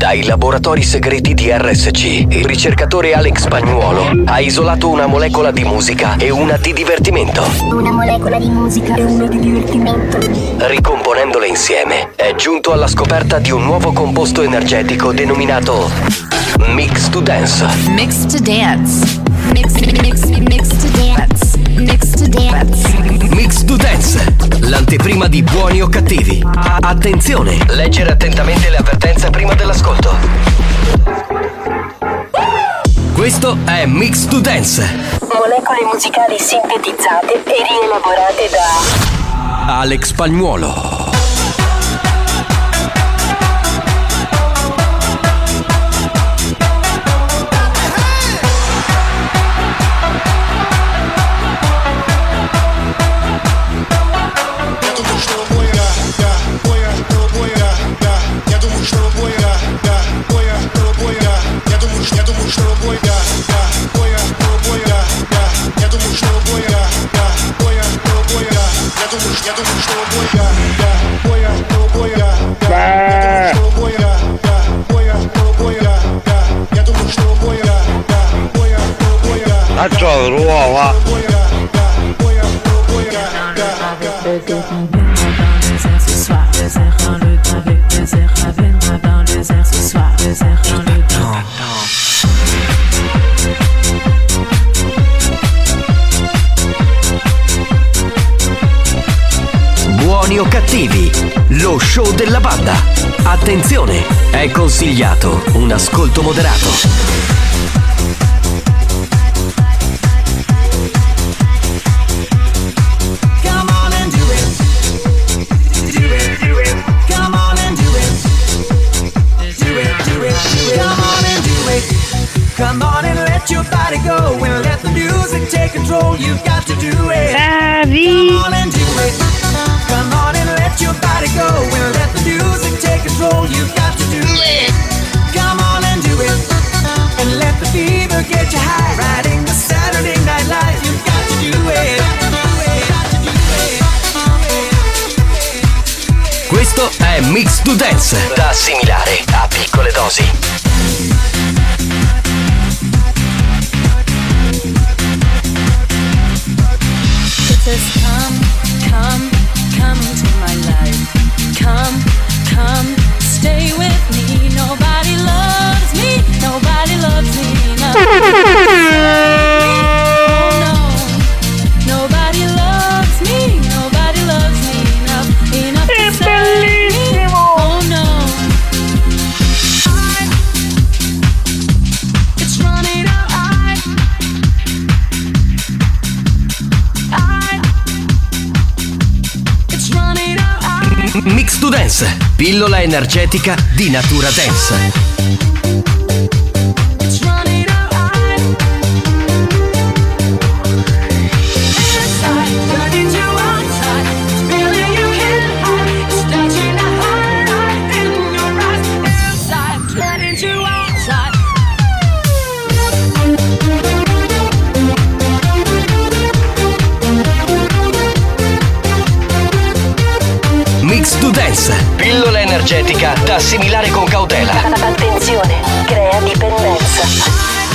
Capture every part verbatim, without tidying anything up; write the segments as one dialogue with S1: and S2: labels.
S1: Dai laboratori segreti di R S C, il ricercatore Alex Spagnuolo ha isolato una molecola di musica e una di divertimento.
S2: Una molecola di musica e una di divertimento.
S1: Ricomponendole insieme, è giunto alla scoperta di un nuovo composto energetico denominato Mix to Dance.
S3: Mix to Dance. Mix, mix, mix to Dance. Mix to Dance.
S1: Mix to Dance, l'anteprima di Buoni o Cattivi. Attenzione, leggere attentamente le avvertenze prima dell'ascolto. Questo è Mix to Dance.
S2: Molecole musicali sintetizzate e rielaborate da
S1: Alex Spagnuolo.
S4: Faccio l'uova.
S1: Buoni o Cattivi, lo show della banda. Attenzione, è consigliato un ascolto moderato.
S5: Come on and let your body go and let the music take control. You've got to do it. Come on and do it. Come on and let your body go and let the music take control. You've got to do it. Come on and do it. And let the fever get you high. Riding the Saturday Night Live. You've got to do it.
S1: Questo è Mix to Dance, da assimilare a piccole dosi.
S6: Just come, come, come into my life. Come, come, stay with me. Nobody loves me, nobody loves me enough. Oh no, nobody loves me, nobody loves me enough. Enough to save me. Oh no, I, it's running out. I, I.
S1: Mix to Dance, pillola energetica di Natura Dance. Mix to Dance, pillola energetica da assimilare con cautela.
S2: Attenzione, crea dipendenza.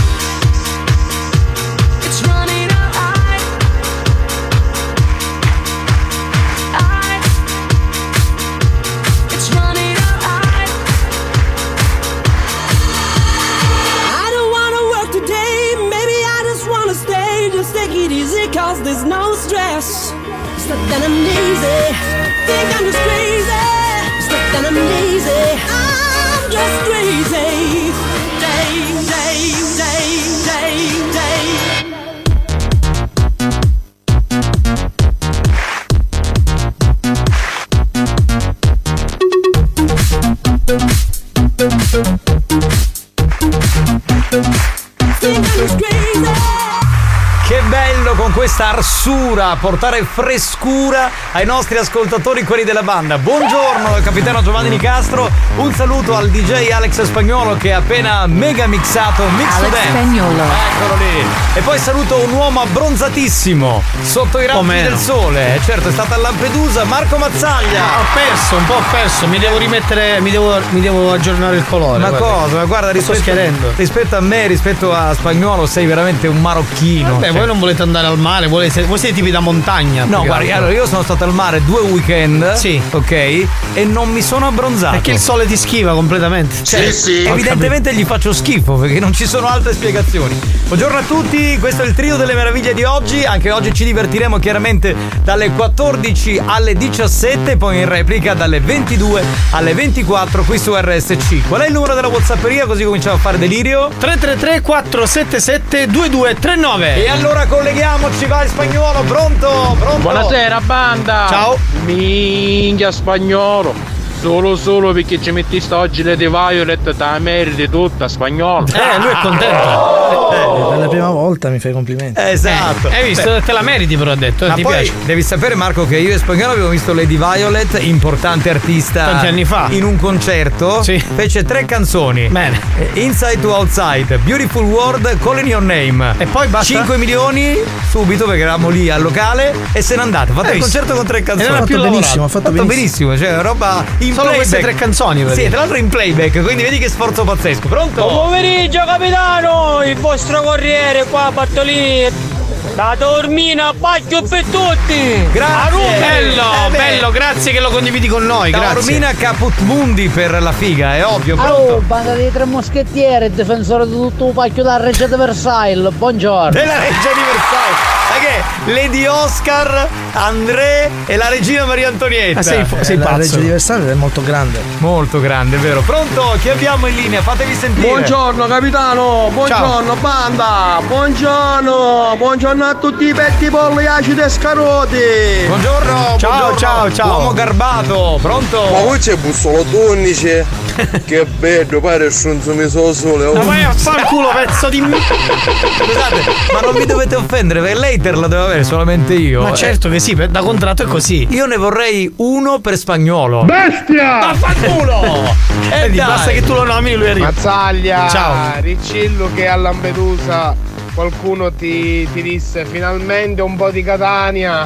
S5: Cause there's no stress. It's not that I'm lazy. Think I'm just crazy. It's not that I'm lazy. I'm just crazy. Day, day, day, day, day.
S1: Che bello
S7: con questa arsura a portare frescura ai nostri ascoltatori, quelli della banda. Buongiorno dal capitano Giovanni Nicastro, un saluto al D J Alex Spagnuolo che ha appena mega mixato Mix to Dance.
S8: Spagnuolo.
S7: Eccolo lì. E poi saluto un uomo abbronzatissimo sotto i raggi del sole. Eh, certo, è stata a Lampedusa, Marco Mazzaglia.
S9: Ho perso, un po' ho perso, mi devo rimettere, mi devo, mi devo aggiornare il colore.
S7: Ma
S9: guarda.
S7: cosa? Ma guarda, rispetto,
S9: sto schiarendo.
S7: rispetto a me, rispetto a Spagnuolo, sei veramente un marocchino.
S9: Beh,
S7: cioè.
S9: voi non volete andare al mare, volete, voi siete tipi da montagna.
S7: No, guarda, allora io sono stato al mare due weekend. Sì. Ok? E non mi sono abbronzato.
S9: Perché il sole ti schiva completamente.
S7: Cioè, sì, sì. Evidentemente gli faccio schifo perché non ci sono altre spiegazioni. Buongiorno a tutti, questo è il trio delle meraviglie di oggi. Anche oggi ci divertiremo chiaramente dalle quattordici alle diciassette, poi in replica dalle ventidue alle ventiquattro qui su R S C. Qual è il numero della WhatsApperia così cominciamo a fare delirio?
S9: tre tre tre quattro sette sette due due tre nove.
S7: E allora colleghiamoci, vai Spagnuolo, pronto? Pronto?
S10: Buonasera banda.
S7: Ciao.
S10: Minchia Spagnuolo. Solo solo perché ci mettiste oggi le The Violet, te la meriti tutta Spagnuolo.
S9: Eh, lui è contento.
S11: Eh, per la prima volta mi fai complimenti.
S7: Esatto.
S9: Eh, hai visto?
S7: Beh.
S9: Te la meriti però ha detto.
S7: Ma
S9: ti
S7: poi
S9: piace?
S7: devi sapere Marco che io e Spagnuolo abbiamo visto Lady Violet, importante artista.
S9: Tanti anni fa.
S7: In un concerto.
S9: Sì.
S7: Fece tre canzoni.
S9: Bene.
S7: Inside to Outside, Beautiful World, Calling Your Name.
S9: E poi basta?
S7: cinque milioni subito perché eravamo lì al locale e se n'è andato. Ha fatto
S9: Hai
S7: il
S9: visto?
S7: concerto con tre canzoni.
S11: Ha fatto benissimo, ha fatto,
S7: fatto
S11: benissimo.
S7: benissimo, cioè roba in
S9: Solo
S7: playback.
S9: queste tre canzoni.
S7: Sì, tra l'altro in playback, quindi vedi che sforzo pazzesco. Pronto?
S10: Buon pomeriggio capitano, il vostro corriere qua Bartolini. La dormina bacio per tutti.
S7: Grazie.
S9: Bello,
S7: Eh beh.
S9: bello, grazie che lo condividi con noi.
S7: Da
S9: Grazie.
S7: Ormina Caput Mundi per la figa, è ovvio. Pronto?
S12: Oh, banda dei tre moschettieri, difensore di tutto un pacchio da Reggio di Versailles. Buongiorno.
S7: Della Reggia di Versailles. Perché Lady Oscar, André e la regina Maria Antonietta.
S9: Ah, sei, sei
S11: la
S9: pazzo.
S11: Reggio di Versailles è molto grande.
S7: Molto grande, è vero. Pronto? Chi abbiamo in linea? Fatevi sentire.
S10: Buongiorno capitano, buongiorno banda, buongiorno, buongiorno a tutti i petti polli acidi e scaroti.
S7: Buongiorno,
S9: Ciao,
S7: buongiorno.
S9: ciao, ciao.
S7: Uomo garbato, pronto?
S4: Ma qui c'è bussolo undici. Che bello, pare il stronzo messo al sole. Oh.
S9: Ma vai a fanculo, pezzo di.
S7: Scusate, ma non mi dovete offendere, perché l'hater la devo avere solamente io.
S9: Ma certo che sì, da contratto è così.
S7: Io ne vorrei uno per Spagnuolo.
S4: Bestia!
S7: Ma fanculo! Eh,
S9: Vedi,
S7: dai.
S9: basta che tu lo nomini, lui arriva.
S10: Mazzaglia,
S9: Ciao.
S10: Ricillo che a Lampedusa qualcuno ti, ti disse finalmente un po' di Catania.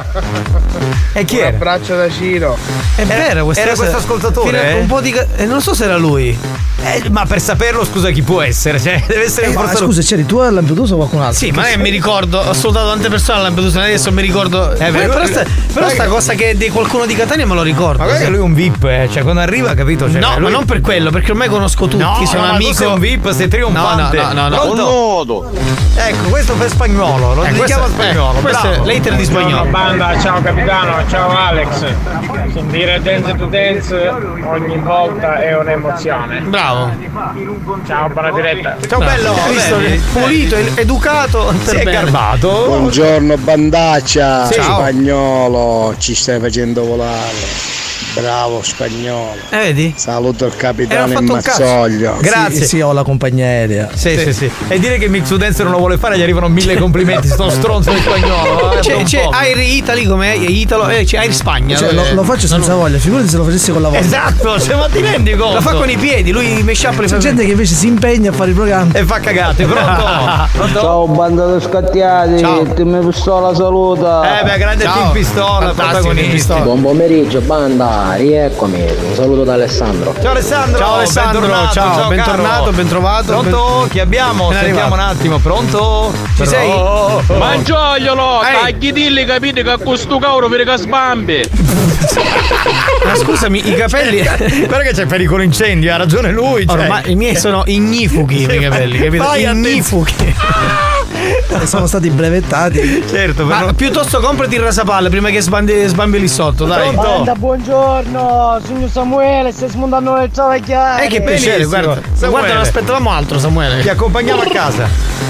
S7: E chi
S10: Un
S7: era?
S10: abbraccio da Ciro.
S9: È vero, questa
S7: era
S9: cosa-
S7: questo ascoltatore,
S9: Fino a-
S7: eh?
S9: Un po' di. ca- eh, non so se era lui.
S7: Eh, ma per saperlo, scusa, chi può essere? Cioè, deve essere
S11: Eh, ma
S7: forse-
S11: scusa, c'eri tu a Lampedusa o qualcun altro?
S9: Sì, ma io mi ricordo, ho salutato tante persone a Lampedusa, adesso mi ricordo. Eh,
S7: beh,
S9: però
S7: lui-
S9: sta, però sta cosa che è di qualcuno di Catania me lo ricordo.
S7: Ma guarda che lui è un V I P, eh. Cioè, quando arriva, capito? Cioè,
S9: no,
S7: lui...
S9: ma non per quello, perché ormai conosco tutti,
S7: No,
S9: sono
S7: no, ma tu
S9: amico.
S7: sei un V I P, sei trionfante.
S9: No, no, no, no,
S7: Pronto?
S4: Nodo.
S7: Ecco, questo per Spagnuolo, lo
S9: Eh,
S7: dedichiamo a
S9: questo-
S7: Spagnuolo.
S9: eh, questo
S7: bravo.
S9: è l'hater di Spagnolo.
S10: Banda, ciao capitano, ciao Alex. Sentire Dance to Dance ogni volta è un'emozione.
S9: Bravo.
S10: Ciao, buona diretta.
S7: Ciao bello,
S9: Hai visto?
S7: vedi?
S9: Pulito, ed- educato,
S7: Si
S9: per
S7: è
S9: bene.
S7: garbato.
S13: Buongiorno bandaccia,
S7: Sì.
S13: Spagnolo, ci stai facendo volare. Bravo Spagnolo.
S9: Eh, vedi?
S13: Saluto il
S9: Era
S13: capitano
S9: fatto
S13: in
S9: un cazzo.
S13: Mazzoglio.
S7: Grazie.
S11: Sì, sì, ho la compagnia aerea.
S7: Sì, sì, sì. E dire che Mix to Dance non lo vuole fare, gli arrivano mille complimenti. Sto stronzo di Spagnolo. eh,
S9: C'è,
S7: un
S9: c'è
S7: po'.
S9: Air Italy come Italo, eh, c'è Air Spagna.
S11: Cioè, lo, lo faccio senza voglia, figurati se lo facessi con la voglia.
S7: Esatto, cioè, ma ti rendi conto?
S9: Lo fa con i piedi, lui mesciappa le
S11: C'è
S9: fa-
S11: gente che invece si impegna a fare i programmi.
S7: E fa cagate, pronto? Pronto?
S13: Ciao banda di scattiati,
S7: Ciao.
S13: il team pistola saluta.
S7: Eh beh, grande
S9: Ciao.
S7: team pistola,
S9: Fantastico,
S7: protagonisti.
S9: team pistola.
S12: Buon pomeriggio, banda, rieccomi. Un saluto da Alessandro.
S7: Ciao Alessandro,
S9: Ciao Alessandro,
S7: bentornato,
S9: ciao,
S7: ciao
S9: bentornato,
S7: caro.
S9: ben trovato.
S7: Pronto? Chi abbiamo?
S9: Ben
S7: Sentiamo un
S9: arrivato.
S7: attimo, pronto?
S9: Ci sei?
S10: Mangiogliolo,
S9: Ehi.
S10: tagli dilli capite che a questo cauro per che sbambi.
S9: Ma scusami, i capelli.
S7: Guarda che c'è pericolo incendio, ha ragione lui. Cioè.
S9: Ormai i miei sono ignifuchi i miei capelli, capito?
S7: Vai,
S9: Ignifuchi.
S11: E sono stati brevettati.
S7: Certo,
S9: Ma
S7: però...
S9: piuttosto comprati il rasapalle prima che sbandi, sbambi lì sotto, dai.
S7: Pronto?
S12: Banda, buongiorno, signor Samuele, stai smontando le travagliare.
S9: Eh, che piacere,
S7: Benissimo.
S9: guarda.
S7: Samuele.
S9: Guarda, non aspettavamo altro, Samuele.
S7: Ti accompagniamo a casa.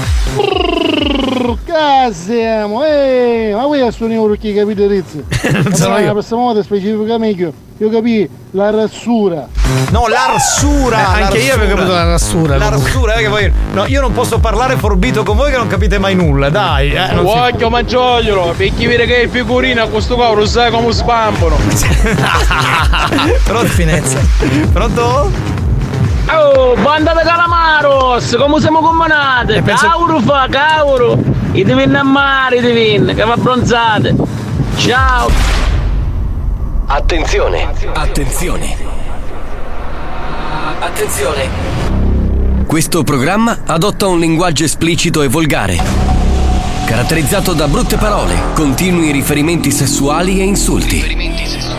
S14: Che siamo? Eh, ma voi sono i urchi capite Rizzi?
S9: sono io.
S14: La prossima volta specifica meglio.
S8: io capì la rassura.
S7: No, l'arsura.
S9: Eh, anche
S7: l'arsura.
S9: io avevo capito la rassura.
S7: L'arsura, perché poi no, io non posso parlare forbito con voi che non capite mai nulla, dai. Eh, non si...
S14: Voglio mangiaglielo, perché vede che è figurina a questo cavolo, sai come spampano.
S7: Pronto? Finezza. Pronto?
S10: Oh, banda di calamaros, come siamo combinati?
S7: penso-
S10: Cauro fa, cauro. I divin a mare, i divin, che va bronzate. Ciao.
S1: Attenzione, attenzione. Attenzione. Questo programma adotta un linguaggio esplicito e volgare, caratterizzato da brutte parole, continui riferimenti sessuali e insulti.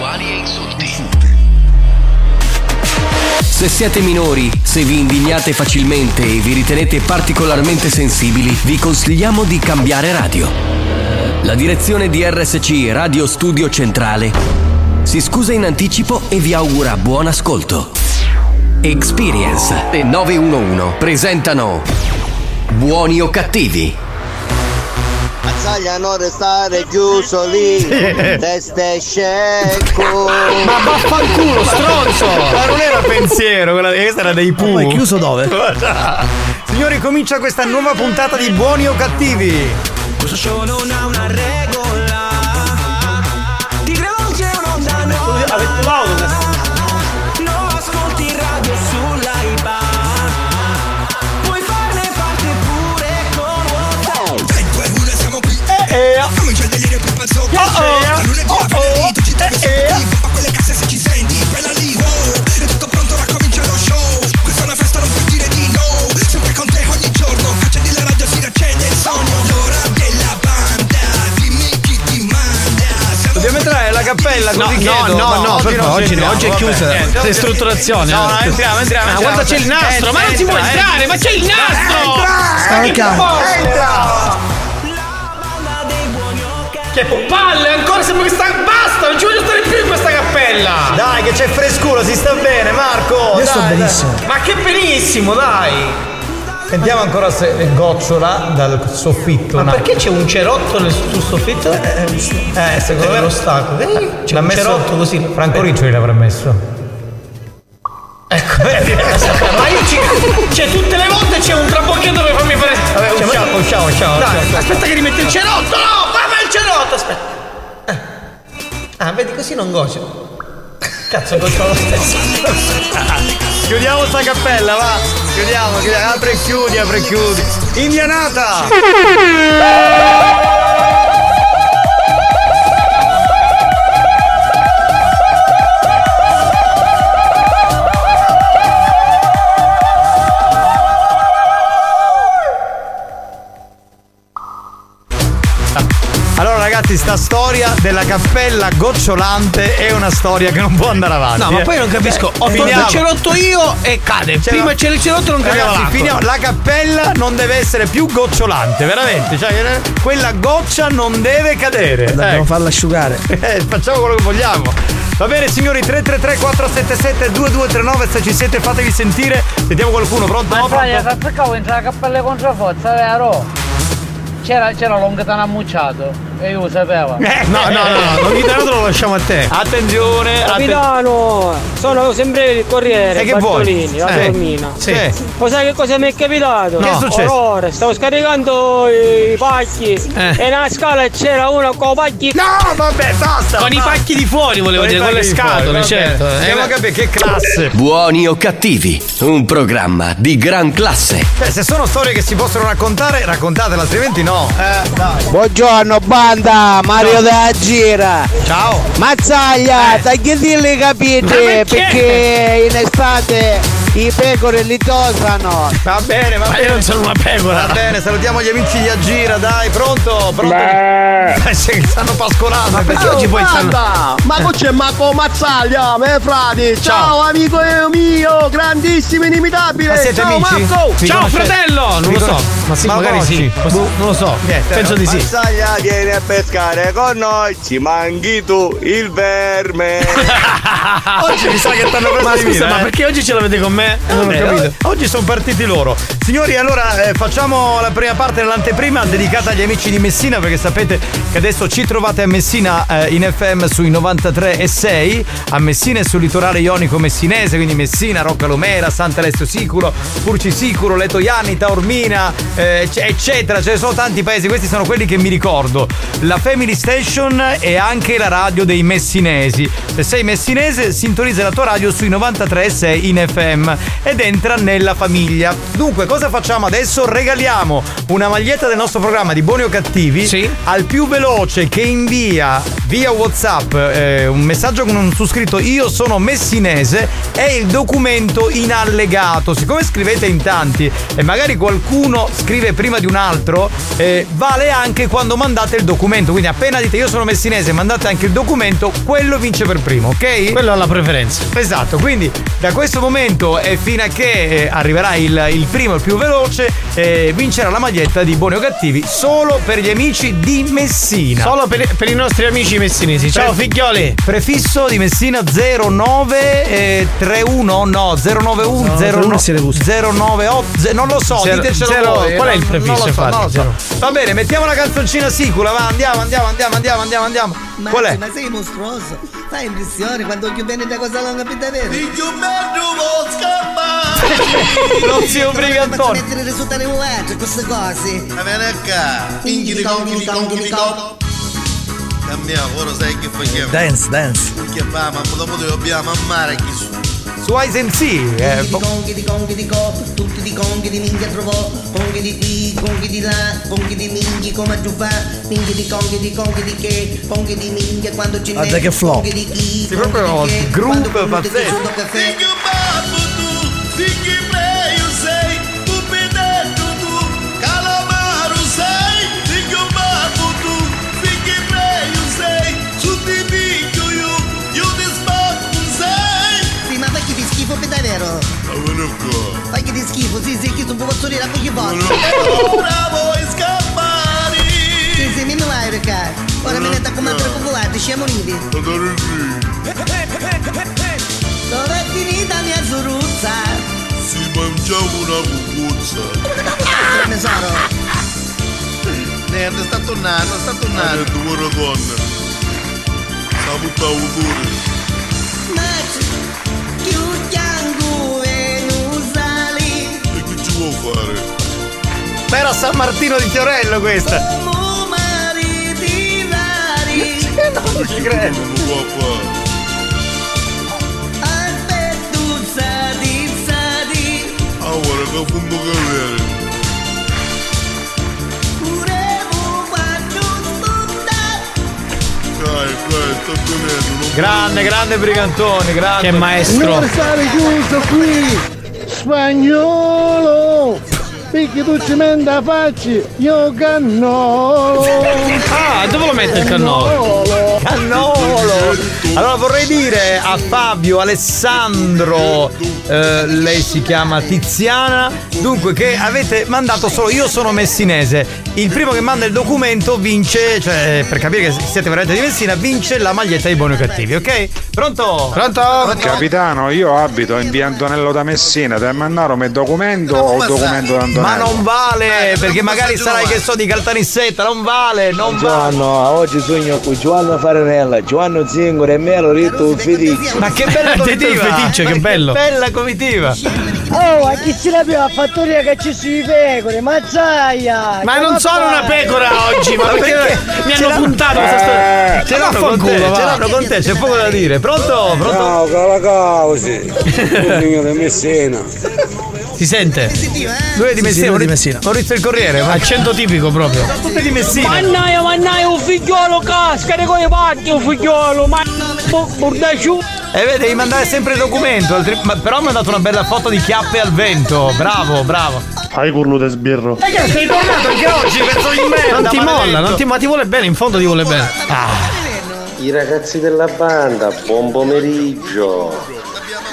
S1: Se siete minori, se vi indignate facilmente e vi ritenete particolarmente sensibili, vi consigliamo di cambiare radio. La direzione di R S C Radio Studio Centrale si scusa in anticipo e vi augura buon ascolto. Experience e nove uno uno presentano Buoni o Cattivi.
S15: Mazzaglia non restare chiuso lì, testa scecco.
S7: Ma vaffanculo, stronzo! Ma non era pensiero, quella questa era dei Pooh.
S11: Ma è chiuso dove?
S7: Signori, comincia questa nuova puntata di Buoni o Cattivi.
S5: Questo show non ha una regola. Ti credo c'è un'onda nuova.
S7: Avete l'auto?
S5: Non ascolti radio sull'Aiba. Puoi farne parte pure con WhatsApp. Dai, due e uno siamo qui.
S7: Eh,
S5: Comincia il delirio più pazzo.
S7: Oh, oh,
S5: Da lunedì
S7: oh,
S5: a venerdì, ci devi
S7: eh,
S5: sempre a quelle casse se ci senti. Quella lì, wow. È tutto pronto, ora comincia lo show. Questa è una festa, non puoi dire di no. Sempre con te ogni giorno. Accendi la radio, si riaccende il sogno. L'ora della banda, dimmi chi ti manda.
S7: Dobbiamo entrare nella cappella,
S9: No,
S7: così
S9: no,
S7: chiedo.
S9: no, no,
S7: oggi
S9: per
S7: non
S9: favore,
S7: ci
S9: oggi no,
S7: entriamo,
S9: oggi è
S7: vabbè,
S9: chiusa.
S7: niente, oggi-
S9: Ristrutturazione.
S7: No, no, entriamo, entriamo.
S9: Ah, guarda, c'è il nastro, ma non si può entrare, ma c'è il nastro!
S11: Entra!
S9: Che palle, ancora sembra che sta. Basta, non ci voglio stare più in questa cappella!
S7: Dai, che c'è frescura, si sta bene, Marco.
S11: Io sto
S7: dai,
S11: benissimo.
S9: Ma che benissimo, dai!
S7: Sentiamo ancora se gocciola dal soffitto.
S9: Ma
S7: una-
S9: perché c'è un cerotto nel sul soffitto?
S7: Eh, secondo me
S9: lo stacco. Vedi? C'è
S7: l'ha
S9: un
S7: messo
S9: cerotto così.
S7: Franco Riccioli l'avrà messo.
S9: Ecco, vedi? Ma io ci. Cioè, tutte le volte c'è un trabocchetto per farmi fare.
S7: Vabbè,
S9: Cioè,
S7: usciamo,
S9: ma-
S7: usciamo, usciamo.
S9: Dai,
S7: usciamo.
S9: aspetta che rimette il cerotto, no! Vai, vai il cerotto, aspetta. Eh. Ah, vedi, così non gocio. Cazzo, gocio lo stesso.
S7: Chiudiamo sta cappella, va. Chiudiamo, chiudiamo. Apri e chiudi, apri e chiudi. Indianata! Allora ragazzi, sta storia della cappella gocciolante è una storia che non può andare avanti.
S9: No, ma
S7: eh.
S9: poi non capisco. Ho
S7: Finiamo.
S9: fatto il cerotto io e cade.
S7: Cioè,
S9: Prima
S7: ma-
S9: c'era il cerotto e non cadeva
S7: Ragazzi,
S9: l'acqua.
S7: finiamo. La cappella non deve essere più gocciolante, veramente. Cioè, eh, quella goccia non deve cadere.
S11: Dobbiamo
S7: Ecco.
S11: farla asciugare.
S7: Eh, facciamo quello che vogliamo. Va bene signori, tre tre tre quattro sette sette due due tre nove, se ci siete fatevi sentire. Sentiamo qualcuno, pronto?
S12: Ma
S7: No,
S12: Fraia,
S7: pronto?
S12: ti attaccavo entra la cappella contro forza, vero? C'era, c'era l'onghetano ammucciato e io lo sapevo.
S7: Eh,
S9: No, no, no, no, l'onghetano lo lasciamo a te.
S7: Attenzione, atten-
S10: Capitano, sono sempre il corriere,
S7: E che vuoi?
S10: Bartolini, la
S7: Eh,
S10: Dormina.
S7: sì.
S10: Ma sai che cosa mi è capitato?
S7: Che è successo?
S10: Ora, stavo scaricando i pacchi
S9: Eh.
S10: e nella scala c'era uno con i pacchi.
S7: No, vabbè, basta.
S9: Con i
S7: basta.
S9: pacchi di fuori volevo
S7: Con i
S9: dire, con le
S7: pacchi di
S9: scatole,
S7: fuori, va
S9: certo.
S7: bene.
S9: Eh,
S7: Andiamo a capire che classe.
S1: Buoni o Cattivi, un programma di gran classe.
S7: Cioè, se sono storie che si possono raccontare, raccontatele, altrimenti no. Eh, dai.
S15: Buongiorno banda, Mario della Gira.
S7: Ciao.
S15: Mazzaglia,
S7: Eh.
S15: tagliatelle
S9: Ma
S15: capite
S9: perché?
S15: perché in estate i pecore li tosano.
S7: Va bene, va
S9: Ma
S7: bene.
S9: io non sono una pecora.
S7: Va bene, salutiamo gli amici di Agira, dai, pronto? Pronto? Eh, sì, che stanno pascolando.
S9: Ma perché
S7: Oh,
S9: oggi poi stanno.
S13: Banda, ma qui c'è Marco Mazzaglia, me frati. Ciao,
S7: Ciao.
S13: amico mio, grandissimo inimitabile.
S7: Ma siete
S13: Ciao
S7: amici?
S13: Marco.
S7: Vi
S9: Ciao
S7: conoscete?
S9: fratello! Non
S7: Vi
S9: lo so.
S7: conosci-
S9: Ma sì,
S7: Ma lo
S9: magari sì.
S7: conosci?
S9: Boh, non lo so.
S7: Niente,
S9: Penso di sì.
S15: Mazzaglia vieni a pescare con noi, ci manchi tu il verme.
S7: Oggi mi sa che t'hanno preso
S9: Ma
S7: di
S9: scusa,
S7: mira,
S9: ma
S7: eh.
S9: perché oggi ce l'avete con me?
S7: Eh, non ho capito. Oggi sono partiti loro. Signori, allora eh, facciamo la prima parte dell'anteprima dedicata agli amici di Messina, perché sapete che adesso ci trovate a Messina eh, in F M sui novantatré e sei, a Messina e sul litorale ionico messinese, quindi Messina, Roccalomera, Sant'Alessio Sicuro, Furci Sicuro, Letoiani, Taormina, eh, eccetera. Ce ne sono tanti paesi, questi sono quelli che mi ricordo. La Family Station è anche la radio dei messinesi. Se sei messinese, sintonizza la tua radio sui novantatré e sei in F M ed entra nella famiglia. Dunque, cosa facciamo adesso? Regaliamo una maglietta del nostro programma di Buoni o Cattivi, sì, al più veloce che invia via WhatsApp eh, un messaggio con un su scritto "Io sono messinese" e il documento in allegato. Siccome scrivete in tanti e magari qualcuno scrive prima di un altro, eh, vale anche quando mandate il documento. Quindi appena dite "Io sono messinese", mandate anche il documento, quello vince per primo, ok?
S16: Quello ha la preferenza.
S7: Esatto, quindi da questo momento e fino a che eh, arriverà il, il primo, il più veloce, eh, vincerà la maglietta di Buoni o Cattivi solo per gli amici di Messina.
S16: Solo per, per i nostri amici messinesi. Ciao Pre- figlioli.
S7: Prefisso di Messina zero nove tre uno, no, zero nove uno
S11: no,
S7: zero nove otto, non lo so,
S16: zero,
S7: ditecelo
S16: zero,
S7: voi.
S16: Qual è il
S7: non,
S16: prefisso?
S7: non lo so, non lo so.
S16: Zero.
S7: Va bene, mettiamo una canzoncina sicura, va, andiamo, andiamo, andiamo, andiamo, andiamo, andiamo.
S17: Ma,
S7: Qual è?
S17: ma sei mostruoso, fai impressione quando più bene da cosa longa più davvero.
S7: Lo zio Brigantone.
S17: Ma mettere risultare un altro queste cose.
S18: Va bene qua. Inghi di conchi di conchi di conchi. Cammia, ora sai che facciamo.
S11: Dance, dance.
S18: Che fa, ma dopo dobbiamo amare chi su.
S7: Su Ice and Sea,
S17: eh, conghi di conghi di co, tutti di conghi di minchia trovò, conghi di qui, conghi di là, conghi di minghi come a giufà, minghi di conghi di conghi di che, conghi di minchia quando ci
S11: guarda che flow.
S17: conghi di chi,
S7: sì, proprio il gruppo pazzesco.
S17: Davvero? Fai che ti schifo, sì, sì, che tu puoi sorridere a pochi volte.
S18: Bravo, scappare!
S17: Sì, sì, mi non vai, Riccardo. Ora me ne sta come altri popolati, siamo uniti. Dove è finita mia zuruzza?
S18: Si mangiava una cucuzza.
S17: Tesoro.
S18: Merda, sta tornando, sta tornando. Ha detto buona donna. Sta buttando pure.
S17: Ma
S18: fare.
S7: Ma era San Martino di Fiorello questa.
S17: Come mariti vari.
S7: Non ci credo.
S18: Non può fare.
S17: Aspetta, di sadi.
S18: Ah, guarda che fondo che avere.
S17: Purevo faccio tutta.
S18: Dai, dai, sta tenendo.
S7: Grande, grande Brigantone, grande.
S16: Che maestro.
S8: Non stare chiuso qui. Spagnolo, perché tu ci manda facci, io cannolo.
S16: Ah, dove lo mette il cannolo?
S7: Cannolo. Allora vorrei dire a Fabio, Alessandro, eh, lei si chiama Tiziana, dunque che avete mandato solo "Io sono messinese". Il primo che manda il documento vince, cioè per capire che siete veramente di Messina, vince la maglietta di Buoni o Cattivi, ok? Pronto?
S16: Pronto?
S19: Capitano, io abito in via Antonello da Messina, devo mandare un documento o documento da Antonello?
S7: Ma non vale, perché magari sarai che so di Caltanissetta, non vale, non vale.
S20: Giovanno, oggi sogno qui Giovanno Farinella, Giovanno Zingaro e Melo Ritto un feticcio.
S7: Ma che bella comitiva!
S16: Il feticcio, che bello!
S7: Che bella comitiva!
S10: Oh, a chi si la più a fattoria che ci sui pecore, mazzaia!
S16: Ma non sono una pecora oggi, ma perché, perché mi hanno puntato questa storia?
S7: Ce l'hanno con te, ce l'hanno con te, c'è poco da dire. Pronto? Pronto?
S20: Ciao, Calacausi, figlio di Messina.
S16: Si sente?
S7: Lui è di Messina,
S11: sì, di Messina.
S7: Maurizio il Corriere,
S16: accento tipico proprio.
S7: Tutti di Messina.
S10: Mannaia, mannaia, un figliolo casca, con i patti, un figliolo, ma bordacciù.
S7: E vede, devi mandare sempre il documento, altri... ma però mi ha dato una bella foto di chiappe al vento. Bravo, bravo.
S8: Hai curlo de sbirro.
S7: E che sei tornato anche oggi, pezzo di merda.
S16: Non ti molla, non ti, ma ti vuole bene, in fondo ti vuole bene.
S20: Ah. I ragazzi della banda, buon pomeriggio.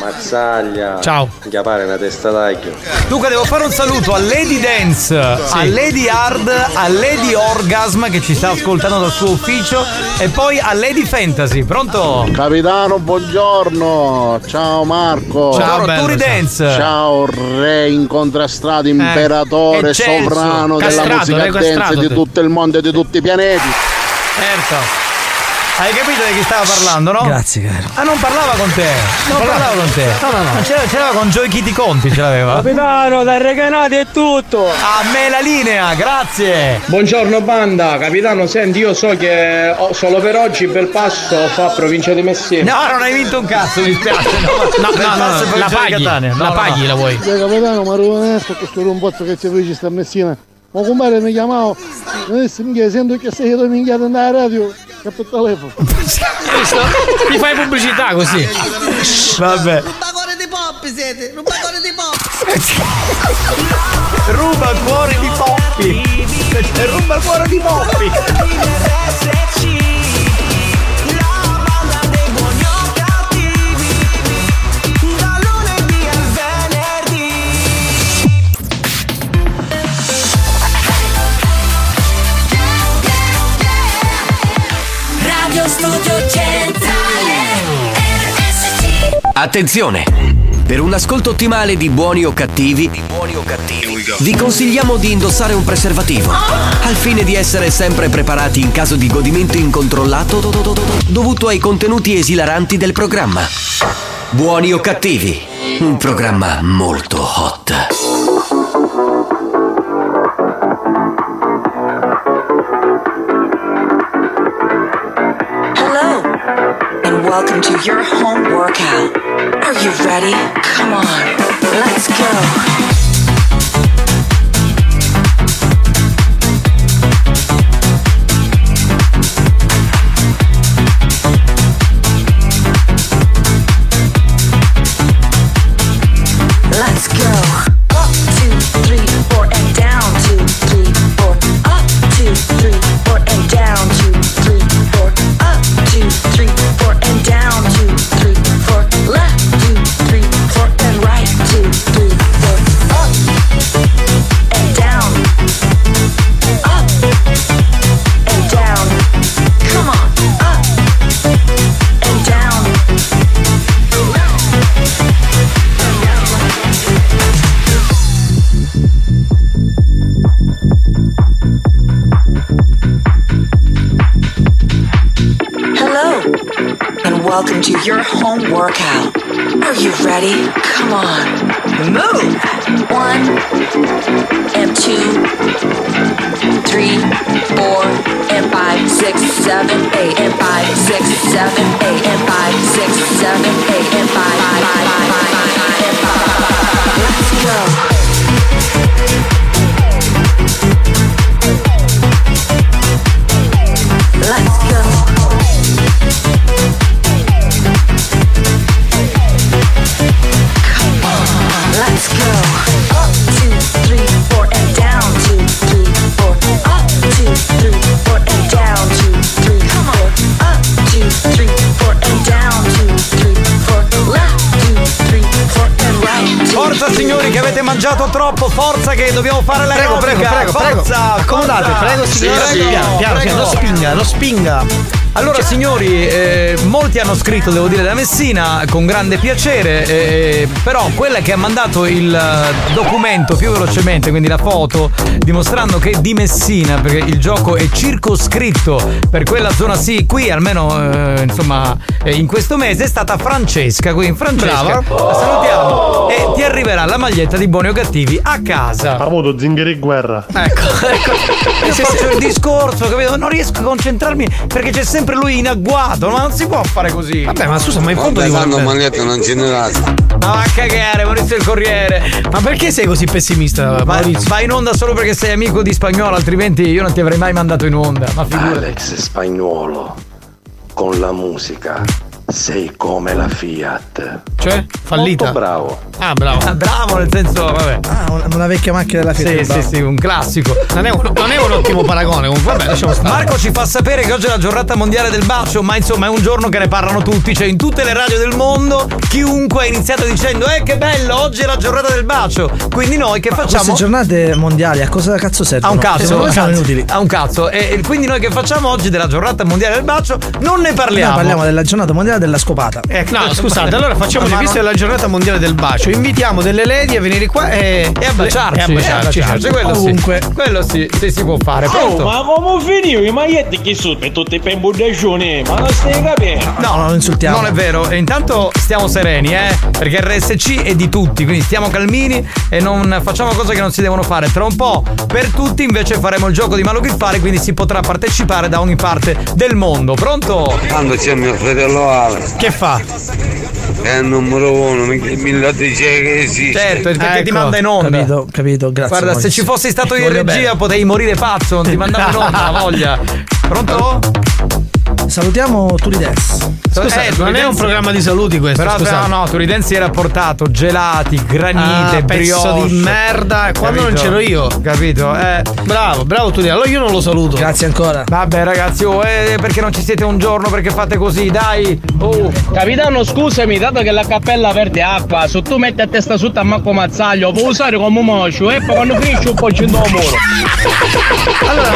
S20: Mazzaglia.
S7: Ciao.
S20: Che pare una testa d'aglio.
S7: Dunque devo fare un saluto a Lady Dance,
S20: Sì.
S7: a Lady Hard, a Lady Orgasm che ci sta ascoltando dal suo ufficio e poi a Lady Fantasy. Pronto?
S8: Capitano, buongiorno. Ciao Marco.
S7: Ciao, Turi Dance.
S8: Ciao re incontrastato, imperatore,
S7: eccelso.
S8: sovrano
S7: Castrato,
S8: della musica
S7: re
S8: dance
S7: castrato,
S8: di
S7: te.
S8: tutto il mondo e di tutti i pianeti.
S7: Certo. Hai capito di chi stava parlando, no?
S11: Grazie, caro.
S7: Ah, non parlava con te. Non parlava con te.
S11: No, no, no.
S7: Ma ce l'aveva con Joy Kitty Conti, ce l'aveva.
S10: Capitano, dai recanati è tutto.
S7: A me la linea, grazie.
S14: Buongiorno banda, capitano, senti, io so che ho- solo per oggi Belpasso fa provincia di Messina.
S7: No, non hai vinto un cazzo, mi spiace.
S14: No, no, no,
S7: Belpasso
S14: la
S7: e Provincia di
S14: paghi,
S7: Catania.
S14: la paghi, la vuoi?
S8: Io capitano, ma arrivo onesto a questo rompozzo che ci fece sta Messina. Ma comare mi chiamavo, mi disse, minchia, sento che sei io minchiato nella radio, che per telefono.
S16: Ti fai pubblicità così.
S7: Vabbè.
S17: Rubacore di pop siete, rubacore di pop.
S7: Ruba il cuore di Poppi. Ruba il cuore di Poppi.
S6: Radio Studio Centrale R S C.
S1: Attenzione! Per un ascolto ottimale di Buoni o Cattivi, di Buoni o Cattivi, vi consigliamo di indossare un preservativo, al fine di essere sempre preparati in caso di godimento incontrollato dovuto ai contenuti esilaranti del programma. Buoni o Cattivi, un programma molto hot.
S21: Hello, and welcome to your home workout. Are you ready? Come on, let's go. Let's go. Up, two, three, four, and down, two, three, four. Up, two, three, four, and down, two, three, four. Up, two, three, four, and down, two, three, four. Left, two, three, four, and right, two, three, four. Up and down. Up and down. Come on. Up and down. Hello, and welcome to your home workout. Are you ready? Come on, move. One, and two, three, four, and five, six, seven, eight, and five, six, seven, eight, and five, six, seven, eight, and five, five, five, five, five, and five. Let's go. Let's go. Come on, let's go. Up, two, three, four, and down, two, three, four. Up, two, three, four, and down, two, three, four. Up, two, three, four, and down, two, three, four. Left, two, three, four, and right. two,
S7: Forza
S21: three,
S7: signori che avete mangiato troppo, forza che dobbiamo fare la
S9: Prego, prego, prego, prego.
S7: Forza,
S9: Accomodate,
S7: forza.
S9: prego signore.
S7: Sì, sì.
S9: Piano, piano,
S7: Prego.
S9: piano, lo spinga, lo spinga.
S7: Allora signori, eh, molti hanno scritto, devo dire, da Messina con grande piacere, eh, però quella che ha mandato il eh, documento più velocemente, quindi la foto, dimostrando che è di Messina, perché il gioco è circoscritto per quella zona sì, qui almeno eh, insomma eh, in questo mese, è stata Francesca, quindi Francesca,
S9: Brava.
S7: la salutiamo e ti arriverà la maglietta di Buoni o Cattivi a casa.
S8: Ha avuto zingari guerra.
S7: Ecco, ecco. Io faccio il discorso, capito? Non riesco a concentrarmi perché c'è sempre lui in agguato, ma non si può fare così.
S9: Vabbè, ma scusa, ma in fondo
S20: Vabbè,
S9: dico
S20: fanno maglietta non ce ne resta.
S7: Ma va a cagare, Maurizio il Corriere.
S9: Ma perché sei così pessimista,
S7: Ma
S9: Maurizio?
S7: vai in onda solo perché sei amico di Spagnolo, altrimenti io non ti avrei mai mandato in onda. Ma figurati.
S20: Alex Spagnuolo con la musica
S3: sei come la Fiat.
S16: Cioè? Fallita?
S3: Molto bravo.
S16: Ah, bravo.
S7: Ah, bravo nel senso, vabbè.
S11: Ah, una, una vecchia macchina della Fiat.
S7: Sì, sì, sì, un classico.
S16: Non è un, non è un ottimo paragone, comunque vabbè, lasciamo stare.
S7: Marco ci fa sapere che oggi è la giornata mondiale del bacio, ma insomma è un giorno che ne parlano tutti, cioè in tutte le radio del mondo chiunque ha iniziato dicendo "Eh che bello, oggi è la giornata del bacio". Quindi noi che facciamo?
S11: Queste giornate mondiali a cosa cazzo servono?
S7: A un cazzo,
S11: Secondo me sono
S7: cazzo,
S11: inutili.
S7: a un cazzo. E, e quindi noi che facciamo oggi della giornata mondiale del bacio non ne parliamo.
S11: Noi parliamo della giornata mondiale della scopata.
S16: Eh, no, scusate, allora facciamo
S7: Ma
S16: visto
S7: non-
S16: della giornata mondiale del bacio. Invitiamo delle lady a venire qua e,
S7: E a baciarci,
S16: e a baciarci,
S7: e a baciarci, quello
S11: Ovunque.
S7: sì. Quello sì, sì, si può fare.
S10: Oh,
S7: Pronto?
S10: ma come finivo? I maglietti che sono per tutti i pembudaggioni? Ma non stai capendo?
S7: No,
S11: non insultiamo.
S7: Non è vero. E intanto stiamo sereni, eh? Perché R S C è di tutti, quindi stiamo calmini e non facciamo cose che non si devono fare. Tra un po' per tutti invece faremo il gioco di Malo che fare, quindi si potrà partecipare da ogni parte del mondo. Pronto?
S4: Quando c'è mio fratello Ale,
S16: che fa?
S4: è il numero uno, mi, mi lo dice che esiste.
S7: Certo, perché ti
S11: Ecco,
S7: manda in onda.
S11: Capito, capito, grazie.
S7: Guarda, se
S11: Maurizio.
S7: ci fossi stato
S11: Ti
S7: io in
S11: voglio
S7: regia
S11: bene.
S7: potevi morire pazzo, non ti mandavo in onda, la voglia. Pronto?
S11: Salutiamo Turides.
S16: Scusa,
S7: Eh,
S16: non è
S7: Turidensi-
S16: un programma di saluti questo,
S7: Però
S16: scusate.
S7: no, no, Turidensi era portato gelati, granite,
S16: Ah, pezzo
S7: brioche.
S16: di merda, quando non
S7: Capito?
S16: c'ero io.
S7: Capito? Eh.
S16: Bravo, bravo tu. Allora io non lo saluto.
S11: Grazie ancora.
S7: Vabbè ragazzi, oh, eh, perché non ci siete un giorno? Perché fate così? Dai! Oh.
S14: Capitano, scusami, dato che la cappella verde acqua, se tu metti a testa sotto a Marco Mazzaglio, puoi usare come mocio e poi quando finisci un po' ci do muro.
S16: Allora,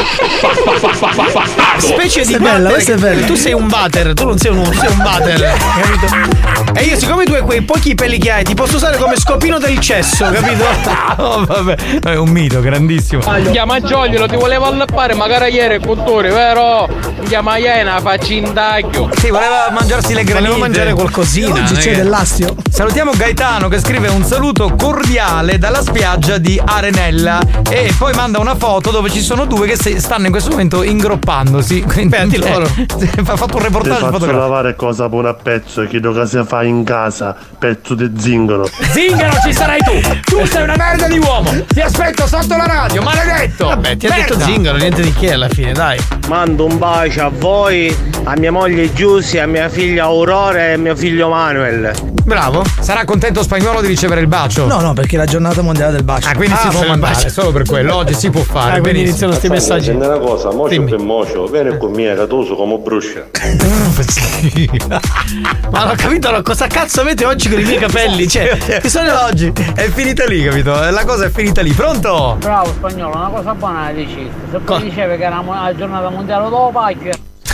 S16: specie di
S11: Questa è bella,
S16: batter,
S11: questa è bella.
S16: tu sei un batter, tu non sei un uomo, tu sei un batter, capito? E io, siccome tu hai quei pochi peli che hai, ti posso usare come scopino del cesso, capito?
S7: Oh, vabbè, è un mito grandissimo.
S14: Chiama Gioglielo, ti volevo allappare, magari ieri è cultore, vero? Chiama Iena, facci indaglio.
S7: Sì, voleva mangiarsi le granite.
S16: Volevo mangiare qualcosina.
S11: Oggi c'è
S16: eh.
S11: dell'astio.
S7: Salutiamo Gaetano che scrive un saluto cordiale dalla spiaggia di Arenella e poi manda una foto dove ci sono due che si- stanno in questo momento ingroppandosi. Quindi
S16: Beati loro.
S7: ha fatto un
S3: Ti
S7: reportage
S3: faccio
S7: fotografico.
S3: lavare cosa pure a pezzo, chiedo che si fa in casa, pezzo di zingaro.
S7: Zingaro ci sarai tu! Tu sei una merda di uomo! Ti aspetto sotto la radio, maledetto!
S16: Vabbè, ti ha
S7: Merda!
S16: detto zingaro, niente di che alla fine, dai.
S13: Mando un bacio a voi, a mia moglie Giussi, a mia figlia Aurora e a mio figlio Manuel.
S16: Bravo.
S7: Sarà contento Spagnolo di ricevere il bacio?
S11: No, no, perché è la giornata mondiale del bacio.
S7: Ah, quindi
S16: Ah,
S7: si può
S16: per il
S7: mandare,
S16: bacio.
S7: solo per quello. Oggi si può fare.
S16: Ah, quindi
S7: benissimo.
S16: iniziano sti messaggi.
S3: Senti una cosa, mocio
S16: Dimmi.
S3: per mocio, vieni con me, catoso come bruscia.
S16: Ma non ho capito, no, cosa cazzo avete oggi con i miei capelli? Cioè, che sono oggi?
S7: È finita lì, capito? La cosa è finita lì. Pronto?
S12: Bravo Spagnolo, una cosa buona la dicesti. Se
S16: Co-
S12: poi dicevi che era la giornata mondiale dopo pacchio.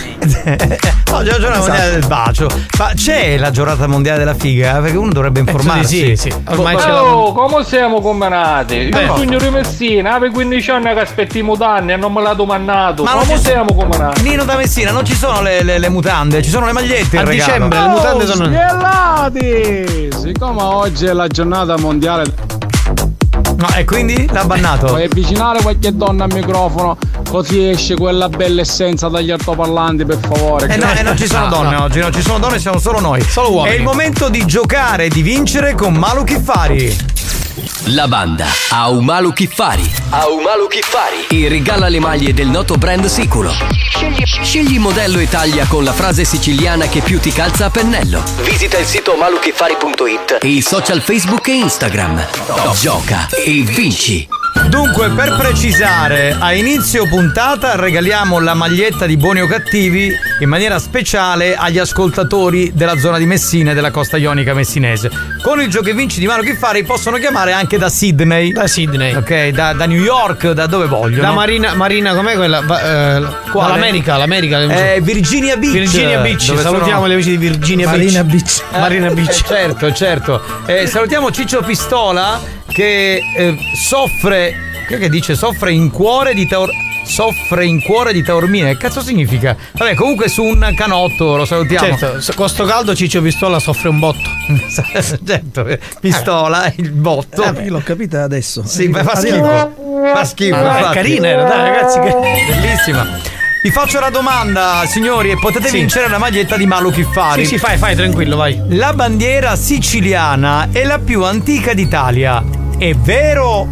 S7: Oggi è la giornata mondiale del bacio. Ma c'è la giornata mondiale della figa? Perché uno dovrebbe informarsi.
S16: Sì, sì, ormai c'è la.
S10: Oh, come siamo combinati? Io
S16: Beh.
S10: sogno di Messina, avevo quindici anni che aspettiamo da anni e non me l'ha domandato.
S7: Ma
S10: Ma
S7: non
S10: come
S7: ci-
S10: siamo combinati?
S7: Nino da Messina, non ci sono le, le- le mutande, ci sono le magliette in
S16: A
S7: regalo.
S16: dicembre le mutande sono.
S22: Schiellati! Siccome oggi è la giornata mondiale,
S7: No, e quindi l'ha bannato.
S22: puoi avvicinare qualche donna al microfono, così esce quella bella essenza dagli altoparlanti, per favore.
S7: Eh no, eh, non ci sono
S22: Ah,
S7: donne
S22: no.
S7: oggi, non ci sono donne, siamo solo noi.
S16: Solo uomini.
S7: È il momento di giocare e di vincere con Malu Kiffari.
S1: La banda Aumalu Kiffari. Aumalu Kiffari. E regala le maglie del noto brand sicuro. Scegli, scegli modello e taglia con la frase siciliana che più ti calza a pennello. Visita il sito malukiffari punto it e i social Facebook e Instagram. Gioca e vinci.
S7: Dunque, per precisare, a inizio puntata regaliamo la maglietta di Buoni o Cattivi in maniera speciale agli ascoltatori della zona di Messina e della costa ionica messinese. Con il gioco e vinci di Mano Kiffari possono chiamare anche da Sydney.
S16: Da Sydney.
S7: Ok, da, da New York, da dove vogliono.
S16: La Marina, Marina, com'è quella? Va- eh,
S7: Quale?
S16: L'America, l'America.
S7: Eh, Virginia Beach.
S16: Virginia Beach.
S7: Dove
S16: Salutiamo
S7: sono-
S16: gli amici di Virginia
S11: Marina
S16: Beach.
S11: Beach.
S7: Eh,
S16: Marina Beach.
S7: eh, certo, certo. Eh, salutiamo Ciccio Pistola che eh, soffre. Che, che dice? Soffre in cuore di taor. Soffre in cuore di taormina. Che cazzo significa? Vabbè, comunque su un canotto lo salutiamo.
S16: Certo, s- con sto caldo Ciccio Pistola soffre un botto.
S7: certo, pistola, il botto.
S11: Eh, io l'ho capita adesso.
S7: Sì, ma fa schifo. Fa schifo.
S16: Ah,
S7: infatti.
S16: carina era, dai, ragazzi, che-
S7: Bellissima. Vi faccio la domanda, signori, e potete
S16: Sì.
S7: vincere la maglietta di Malu Kiffari.
S16: Sì, sì, fai, fai, tranquillo, vai.
S7: La bandiera siciliana è la più antica d'Italia. È vero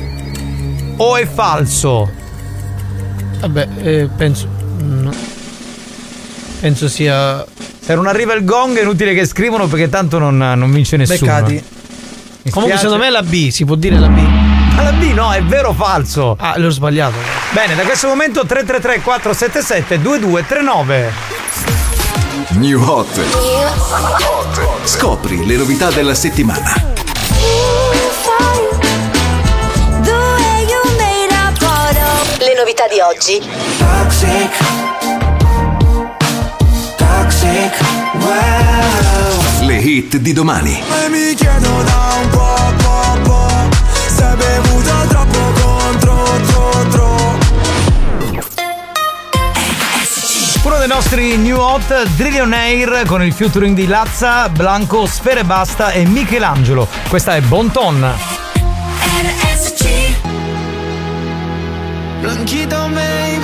S7: o è falso?
S16: Vabbè, eh, penso. No. Penso sia.
S7: Se non arriva il gong è inutile che scrivono perché tanto non, non vince nessuno.
S16: Beccati.
S7: Mi
S16: Comunque
S7: spiace.
S16: secondo me è la B, si può dire la B.
S7: Ma la B no, è vero o falso?
S16: Ah, l'ho sbagliato.
S7: Bene, da questo momento tre tre tre quattro sette sette due due tre nove.
S2: New Hot. Scopri le novità della settimana.
S21: Le novità di oggi.
S2: Toxic. Toxic. Wow. Le hit di domani.
S5: E mi chiedo da un po', po', po', se hai bevuto troppo contro, tro, tro.
S7: Uno dei nostri new hot, Drillionaire, con il featuring di Lazza, Blanco, Sfere Basta e Michelangelo. Questa è Bon Ton.
S5: Blanchito baby,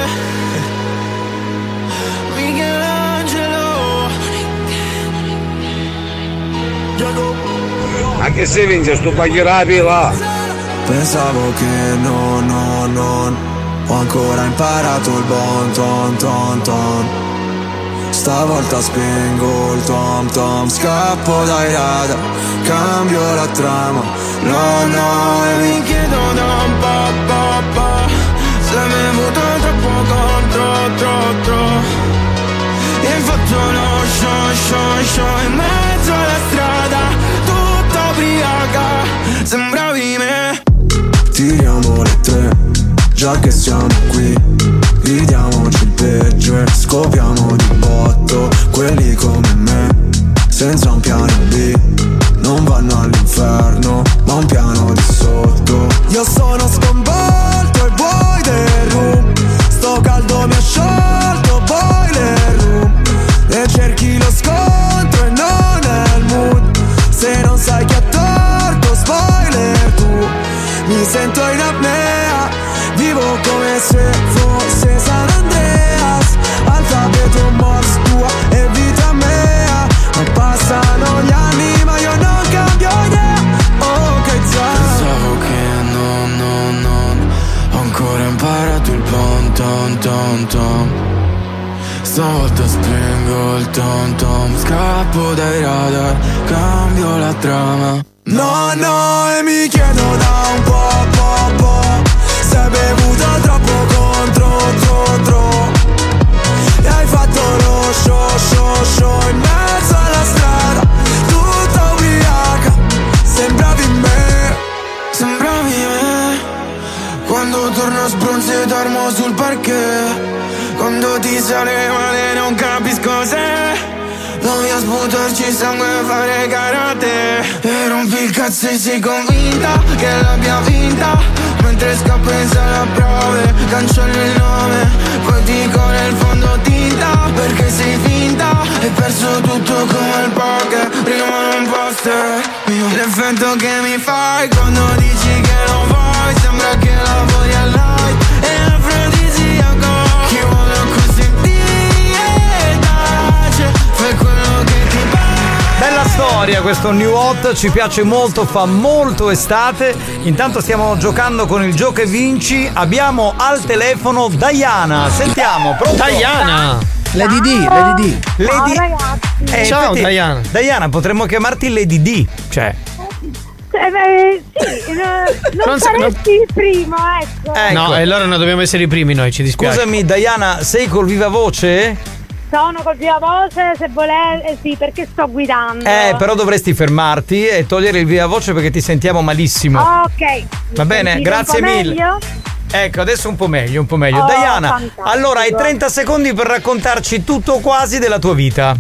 S5: Michelangelo.
S13: Anche se vince sto paglio là.
S5: Pensavo che no, no, non ho ancora imparato il bon ton ton ton. Stavolta spengo il tom tom, scappo dai radar, cambio la trama. No, no, e mi chiedo da un po', po', po', se mi hai avuto troppo contro, tro, tro. E hai fatto lo show, show, show in mezzo alla strada, tutta ubriaca, sembravi me. Tiriamo le tre, già che siamo qui, gridiamoci il peggio e scopriamo di botto. Quelli come me, senza un piano B, non vanno all'inferno, ma un piano di sotto. Io sono sconvolto e vuoi del room, sto caldo mi ha sciolto, boiler room. E cerchi lo scontro e non è il mood, se non sai chi ha torto, spoiler tu. Mi sento in apnea, vivo come se fosse San Andreas, alfabeto Morse tua e vita mea. Non passano gli anni ma io non cambio idea. Oh che zara. Pensavo che no, no, no, ho ancora imparato il bon ton ton ton. Stavolta spengo il tom tom, scappo dai radar, cambio la trama. No, no, e mi chiedo da un po', po', po', se hai bevuto troppo contro, tro, tro. E hai fatto lo show, show, show in mezzo alla strada, tutta ubriaca, sembravi me, sembravi me. Quando torno sbronzo e dormo sul parquet, quando ti sale male non capisco se voglio sputarci sangue e fare karate. E rompi il cazzo e sei convinta che l'abbia vinta, mentre scappo in sala prove, cancello il nome, poi dico nel fondo tinta, perché sei finta, hai perso tutto come il poker, prima un poster mio. L'effetto che mi fai quando dici che non vuoi, sembra che lavori al light, è afrodisiaco, chi vuole così dietace, fai quello che ti pare.
S7: Bella storia questo new hot, ci piace molto, fa molto estate. Intanto stiamo giocando con il gioco e vinci. Abbiamo al telefono Diana. Sentiamo, pronto?
S16: Diana.
S11: Lady D, Lady D.
S7: Lady...
S23: Ciao ragazzi.
S7: Eh,
S16: Ciao
S7: infatti,
S16: Diana.
S7: Diana, potremmo chiamarti Lady D. Cioè.
S23: Eh, beh, sì, eh, non,
S16: Non sa-
S23: saresti il primo, ecco.
S7: Ecco.
S16: No, e allora non dobbiamo essere i primi noi, ci dispiace.
S7: Scusami Diana, sei col viva voce?
S23: Sono col viva voce, se volete, eh, sì, perché sto guidando.
S7: Eh, però dovresti fermarti e togliere il viva voce perché ti sentiamo malissimo.
S23: Ok.
S7: Va bene,
S23: Sentite
S7: grazie
S23: un po'
S7: mille.
S23: meglio?
S7: Ecco, adesso un po' meglio, un po' meglio.
S23: Oh,
S7: Diana,
S23: fantastico.
S7: allora hai trenta secondi per raccontarci tutto o quasi della tua vita.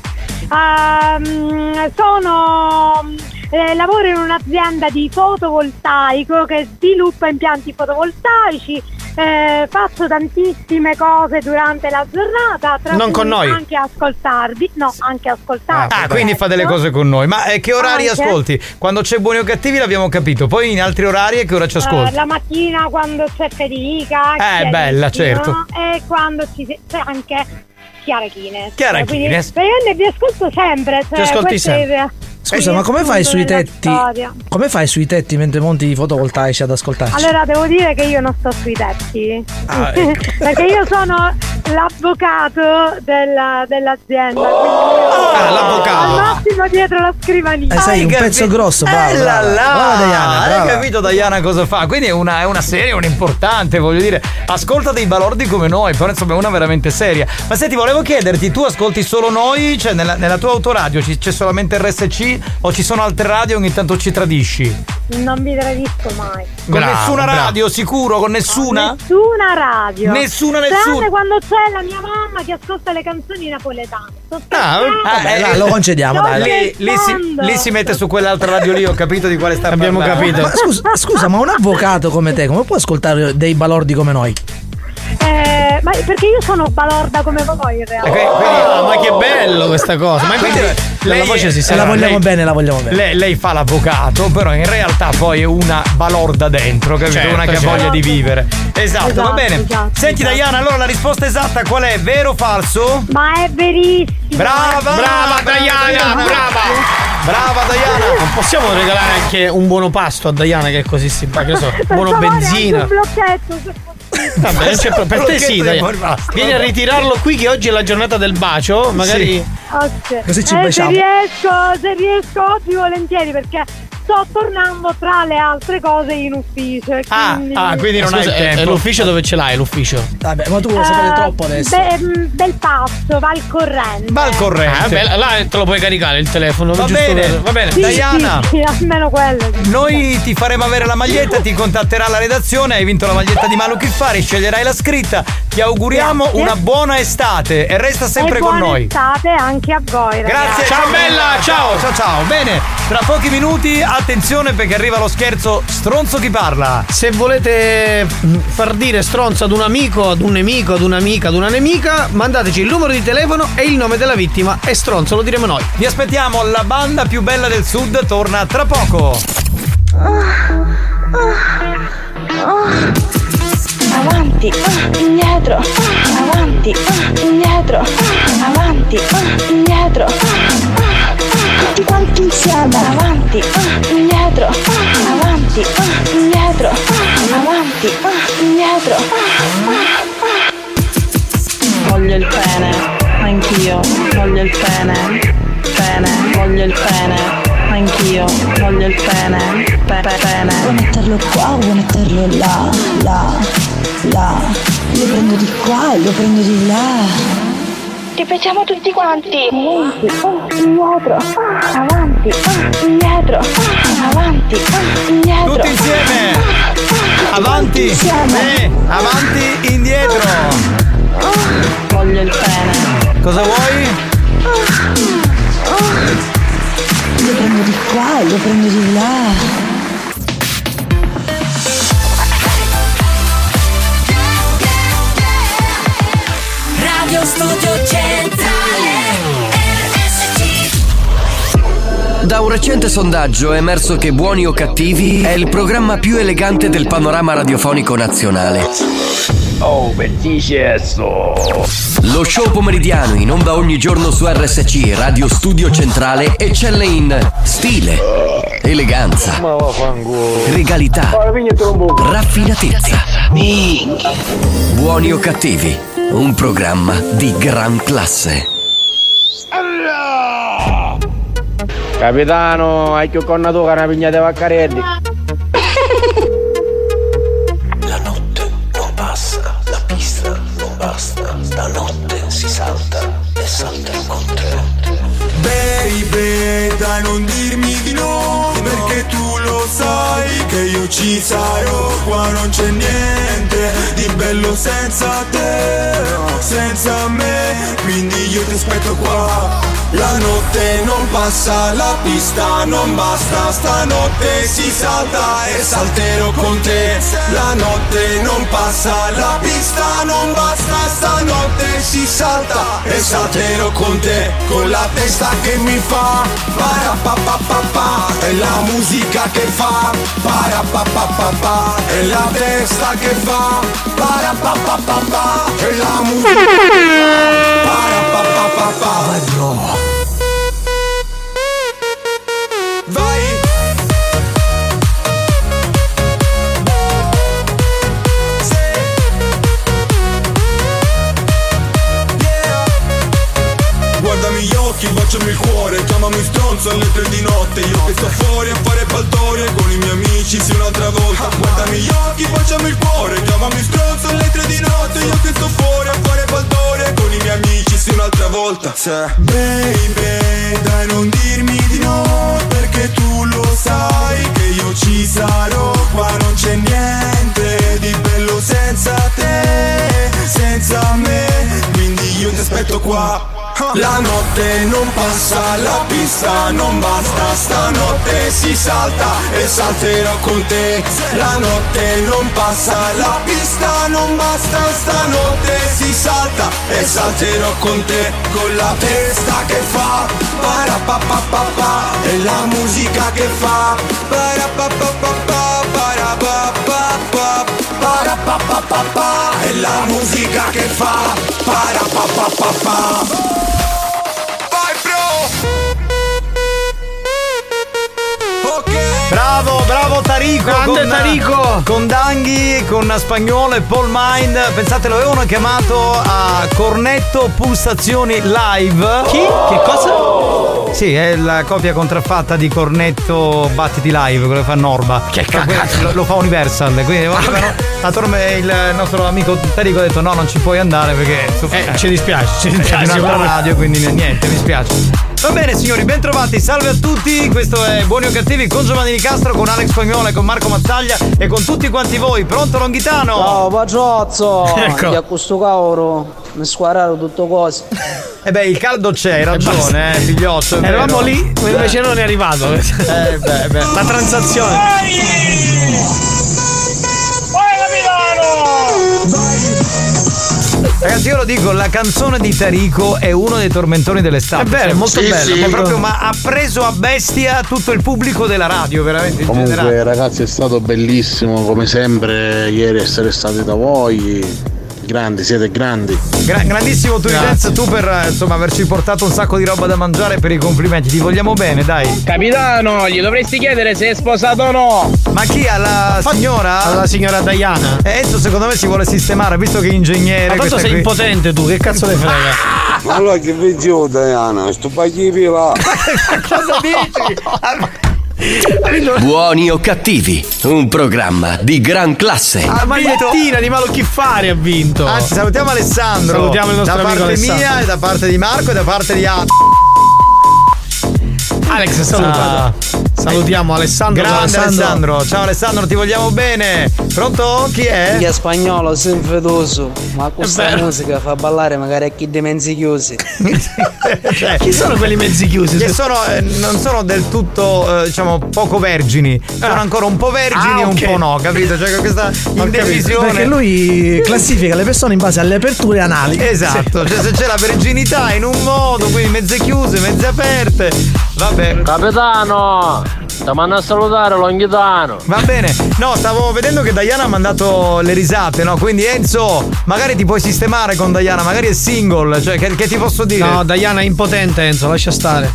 S23: Um, sono eh, lavoro in un'azienda di fotovoltaico che sviluppa impianti fotovoltaici, eh, faccio tantissime cose durante la giornata, tra
S16: Non
S23: cui
S16: con noi.
S23: anche ascoltarvi, no, anche ascoltarvi.
S7: Ah, quindi fa delle cose con noi. Ma eh, che orari
S23: Anche.
S7: ascolti? Quando c'è Buoni o Cattivi l'abbiamo capito. Poi in altri orari a che ora ci ascolti?
S23: Eh, la mattina quando c'è Federica,
S7: Eh, bella, certo.
S23: e quando ci c'è anche Chiara Chines.
S7: Chiara
S23: Quindi,
S7: Chines.
S23: praticamente vi ascolto sempre. Cioè,
S11: Ti ascolti
S23: questo è il-
S11: sempre. Scusa,
S23: è
S11: ma
S23: il
S11: come fai
S23: spunto
S11: sui
S23: della
S11: tetti?
S23: storia.
S11: Come fai sui tetti mentre monti i fotovoltaici ad ascoltarci?
S23: Allora devo dire che io non sto sui tetti.
S11: Ah, ecco.
S23: Perché io sono l'avvocato della, dell'azienda.
S7: Ah, l'avvocato.
S23: Al massimo dietro la scrivania.
S11: Eh, sei un pezzo grosso, bravo.
S7: Eh,
S11: brava.
S7: là, là.
S11: Brava Diana,
S7: Hai
S11: brava.
S7: capito Diana cosa fa? Quindi è una, è una serie, una importante, voglio dire. Ascolta dei balordi come noi, però insomma è una veramente seria. Ma senti, volevo chiederti, tu ascolti solo noi? Cioè nella, nella tua autoradio ci- c'è solamente R S C o ci sono altre radio e ogni tanto ci tradisci?
S23: Non vi tradisco mai.
S7: Con
S23: Bravo,
S7: nessuna
S23: bravo.
S7: radio, sicuro? Con nessuna?
S23: Nessuna radio.
S7: Nessuna,
S23: Tranne
S7: nessuna.
S23: quando c'è la mia mamma che ascolta le canzoni napoletane. Sto
S7: Ah,
S23: scherzando.
S7: eh,
S11: dai, lo concediamo,
S23: Sto
S11: dai.
S7: Lì, lì, si,
S23: scherzando.
S7: lì si mette su quell'altra radio lì, ho capito di quale sta
S16: Abbiamo
S7: parlando.
S16: capito.
S11: Ma scusa, scusa, ma un avvocato come te, come può ascoltare dei balordi come noi?
S23: Eh, ma perché io sono balorda come voi in realtà.
S16: Ah, ma che bello questa cosa. Ma infatti
S7: Lei
S16: la voce
S7: è-
S16: si
S11: Se
S16: sa.
S11: la vogliamo
S7: lei-
S11: bene, la vogliamo bene.
S7: Lei, lei fa l'avvocato, però in realtà poi è una balorda dentro, capito?
S16: Certo,
S7: una che ha
S16: certo.
S7: voglia di vivere. Esatto, va
S23: Esatto,
S7: bene.
S23: esatto,
S7: Senti
S23: esatto.
S7: Diana, allora la risposta esatta qual è? Vero o falso?
S23: Ma è verissimo.
S7: Brava!
S16: Brava Diana, brava.
S7: Brava Diana!
S16: Non possiamo regalare anche un buono pasto a Diana che è così simpatica, che so,
S23: Per
S16: buono
S23: favore,
S16: benzina.
S23: anche un blocchetto. se possibile.
S16: Vabbè, non c'è pro- per te sì,
S7: Blocchetto
S16: dai.
S7: di buoni pasto.
S16: Vieni a ritirarlo qui che oggi è la giornata del bacio, magari.
S23: Ok.
S11: Così ci
S23: Eh, se
S11: baciamo.
S23: riesco, se riesco oggi volentieri perché sto tornando tra le altre cose in ufficio. e
S7: Ah,
S23: quindi...
S7: ah, quindi non
S16: Scusa,
S7: hai
S16: è- è
S7: tempo.
S16: l'ufficio dove ce l'hai l'ufficio?
S11: Vabbè, ma tu vuoi sapere troppo adesso.
S23: Be- mm, bel passo, va al corrente.
S7: Va al corrente.
S16: Ah, beh, là te lo puoi caricare il telefono.
S7: Va
S16: giusto
S7: bene,
S16: per-
S7: va bene.
S23: Sì,
S7: Diana,
S23: sì, sì, almeno quello.
S7: noi ti faremo avere la maglietta, ti contatterà la redazione, hai vinto la maglietta di Malu Kiffari, sceglierai la scritta, ti auguriamo
S23: Grazie.
S7: una buona estate e resta sempre
S23: e
S7: con
S23: buona
S7: noi.
S23: estate anche a voi, ragazzi.
S7: Grazie, ciao bella, ciao, ciao ciao. Bene, tra pochi minuti attenzione perché arriva lo scherzo Stronzo chi parla.
S16: Se volete mm, far dire stronzo ad un amico, ad un nemico, ad un'amica, ad una nemica, mandateci il numero di telefono e il nome della vittima e stronzo lo diremo noi.
S7: Vi aspettiamo, la banda più bella del sud torna tra poco.
S21: Avanti, ah, indietro, ah, avanti, ah, indietro, ah, avanti, ah, indietro, ah, ah, tutti quanti insieme, avanti, ah, indietro, ah, avanti, ah, indietro, ah, avanti, ah, indietro, ah, ah. Voglio il pene, anch'io, voglio il pene, pene, voglio il pene, anch'io, voglio il pene, pe- pe- pene. Vuoi metterlo qua, vuoi metterlo là, là, là. Lo prendo di qua e lo prendo di là. Ripetiamo tutti quanti. Avanti, indietro, avanti, indietro, avanti, indietro.
S7: Tutti insieme. Avanti, eh, avanti, indietro.
S21: Voglio il pene.
S7: Cosa vuoi?
S21: Lo prendo di qua e lo prendo di là.
S6: Radio Studio Centrale R S C.
S1: Da un recente sondaggio è emerso che Buoni o Cattivi è il programma più elegante del panorama radiofonico nazionale.
S14: Oh, bellissimo!
S1: Lo show pomeridiano in onda ogni giorno su R S C Radio Studio Centrale eccelle in stile, eleganza, regalità, raffinatezza. Buoni o Cattivi, un programma di gran classe.
S13: Capitano, hai più connato che una pigna di vaccarelli.
S2: La notte non passa, la pista non basta, stanotte si salta e salterò con te.
S5: Baby, dai non dirmi di no, perché tu lo sai che io ci sarò. Qua non c'è niente di bello senza te, senza me, quindi io ti aspetto qua. La notte non passa, la pista non basta, stanotte si salta e salterò con te. La notte non passa, la pista non basta, stanotte si salta e salterò con te. Con la testa che mi fa parapapapapa, è la musica che fa parapapapapa, è la testa che fa parapapapapa, è la musica che fa parapapapapa. Vai bro. Vai. baciami il cuore, chiamami stronzo alle tre di notte. Io che sto fuori a fare baldoria con i miei amici, sì un'altra volta. Guardami gli occhi, baciami il cuore, chiamami stronzo alle tre di notte. Io che sto fuori a fare baldoria con i miei amici, sì un'altra volta. Baby, dai non dirmi di no, perché tu lo sai che io ci sarò. Qua non c'è niente di bello senza te, senza me, quindi io ti aspetto qua. La notte non passa, la pista non basta, stanotte si salta e salterò con te. La notte non passa, la pista non basta, stanotte si salta e salterò con te. Con la testa che fa parapapapapa e la musica che fa parapapapapa parapapapa parapapapapa e la musica che fa parapapapapa.
S7: Bravo, bravo Tarico.
S16: Grande
S7: con,
S16: Tarico.
S7: Con Danghi, con Spagnolo e Paul Mind. Pensate, lo avevano chiamato a Cornetto Pulsazioni Live.
S16: Chi? Che cosa?
S7: Sì, è la copia contraffatta di Cornetto Battiti Live, quello che fa Norba.
S16: Che cazzo?
S7: Lo, lo fa Universal. Quindi la torme, il nostro amico Tarico ha detto no, non ci puoi andare perché
S16: eh, ci dispiace, ci
S7: è
S16: dispiace
S7: di un'altra radio, quindi niente, mi spiace. Va bene signori, ben trovati, salve a tutti, questo è Buoni o Cattivi con Giovanni Di Castro, con Alex Spagnola e con Marco Mazzaglia e con tutti quanti voi. Pronto Longhitano?
S15: Ciao Pagiozzo,
S7: ecco.
S15: Di a questo cavolo mi squadraro tutto cose.
S7: E eh beh, il caldo c'è, hai ragione, eh, figliotto.
S16: Eravamo lì, invece non è arrivato.
S7: Eh beh, beh.
S16: La transazione.
S7: Ragazzi, io lo dico, la canzone di Tarico è uno dei tormentoni dell'estate.
S16: È vero, è molto
S7: sì,
S16: bello.
S7: Sì,
S16: molto...
S7: proprio, ma ha preso a bestia tutto il pubblico della radio, veramente in
S18: Comunque,
S7: generale.
S18: ragazzi, è stato bellissimo come sempre ieri essere stati da voi. Grandi, siete grandi.
S7: Gra- grandissimo tu Dance, tu per insomma averci portato un sacco di roba da mangiare, per i complimenti, ti vogliamo bene, dai.
S14: Capitano, gli dovresti chiedere se è sposato o no.
S7: Ma chi? Alla signora?
S16: Alla signora Diana.
S7: Eh, Enzo secondo me si vuole sistemare, visto che è ingegnere.
S16: Ma tanto sei qui impotente tu, che cazzo ne frega?
S4: Ma allora che vedi io Diana, sto paghi là.
S7: Cosa dici?
S1: Buoni o cattivi, un programma di gran classe.
S16: La magliettina di Malo Chiffari ha vinto.
S7: Anzi, salutiamo Alessandro.
S16: Salutiamo il nostro
S7: da
S16: amico
S7: parte
S16: Alessandro.
S7: mia e da parte di Marco e da parte di A.
S16: Alex, saluta. Salutiamo Alessandro.
S7: Grande
S16: Alessandro.
S7: Alessandro. Ciao Alessandro, ti vogliamo bene. Pronto? Chi è?
S15: Chi è Spagnolo, sinfedoso. Ma questa musica fa ballare magari a chi dei mezzi chiusi.
S7: Cioè,
S16: chi sono quelli mezzi chiusi?
S7: Che sono, eh, non sono del tutto, eh, diciamo, poco vergini. Sono
S16: Ah.
S7: ancora un po' vergini
S16: Ah,
S7: e un
S16: ok.
S7: po' no, capito? Cioè questa indecisione.
S11: Perché lui classifica le persone in base alle aperture anali.
S7: Esatto, cioè se c'è la verginità in un modo, quindi mezze chiuse, mezze aperte. Vabbè.
S10: Capitano, ti mando a salutare Longhitano.
S7: Va bene. No, stavo vedendo che Diana ha mandato le risate, no? Quindi Enzo, magari ti puoi sistemare con Diana, magari è single, cioè che, che ti posso dire?
S16: No, Diana è impotente, Enzo, lascia stare.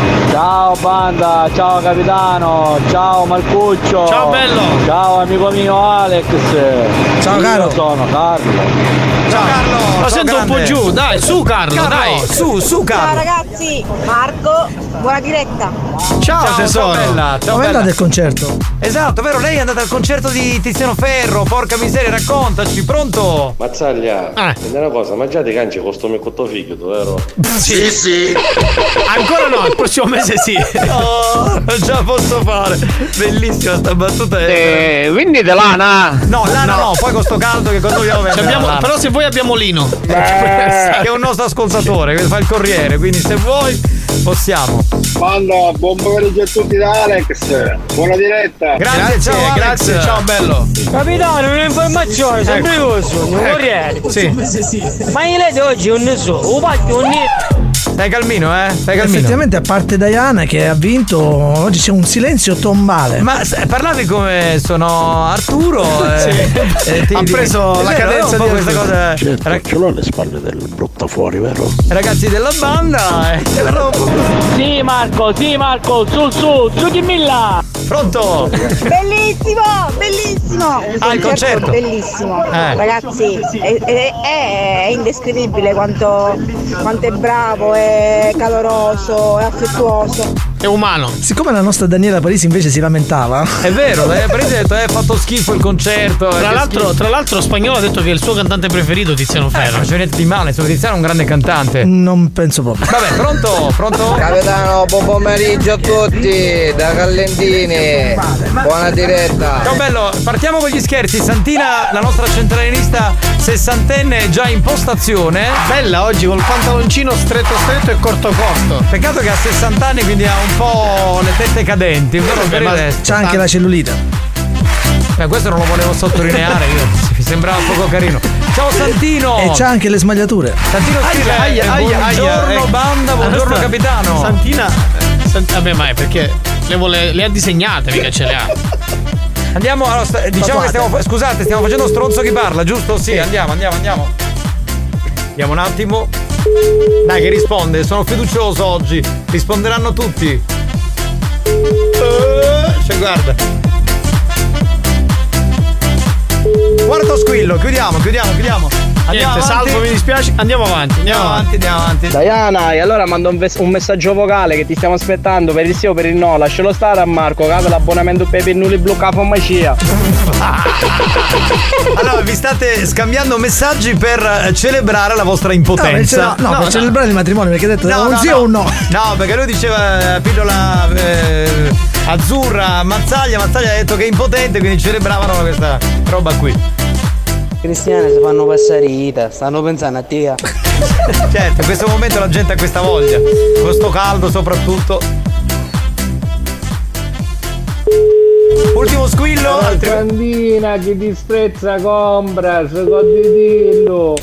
S10: Ciao banda, ciao capitano, ciao Marcuccio.
S16: Ciao bello.
S10: Ciao amico mio Alex.
S11: Ciao
S10: Io
S11: caro.
S10: sono Carlo.
S7: Ciao Carlo.
S16: Lo
S7: ciao,
S16: sento un po'
S7: grande.
S16: giù, dai, su Carlo,
S7: Carlo,
S16: dai.
S7: su, su
S23: Ciao
S7: Carlo.
S23: ragazzi, Marco, buona diretta.
S16: Ciao,
S7: Ciao
S16: tesoro.
S7: ciao, bella. Ciao,
S11: Come è
S7: bella.
S11: andato il concerto?
S7: Esatto, vero? Lei è andata al concerto di Tiziano Ferro. Porca miseria, raccontaci, pronto?
S19: Mazzaglia,
S16: Ah.
S19: senti una cosa, mangiate canci costume con tuo figlio, vero?
S16: Sì, sì. Ancora no, il prossimo mese sì.
S7: Oh, non ce la posso fare. Bellissima sta battuta.
S14: Eh, quindi de lana.
S7: No, lana no. no, poi con sto caldo che quando vogliamo
S16: Ci
S7: vendere
S16: abbiamo-
S7: la lana.
S16: però se vuoi abbiamo Lino.
S7: Che è un nostro ascoltatore che fa il corriere, quindi se vuoi possiamo.
S24: Banda, buon pomeriggio a tutti da Alex. Buona diretta.
S7: Grazie, ciao Alex.
S16: grazie, ciao bello.
S10: Capitano, un'informazione, sempre io sono, un corriere.
S16: Sì.
S10: Ma io lei oggi non ne so, un pacchio un
S7: Stai calmino, eh? Stai calmino.
S11: Effettivamente, a parte Diana che ha vinto, oggi c'è un silenzio tombale.
S7: Ma se- parlavi come sono Arturo? Eh, eh, ti-
S16: Ha preso
S7: è
S16: la
S7: vero,
S16: cadenza
S7: un po'
S16: di
S7: questa
S16: Arturo.
S7: cosa.
S18: Certo,
S7: Rag-
S18: ce l'ho alle spalle del brutta fuori, vero?
S7: ragazzi della banda, eh, però un po' così.
S10: Sì Marco, sì Marco, su su, su dimmi là.
S7: Pronto?
S23: Bellissimo, bellissimo.
S7: Ah, il concerto.
S23: Bellissimo.
S7: Eh.
S23: Ragazzi, è, è- è indescrivibile quanto, quanto è bravo e
S8: è caloroso, è affettuoso.
S16: È umano.
S11: Siccome la nostra Daniela Parisi invece si lamentava.
S7: È vero, Daniela Parisi ha detto eh, fatto schifo il concerto.
S16: Tra l'altro, tra l'altro Spagnolo ha detto che è il suo cantante preferito Tiziano Ferro.
S7: Eh, non c'è niente di male, insomma, Tiziano è un grande cantante.
S11: Non penso proprio.
S7: Vabbè, pronto? Pronto?
S4: Capitano, buon pomeriggio a tutti da Callentini. Buona diretta.
S7: Ciao bello, partiamo con gli scherzi. Santina, la nostra centralinista sessantenne, è già in postazione.
S16: Bella oggi col pantaloncino stretto stretto e corto corto.
S7: Peccato che ha sessanta anni, quindi ha un po' le tette cadenti. Però per il resto.
S11: C'ha anche la cellulite.
S7: Beh, questo non lo volevo sottolineare io. Mi sembrava poco carino. Ciao Santino!
S11: E c'ha anche le smagliature.
S7: Santino scrive
S16: aia, aia,
S7: buongiorno
S16: aia,
S7: banda, buongiorno
S16: Allora,
S7: capitano.
S16: Santina Sant- Vabbè, ma è perché le, vuole, le ha disegnate, mica ce le ha.
S7: Andiamo, allora, sta- diciamo che stiamo, scusate, stiamo facendo stronzo chi parla, giusto? Sì, andiamo, andiamo, andiamo. Andiamo un attimo. Dai che risponde, sono fiducioso oggi. Risponderanno tutti. Uh, cioè guarda. Quarto squillo, chiudiamo, chiudiamo, chiudiamo. Andiamo
S16: Niente,
S7: avanti.
S16: salvo, mi dispiace. Andiamo avanti, andiamo,
S7: Andiamo avanti, andiamo avanti.
S14: Diana, e allora mando un, ves- un messaggio vocale che ti stiamo aspettando per il sì o per il no. Lascialo stare a Marco, che ha l'abbonamento per i pennuli blu a farmacia.
S7: Allora, vi state scambiando messaggi per celebrare la vostra impotenza.
S11: No, no, no, per celebrare il matrimonio, perché ha detto
S7: No,
S11: un
S7: no,
S11: sì
S7: no.
S11: o un no.
S7: No, perché lui diceva eh, pillola eh, azzurra, Mazzaglia, Mazzaglia ha detto che è impotente, quindi celebravano questa roba qui.
S15: Cristiane si fanno passare ita, stanno pensando a te.
S7: Certo, in questo momento la gente ha questa voglia. Con sto caldo soprattutto. Ultimo squillo.
S22: La cantina che ti sprezza compra, secondo dillo.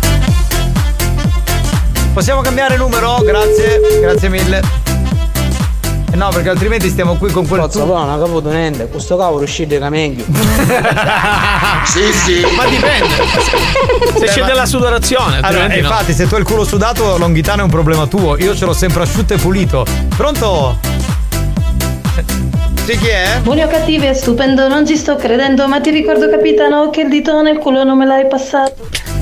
S7: Possiamo cambiare numero? Grazie, grazie mille. Eh no, perché altrimenti stiamo qui con quel.
S15: Cazzo, però non ho capito niente, questo cavolo uscite da meglio.
S16: Sì, sì. Ma dipende. Se c'è
S7: ma-
S16: della sudorazione,
S7: Allora,
S16: altrimenti no.
S7: infatti, se tu hai il culo sudato, Longhitano è un problema tuo. Io ce l'ho sempre asciutto e pulito. Pronto? Sì, chi è?
S9: Buoni o cattivi è stupendo, non ci sto credendo, ma ti ricordo capitano che il dito nel culo non me l'hai passato.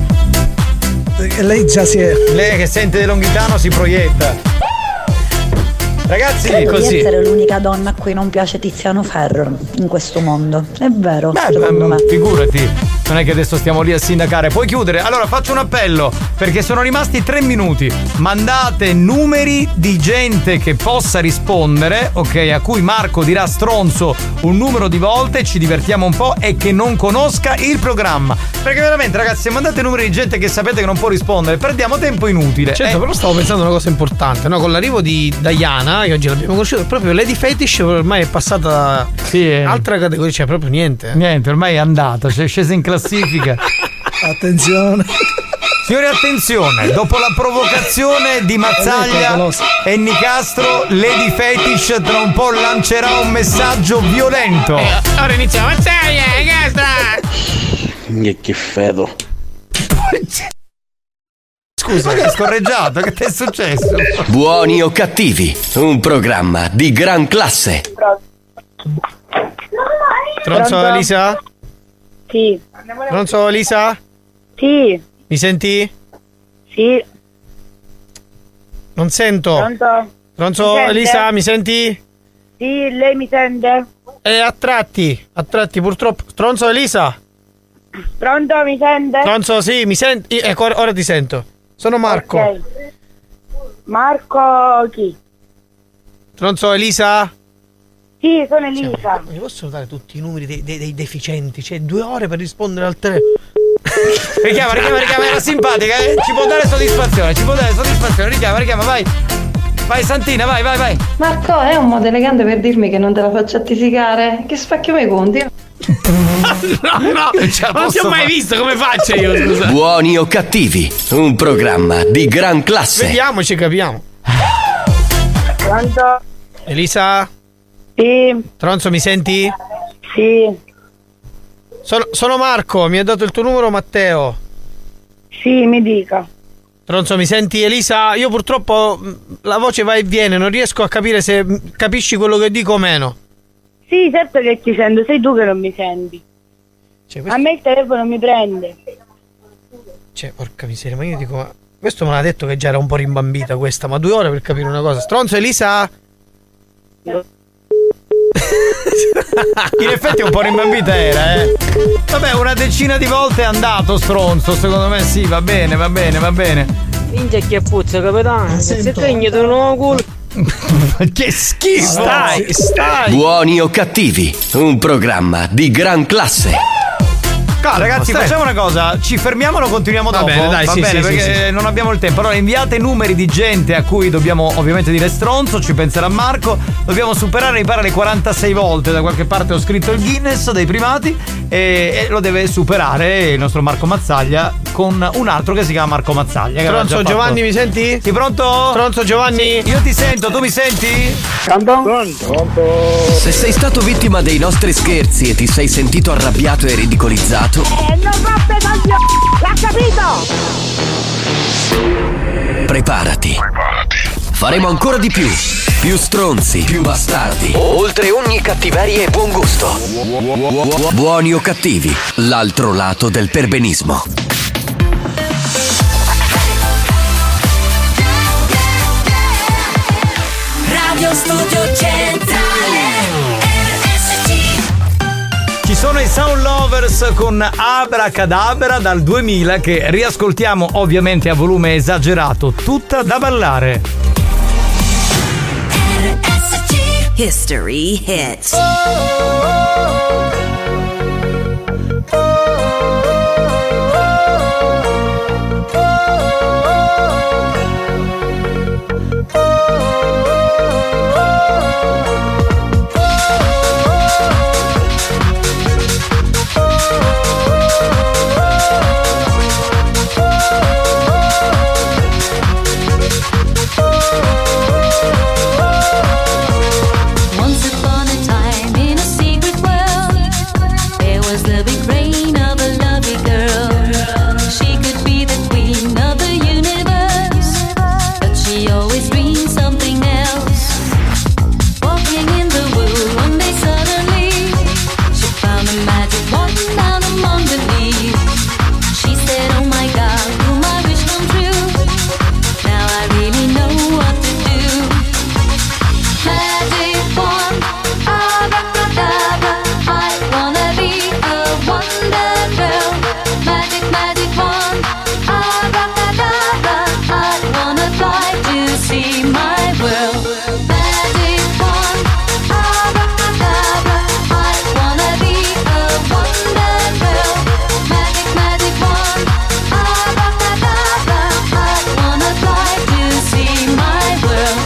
S11: Lei già si è.
S7: Lei che sente Longhitano si proietta. Ragazzi,
S17: Credo
S7: così.
S17: di essere l'unica donna a cui non piace Tiziano Ferro in questo mondo. È vero,
S7: Beh,
S17: secondo
S7: ma-
S17: me.
S7: figurati, non è che adesso stiamo lì a sindacare. Puoi chiudere? Allora faccio un appello, perché sono rimasti tre minuti. Mandate numeri di gente che possa rispondere, ok, a cui Marco dirà stronzo un numero di volte, ci divertiamo un po' e che non conosca il programma. Perché veramente, ragazzi, se mandate numeri di gente che sapete che non può rispondere, perdiamo tempo inutile.
S16: Certo,
S7: Eh,
S16: però stavo pensando a una cosa importante, no? Con l'arrivo di Diana, che oggi l'abbiamo conosciuto, proprio Lady Fetish ormai è passata
S7: sì, eh.
S16: altra categoria, cioè proprio niente.
S7: Niente, ormai è andata, cioè è scesa in classifica.
S11: Attenzione.
S7: Signori, attenzione, dopo la provocazione di Mazzaglia e Nicastro, Lady Fetish tra un po' lancerà un messaggio violento.
S16: Eh, ora iniziamo. Mazzaglia, Nicastro!
S18: Che che fedo.
S7: Scusa, che è scorreggiato, che ti è successo?
S1: Buoni o cattivi, un programma di gran classe.
S16: Tronzo
S23: Pronto?
S16: Elisa?
S23: Sì.
S16: Tronzo Elisa?
S23: Sì.
S16: Mi senti?
S23: Sì.
S16: Non sento.
S23: Pronto?
S16: Tronzo
S23: Mi sente?
S16: Elisa, mi senti?
S23: Sì, lei mi sente?
S16: Eh, a tratti, a tratti purtroppo. Tronzo Elisa?
S23: Pronto, mi sente?
S16: Tronzo, sì, mi senti? Ecco, ora- ora ti sento. Sono Marco.
S23: Ok. Marco chi?
S16: Tronzo Elisa?
S23: Sì, sono Elisa.
S16: Mi possono dare tutti i numeri dei, dei- dei deficienti? C'è due ore per rispondere al telefono.
S7: Richiama, richiama, richiama, era simpatica, eh? Ci può dare soddisfazione, ci può dare soddisfazione, richiama, richiama, vai. Vai Santina, vai, vai, vai.
S9: Marco, è un modo elegante per dirmi che non te la faccio attisicare? Che spacchiamo i conti?
S16: No, no, non ti ho mai visto, come faccio io, scusa?
S1: Buoni o cattivi, un programma di gran classe.
S16: Vediamoci, capiamo.
S23: Pronto?
S16: Elisa?
S23: Sì.
S16: Tronzo, mi senti?
S23: Sì.
S16: Sono, sono Marco, mi ha dato il tuo numero Matteo.
S23: Sì, mi dica.
S16: Tronzo, mi senti Elisa? Io purtroppo mh, la voce va e viene, non riesco a capire se mh, capisci quello che dico o meno.
S23: Sì, certo che ti sento, sei tu che non mi senti.
S16: Cioè, questo-
S23: A me il telefono mi prende.
S16: Cioè, porca miseria, ma io dico, ma Questo me l'ha detto che già era un po' rimbambita questa, ma due ore per capire una cosa. Stronzo Elisa?
S7: In effetti un po' rimbambita era, eh. Vabbè, una decina di volte è andato stronzo, secondo me sì, va bene, va bene, va bene.
S10: Minchia che puzza, capitano. Se tegni tu non culo.
S7: Che schifo!
S16: Stai, stai.
S1: Buoni o cattivi, un programma di gran classe.
S7: No, ragazzi, facciamo una cosa, ci fermiamo o lo continuiamo
S16: Va
S7: dopo?
S16: bene, dai,
S7: Va
S16: sì,
S7: bene,
S16: sì,
S7: perché
S16: sì, sì.
S7: non abbiamo il tempo. Allora inviate numeri di gente a cui dobbiamo ovviamente dire stronzo, ci penserà Marco. Dobbiamo superare, mi pare, le quarantasei volte. Da qualche parte ho scritto il Guinness dei primati e, e lo deve superare il nostro Marco Mazzaglia con un altro che si chiama Marco Mazzaglia.
S16: Stronzo Giovanni, mi senti?
S7: Sei pronto?
S16: Stronzo Giovanni?
S7: Sì, io ti sento, tu mi senti?
S24: Pronto?
S1: Se sei stato vittima dei nostri scherzi e ti sei sentito arrabbiato e ridicolizzato,
S23: E non roppe coglio! L'ha capito!
S1: preparati. Faremo ancora di più. Più stronzi, più bastardi. Oltre ogni cattiveria e buon gusto. Buoni o cattivi, l'altro lato del perbenismo.
S6: Radio Studio Centrale R S C.
S7: Ci sono i Sound Lovers con Abracadabra dal duemila che riascoltiamo ovviamente a volume esagerato, tutta da ballare.
S6: R S C History Hits. Once upon a time in a secret world, there was the big brain of a lovely girl. She could be the queen of the universe, but she always dreamed something else. Walking in the woods one day suddenly, she found a magic wand down among the leaves. She said, oh my God, will my wish come true? Now I really know what to do. Magic wand, abracadabra, I wanna be a wonder girl. Magic, magic wand, abracadabra, I wanna fly to see my world. Magic wand, abracadabra, I wanna be a wonder girl. Magic, magic wand, abracadabra, I wanna fly to see my world.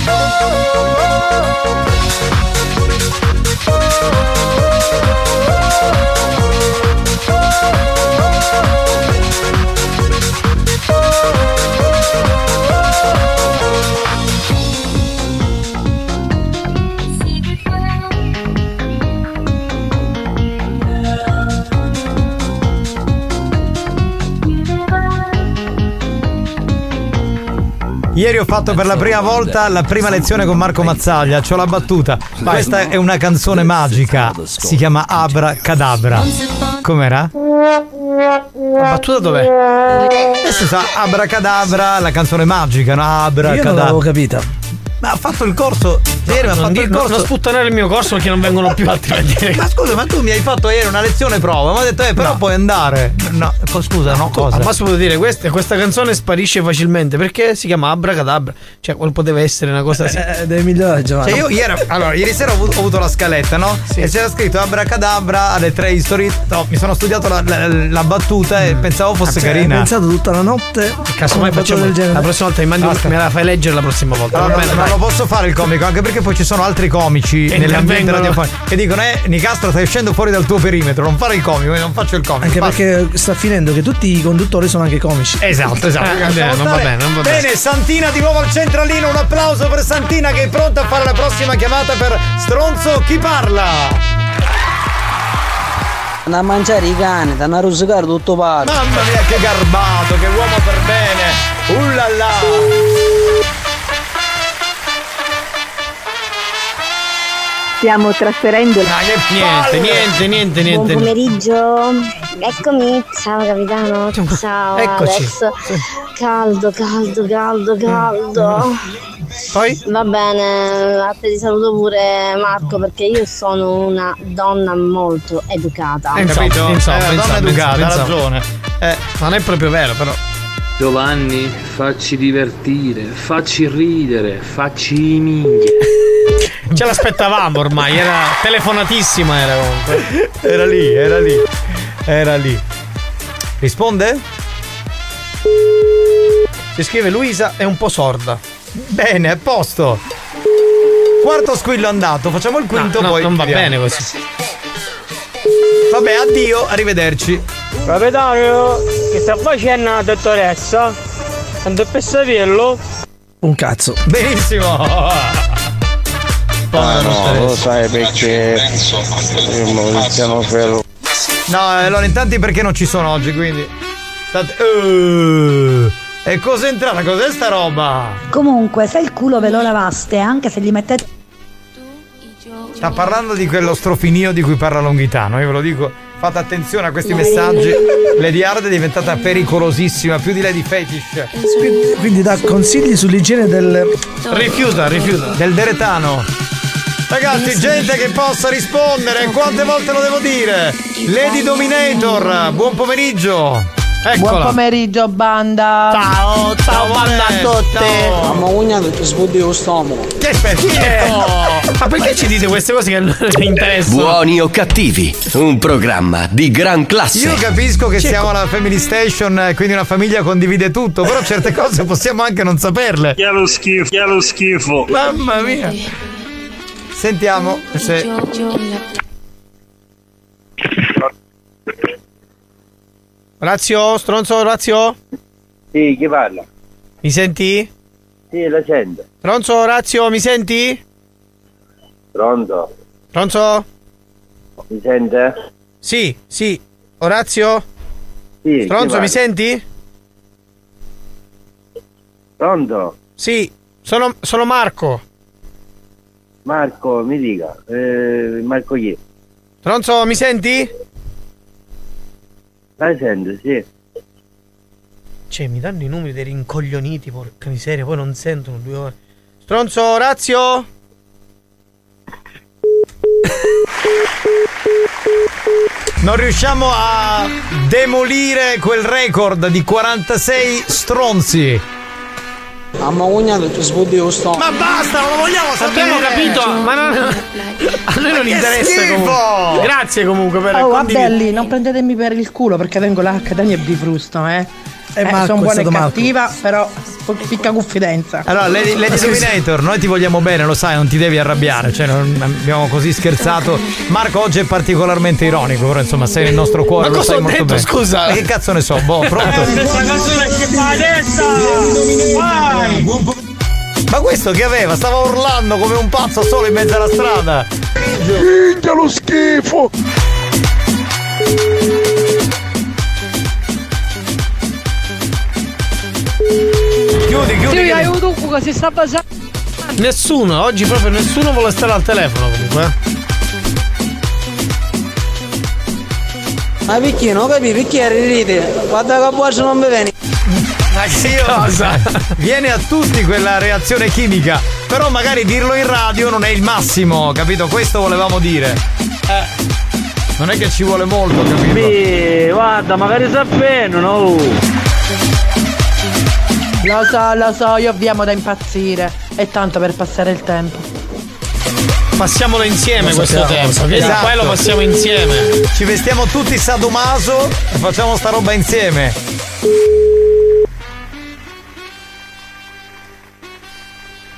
S7: Ieri ho fatto per la prima volta la prima lezione con Marco Mazzaglia, c'ho la battuta. Questa è una canzone magica, si chiama Abracadabra. Com'era?
S16: La battuta dov'è?
S7: Adesso sa Abracadabra, la canzone magica, no? Abracadabra.
S11: Io non l'avevo capita.
S7: Ma ha fatto il corso. Ieri mi ha
S16: Non,
S7: fatto
S16: di-
S7: il
S16: non-
S7: corso.
S16: non sputtanare il mio corso perché non vengono più altri a dire.
S7: Ma scusa, ma tu mi hai fatto ieri una lezione prova, mi ha detto, eh, però
S16: No.
S7: puoi andare. No, co- scusa, no,
S16: Tu,
S7: cosa?
S16: al massimo potevo dire questa, questa canzone sparisce facilmente perché si chiama Abracadabra. Cioè, quel poteva essere una cosa.
S11: Eh, devi migliorare, Giovanni.
S7: Cioè io ieri, allora, ieri sera ho avuto, ho avuto la scaletta, no? E c'era scritto Abracadabra alle tre history. No, mi sono studiato la, la- la battuta e pensavo fosse
S11: Cioè, hai
S7: carina.
S11: pensato tutta la notte?
S16: Casomai
S11: Come
S16: facciamo
S11: del genere?
S16: la prossima volta mi mandi
S7: Basta.
S16: me la fai leggere la prossima volta.
S7: Allora,
S16: Va bene,
S7: non, non
S16: vai.
S7: lo posso fare il comico, anche perché poi ci sono altri comici
S16: Che
S7: nell'ambiente
S16: intervengono.
S7: radiofonico che dicono: Eh, Nicastro, stai uscendo fuori dal tuo perimetro, non fare il comico, io non faccio il comico.
S11: Anche
S7: Basta.
S11: perché sta finendo che tutti i conduttori sono anche comici.
S7: Esatto, esatto.
S16: Eh,
S7: Lasciamo
S16: eh, non va
S7: stare.
S16: bene, non va bene.
S7: Bene, Santina di nuovo al centralino. Un applauso per Santina che è pronta a fare la prossima chiamata per Stronzo chi parla.
S15: Da mangiare i cani, da rosicare tutto pare.
S7: Mamma mia, che garbato, che uomo per bene. Ullala.
S8: stiamo trasferendo.
S16: Niente, niente, niente, niente.
S3: Buon pomeriggio, eccomi. Ciao capitano, ciao.
S16: Eccoci.
S3: Adesso caldo, caldo, caldo, caldo.
S16: Poi?
S3: Va bene, a te ti saluto pure Marco perché io sono una donna molto educata.
S7: Eh, capito?
S16: Insomma,
S7: Eh,
S16: insomma,
S7: donna educata,
S16: insomma.
S7: ha ragione.
S16: Eh, non è proprio vero, però.
S12: Giovanni, facci divertire, facci ridere, facci minchia.
S16: Ce l'aspettavamo ormai, era telefonatissima, era comunque.
S7: Era lì, era lì. Era lì. Risponde?
S16: Si scrive Luisa è un po' sorda.
S7: Bene, a posto. Quarto squillo andato, facciamo il quinto,
S16: No, no,
S7: poi
S16: non va
S7: chiudiamo.
S16: bene così.
S7: Vabbè, addio, arrivederci.
S10: Capitano, che sta facendo la dottoressa? Tanto per saperlo.
S11: Un cazzo.
S7: Benissimo.
S18: Ah no, lo sai perché io non piano ferro.
S7: No, eh, allora intanto perché non ci sono oggi, quindi. State- Uh, e cosa è entrata? Cos'è sta roba?
S17: Comunque, se il culo ve lo lavaste, anche se gli mettete.
S7: Sta parlando di quello strofinio di cui parla Longhitano, io ve lo dico, fate attenzione a questi messaggi. Lady Hard è diventata pericolosissima, più di Lady Fetish.
S11: Quindi, quindi dà consigli sull'igiene del.
S16: Rifiuta, rifiuta.
S7: Del deretano. Ragazzi, gente che possa rispondere, quante volte lo devo dire? Lady Dominator, buon pomeriggio. Eccola.
S8: Buon pomeriggio banda.
S16: Ciao, ciao banda a tutti.
S15: Mamma cognato ti sbuddi lo stomaco.
S7: Che spezzetto!
S16: Ma perché ci dite queste cose che non vi interessano?
S1: Buoni o cattivi, un programma di gran classe.
S7: Io capisco che siamo alla Family Station e quindi una famiglia condivide tutto, però certe cose possiamo anche non saperle.
S22: Che lo schifo, che lo schifo.
S7: Mamma mia. Sentiamo se.
S16: Razio, stronzo Razio?
S24: Sì, chi parla?
S16: Mi senti?
S24: Sì, la sento.
S16: Stronzo Razio, mi senti?
S24: Pronto?
S16: Stronzo?
S24: Mi sente?
S16: Sì, sì. Orazio?
S24: Sì. chi
S16: Stronzo,
S24: parla?
S16: mi senti?
S24: Pronto?
S16: Sì, sono, sono Marco.
S24: Marco, mi dica. Eh, Marco chi?
S16: Stronzo, mi senti?
S24: La sento, sì.
S16: Cioè, mi danno i numeri dei rincoglioniti, porca miseria, poi non sentono due ore. Stronzo, Orazio?
S7: Non riusciamo a demolire quel record di quarantasei stronzi.
S15: Mamma cognato ti sbuddi lo stomaco.
S7: Ma basta, non lo vogliamo sapere.
S16: Abbiamo capito, ma non, a noi non
S7: Che
S16: interessa
S7: schifo!
S16: comunque. Grazie comunque per
S8: Oh,
S16: condividere.
S8: Abelli, non prendetemi per il culo perché vengo là a Catania e vi frusto, eh.
S11: Eh,
S8: Eh,
S11: Marco,
S8: sono
S11: è
S8: buona e
S11: stato Marco.
S8: cattiva, però picca confidenza.
S7: Allora, Lady, Lady Dominator, noi ti vogliamo bene, lo sai, non ti devi arrabbiare. Cioè, non abbiamo così scherzato. Marco oggi è particolarmente ironico, però insomma, sei nel nostro cuore.
S16: Ma
S7: lo
S16: cosa
S7: sai
S16: ho
S7: molto
S16: detto,
S7: bene.
S16: scusa?
S7: Ma che cazzo ne so, boh, pronto?
S10: Questa canzone che fa adesso! Vai!
S7: Ma questo che aveva? Stava urlando come un pazzo solo in mezzo alla strada.
S18: Minchia lo schifo!
S7: Chiudi, chiudi.
S8: Sì, hai
S7: chiudi.
S8: un duco che si sta basando.
S16: Nessuno, oggi proprio nessuno vuole stare al telefono comunque. eh.
S15: Ma perché non capi? Perché ridete? Guarda che buono non mi vieni.
S7: Ma che io cosa? Viene a tutti quella reazione chimica. Però magari dirlo in radio non è il massimo, capito? Questo volevamo dire. Eh. Non è che ci vuole molto, capito?
S10: Beh, guarda, magari sapendo, no?
S8: Lo so, lo so, io vi amo da impazzire. È tanto per passare il tempo.
S16: Passiamolo insieme
S11: Lo
S16: questo
S11: sappiamo, lo
S16: tempo.
S11: sappiamo.
S16: Esatto. Poi lo passiamo insieme.
S7: Ci vestiamo tutti sadomaso e facciamo sta roba insieme.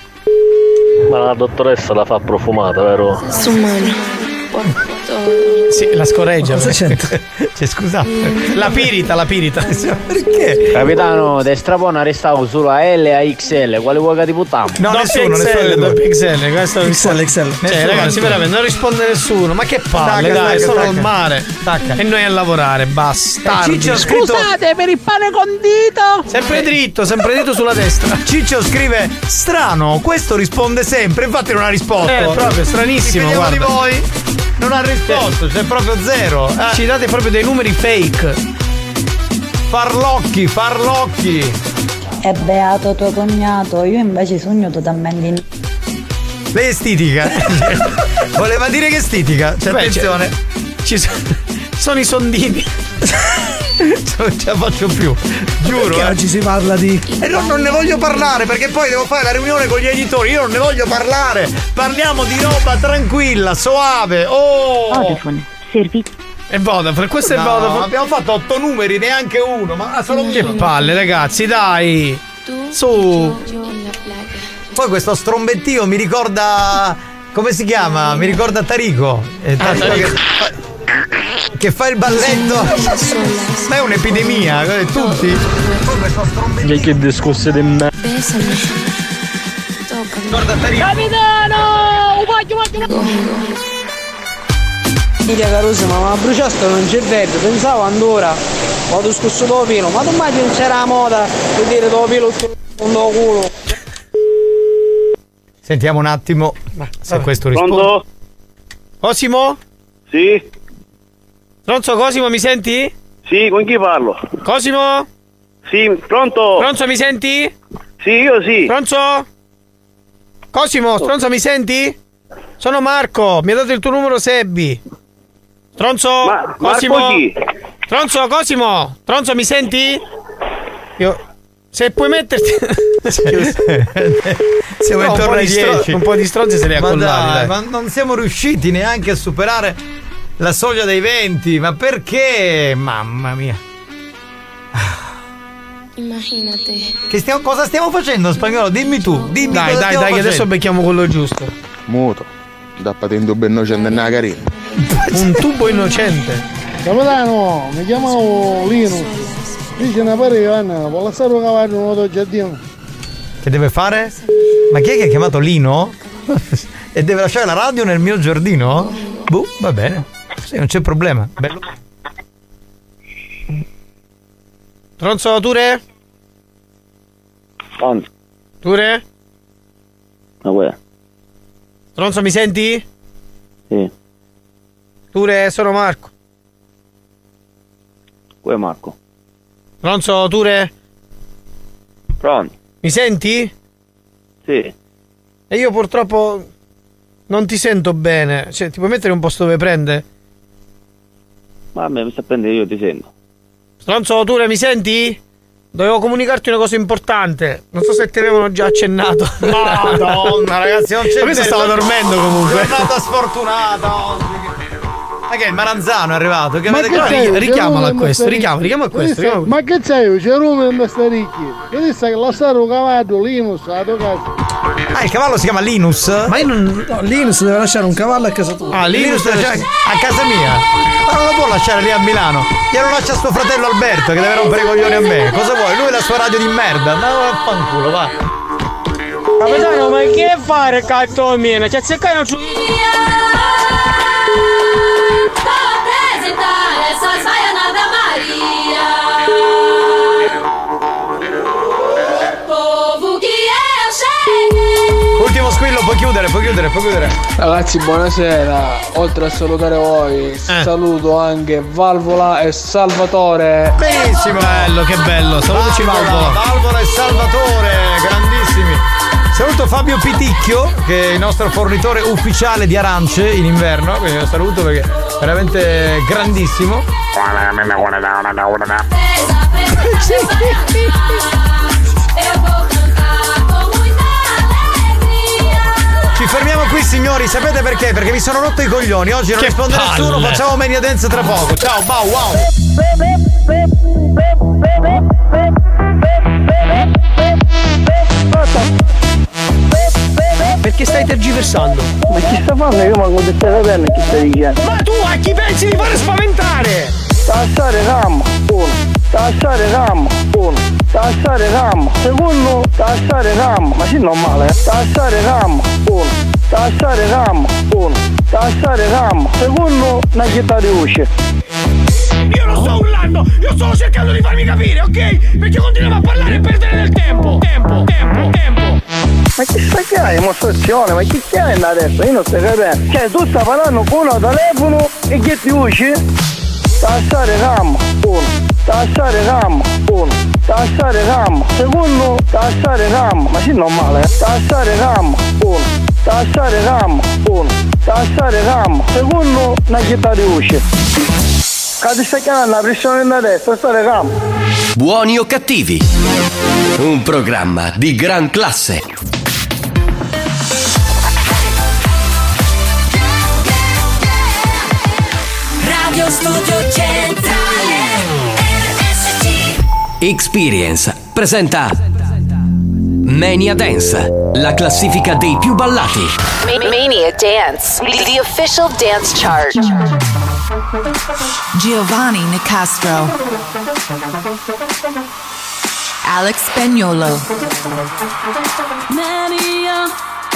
S19: Ma la dottoressa la fa profumata, vero?
S6: Sumano.
S16: Sì, la scorreggia.
S11: Cosa c'entra?
S7: Cioè, scusate.
S16: La pirita, la pirita.
S7: Perché?
S14: Capitano, de strapona restavo solo a L e a X L. Quale vuoi che ti buttiamo?
S7: No, nessuno, nessuno.
S16: doppio X L, questo
S11: X L, X L.
S16: Cioè,
S7: Nessuno,
S16: ragazzi,
S7: nessuno.
S16: veramente non risponde nessuno. Ma che palle,
S7: Stacca,
S16: dai,
S7: stacca,
S16: sono
S7: stacca.
S16: al mare.
S7: Stacca.
S16: E noi a lavorare, basta.
S7: Ciccio ha scritto.
S8: Scusate per il pane condito.
S16: Sempre dritto, sempre dritto sulla destra.
S7: Ciccio scrive: strano, questo risponde sempre. Infatti non ha risposto.
S16: Eh, proprio stranissimo,
S7: Dipendeva di
S16: guarda.
S7: voi. Non ha risposto, c'è proprio zero. Eh.
S16: Ci date proprio dei numeri fake.
S7: Farlocchi, farlocchi.
S17: È beato tuo cognato, io invece sogno totalmente in...
S7: Lei è stitica. Voleva dire che è stitica. Cioè,
S16: Beh,
S7: attenzione.
S16: Ci sono, sono i sondini.
S7: Non ce la faccio più. Giuro.
S11: Perché
S7: eh.
S11: oggi si parla di.
S7: E non, non ne voglio parlare perché poi devo fare la riunione con gli editori. Io non ne voglio parlare. Parliamo di roba tranquilla, soave. Oh!
S17: Vodafone, servizio.
S16: E Vodafone, questo è
S7: No,
S16: Vodafone.
S7: abbiamo fatto otto numeri, neanche uno. Ma solo
S16: Che palle, ragazzi, dai. Su.
S7: Poi questo strombettio mi ricorda. Come si chiama? Mi ricorda Tarico. Eh,
S16: Ah,
S7: Tarico
S16: Tarico.
S7: Che, fa, che fa il balletto. Ma è un'epidemia, eh, tutti. Poi questo strombettio.
S12: Che discorsi di me.
S7: Ricorda Tarico.
S23: Capitano! Un voglio, voglio,
S15: Miglia Caruso, ma ma bruciasto non c'è verde, pensavo ancora, vado scusso dopo pilo, ma tu mai c'era la moda di dire dopo pilo con lo culo.
S7: Sentiamo un attimo se questo risponde.
S24: Pronto?
S16: Cosimo?
S24: Sì?
S16: Pronto Cosimo, mi senti?
S24: Sì, con chi parlo?
S16: Cosimo?
S24: Sì, pronto?
S16: Pronto, mi senti?
S24: Sì, io sì.
S16: Pronto? Cosimo, Stronzo, mi senti? Sono Marco, mi ha dato il tuo numero Sebbi. Stronzo?
S24: Ma-
S16: Cosimo?
S24: Marco chi?
S16: Stronzo, Cosimo? Stronzo, mi senti? Io... Se puoi metterti...
S7: Siamo
S16: No, un,
S7: intorno
S16: po
S7: ai
S16: di stro-
S7: dieci.
S16: un po' di stronzi se li ha
S7: Ma
S16: accollati,
S7: dai,
S16: dai.
S7: ma non siamo riusciti neanche a superare la soglia dei venti. Ma perché? Mamma mia.
S6: Immaginate.
S7: Che stiamo, cosa stiamo facendo, Spagnolo? Dimmi tu. Dimmi
S16: Dai,
S7: cosa
S16: dai,
S7: stiamo
S16: dai, che adesso
S7: facendo.
S16: becchiamo quello giusto.
S18: Muto. Da patendo ben innocente nella carina.
S16: Un tubo innocente.
S24: Capitano, mi chiamavo Linus. Dice una pareva, vuole lasciare un cavallo in un giardino.
S7: Che deve fare? Ma chi è che ha chiamato Lino? E deve lasciare la radio nel mio giardino? Boh, va bene. Sì, non c'è problema. Bello.
S16: Stronzo, Ture?
S24: Pronto?
S16: Ture?
S24: Ma guarda.
S16: Stronzo, mi senti?
S24: Sì.
S16: Ture, sono Marco.
S24: Qui è Marco.
S16: Stronzo, Ture?
S24: Pronto?
S16: Mi senti?
S24: Sì.
S16: E io purtroppo non ti sento bene. Cioè, ti puoi mettere un posto dove prende?
S24: Ma a me mi sta prendendo, io ti sento.
S16: Stronzo, Ture, mi senti? Dovevo comunicarti una cosa importante. Non so se ti avevano già accennato.
S7: Madonna, ragazzi, non c'è.
S16: Ma questo stava dormendo comunque.
S7: Giornata sfortunata oggi. Ma che il Maranzano è arrivato? Che
S24: Ma
S7: avete
S24: che
S7: capito?
S24: c'è?
S16: Richiamalo a
S24: C'è
S16: questo,
S24: uno
S16: richiama, richiama a questo.
S24: Questa-
S16: richiama-
S24: Ma che c'è? C'è uno in questa ricchi. Che disse che lasciare un cavallo Linus a tua casa.
S7: Ah, il cavallo si chiama Linus?
S16: Ma io non.
S11: No, Linus deve lasciare un cavallo a casa tua.
S16: Ah,
S7: Linus
S16: Linus
S7: deve lasciare a casa mia. Ma non lo può lasciare lì a Milano. Glielo lascia suo fratello Alberto che deve rompere i coglioni a me. Cosa vuoi? Lui e la sua radio di merda. Ma vaffanculo, va.
S10: Capitano, ma che fare cazzo mio? C'è seccano su.
S7: Ultimo squillo, puoi chiudere, puoi chiudere, puoi chiudere.
S14: Ragazzi, buonasera. Oltre a salutare voi, saluto anche Valvola e Salvatore.
S7: Benissimo.
S16: Bello, che bello. Salutaci Valvola.
S7: Valvola e Salvatore, grandissimi. Saluto Fabio Piticchio, che è il nostro fornitore ufficiale di arance in inverno. Quindi lo saluto perché è veramente grandissimo. Ci fermiamo qui, signori, sapete perché? Perché mi sono rotto i coglioni. Oggi non
S16: Che
S7: risponde
S16: palle.
S7: nessuno, facciamo Mania Dance tra poco. Ciao, bau, wow.
S16: perché stai tergiversando.
S24: Ma chi sta facendo? Io mi conto stai capendo chi stai dicendo.
S16: Ma tu a chi pensi di fare spaventare?
S24: Tassare cam, uno. Tassare cam, uno. Tassare cam, secondo. Tassare cam, ma sì normale, eh? Tassare cam, uno. Tassare cam, uno. Tassare cam, secondo. Una chietta di usce.
S16: Io non sto urlando, io sto cercando di farmi capire, ok? Perché continuiamo a parlare e perdere del tempo. Tempo, tempo, tempo.
S24: Ma che stai che hai dimostrazione? Ma che che hai adesso? Io non stai capendo. Cioè tu stai parlando con uno telefono e che ti usci? Tassare cam, uno. Tassare cam, uno. Tassare cam, secondo. Tassare cam, ma sì normale, eh? Tassare cam, uno. Tassare cam, uno. Tassare cam, secondo. Una chietta di usci. Cade stai chiamando la pressione da destra, stare cam.
S1: Buoni o cattivi? Un programma di gran classe.
S6: Radio Studio Centrale R S C.
S1: Experience presenta Mania Dance, la classifica dei più ballati.
S2: Mania Dance, the official dance chart.
S13: Giovanni Nicastro, Alex Spagnuolo.
S6: Mania,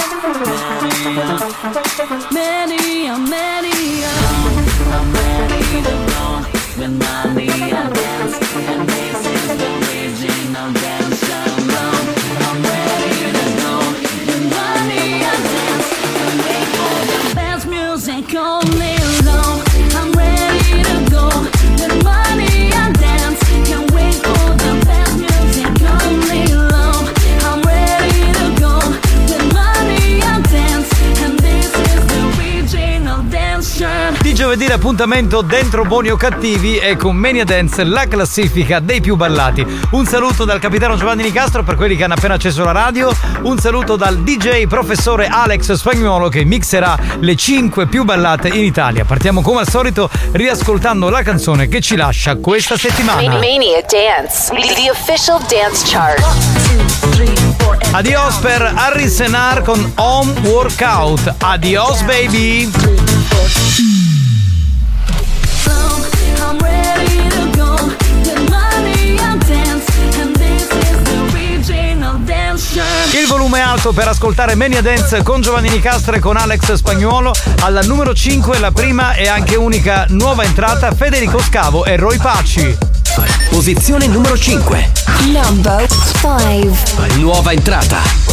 S6: mania, mania. I'm ready to go with Mania Dance, and this is the original dance song. I'm ready to go with Mania Dance, and wait for the best music all day long. I'm ready to go with Mania Dance, can't wait for the best music all day long. I'm ready to go with Mania Dance, and this is the original dance shirt.
S7: Di giovedì l'appuntamento dentro Buoni o Cattivi e con Mania Dance la classifica dei più ballati. Un saluto dal capitano Giovanni Nicastro per quelli che hanno appena acceso la radio. Un saluto dal D J professore Alex Spagnuolo che mixerà le cinque più ballate in Italia. Partiamo come al solito riascoltando la canzone che ci lascia questa settimana.
S2: Mania Dance, the official dance chart.
S7: Adios per Harry Senar con Home Workout. Adios baby.
S6: I'm ready to go with Mania Dance, and this is the original dance shirt.
S7: Il volume è alto per ascoltare Mania Dance con Giovanni Nicastro e con Alex Spagnuolo. Alla numero cinque la prima e anche unica nuova entrata, Federico Scavo e Roy Paci.
S1: Posizione numero cinque.
S6: Number five.
S1: Nuova entrata.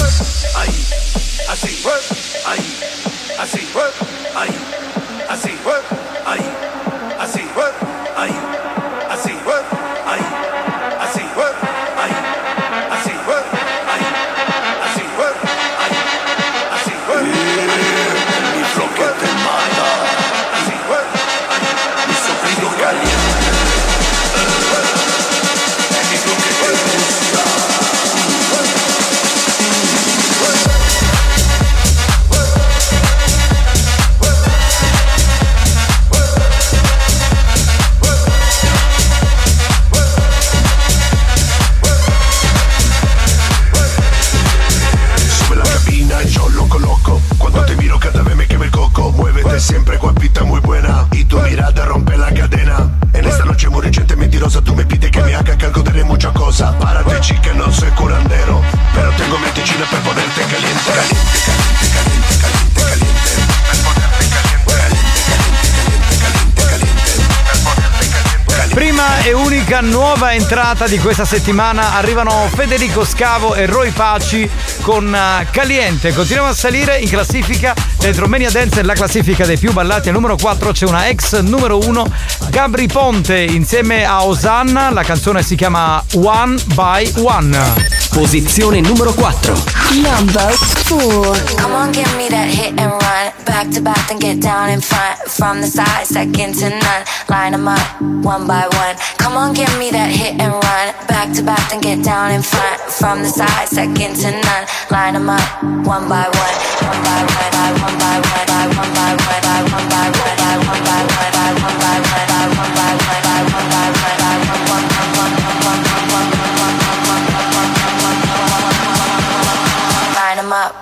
S20: Siempre guapita, muy buena. Y tu mirada rompe la cadena. En esta noche muy reciente, mentirosa, tú me pides que me haga cargo de muchas cosas. Párate, chica, no soy curandero, pero tengo mente china para ponerte caliente. Caliente, caliente, caliente, caliente, caliente. Per ponerte caliente, caliente, caliente, caliente, caliente. Per ponerte caliente, caliente.
S7: Prima e unica nuova entrata di questa settimana. Arrivano Federico Scavo e Roy Paci con Caliente. Continuiamo a salire in classifica dentro Mania Dance, la classifica dei più ballati. Al numero quattro c'è una ex numero uno, Gabri Ponte insieme a Osanna. La canzone si chiama One by One.
S1: Posizione numero quattro.
S6: Number four.
S21: Come on, give me that hit and run. Back to back, then get down in front. From the side, second to none. Line them up, one by one. Come on, give me that hit and run. Back to back, then get down in front. From the side, second to none. Line them up, one by one. One by one, I one by one, I one by one, I one by one, I one by one, I one by one, I one by one, I one by one, I one one one one one one one one one one one one one one. Line them up. One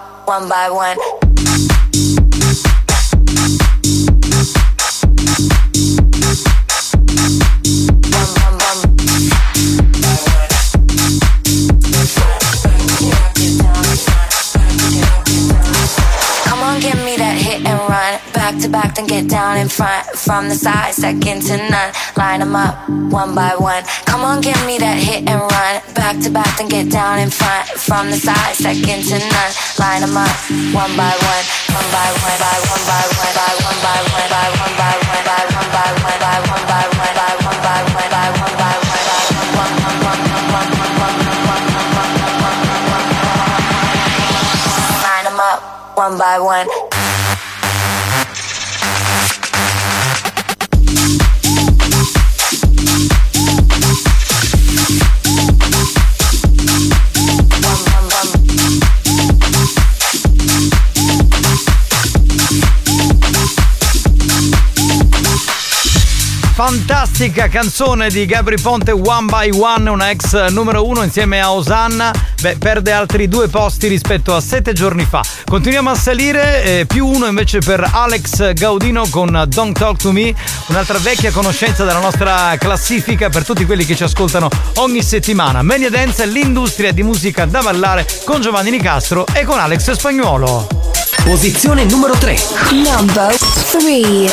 S21: one by one. Back to back, then get down in front. From the side, second to none. Line them up, one by one. Come on, give me that hit and run. Back to back, then get down in front. From the side, second to none. Line them up, one by one. One by one, by one by one, by one by one, by one by one, by one by one, by one by one, by one by one, by one by one, by one one one one one one one one. Line them up, one by one.
S7: Fantastica canzone di Gabry Ponte, One by One, una ex numero uno insieme a Osanna. Beh, perde altri due posti rispetto a sette giorni fa. Continuiamo a salire, eh, più uno invece per Alex Gaudino con Don't Talk to Me, un'altra vecchia conoscenza della nostra classifica per tutti quelli che ci ascoltano ogni settimana. Mania Dance è l'industria di musica da ballare con Giovanni Nicastro e con Alex Spagnuolo.
S1: Posizione numero tre.
S2: Number three.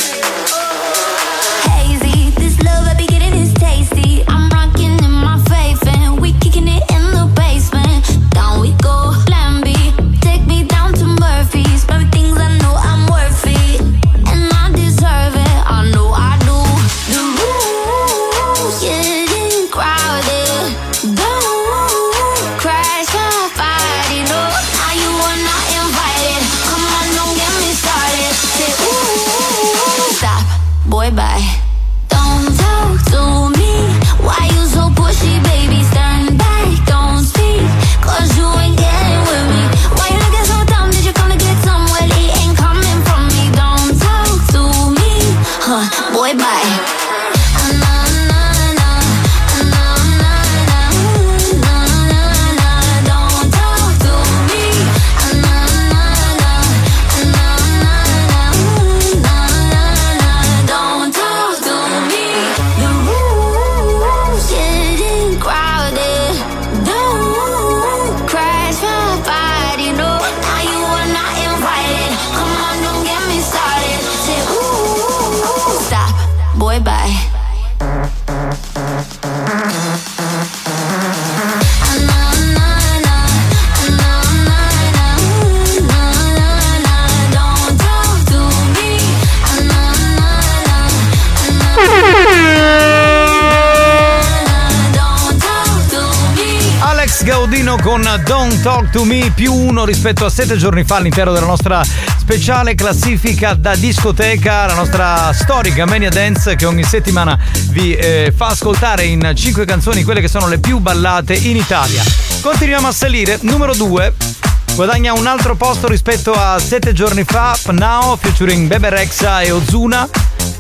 S7: Gaudino con Don't Talk to Me, più uno rispetto a sette giorni fa all'interno della nostra speciale classifica da discoteca, la nostra storica Mania Dance che ogni settimana vi eh, fa ascoltare in cinque canzoni quelle che sono le più ballate in Italia. Continuiamo a salire, numero due guadagna un altro posto rispetto a sette giorni fa, Now featuring Bebe Rexha e Ozuna.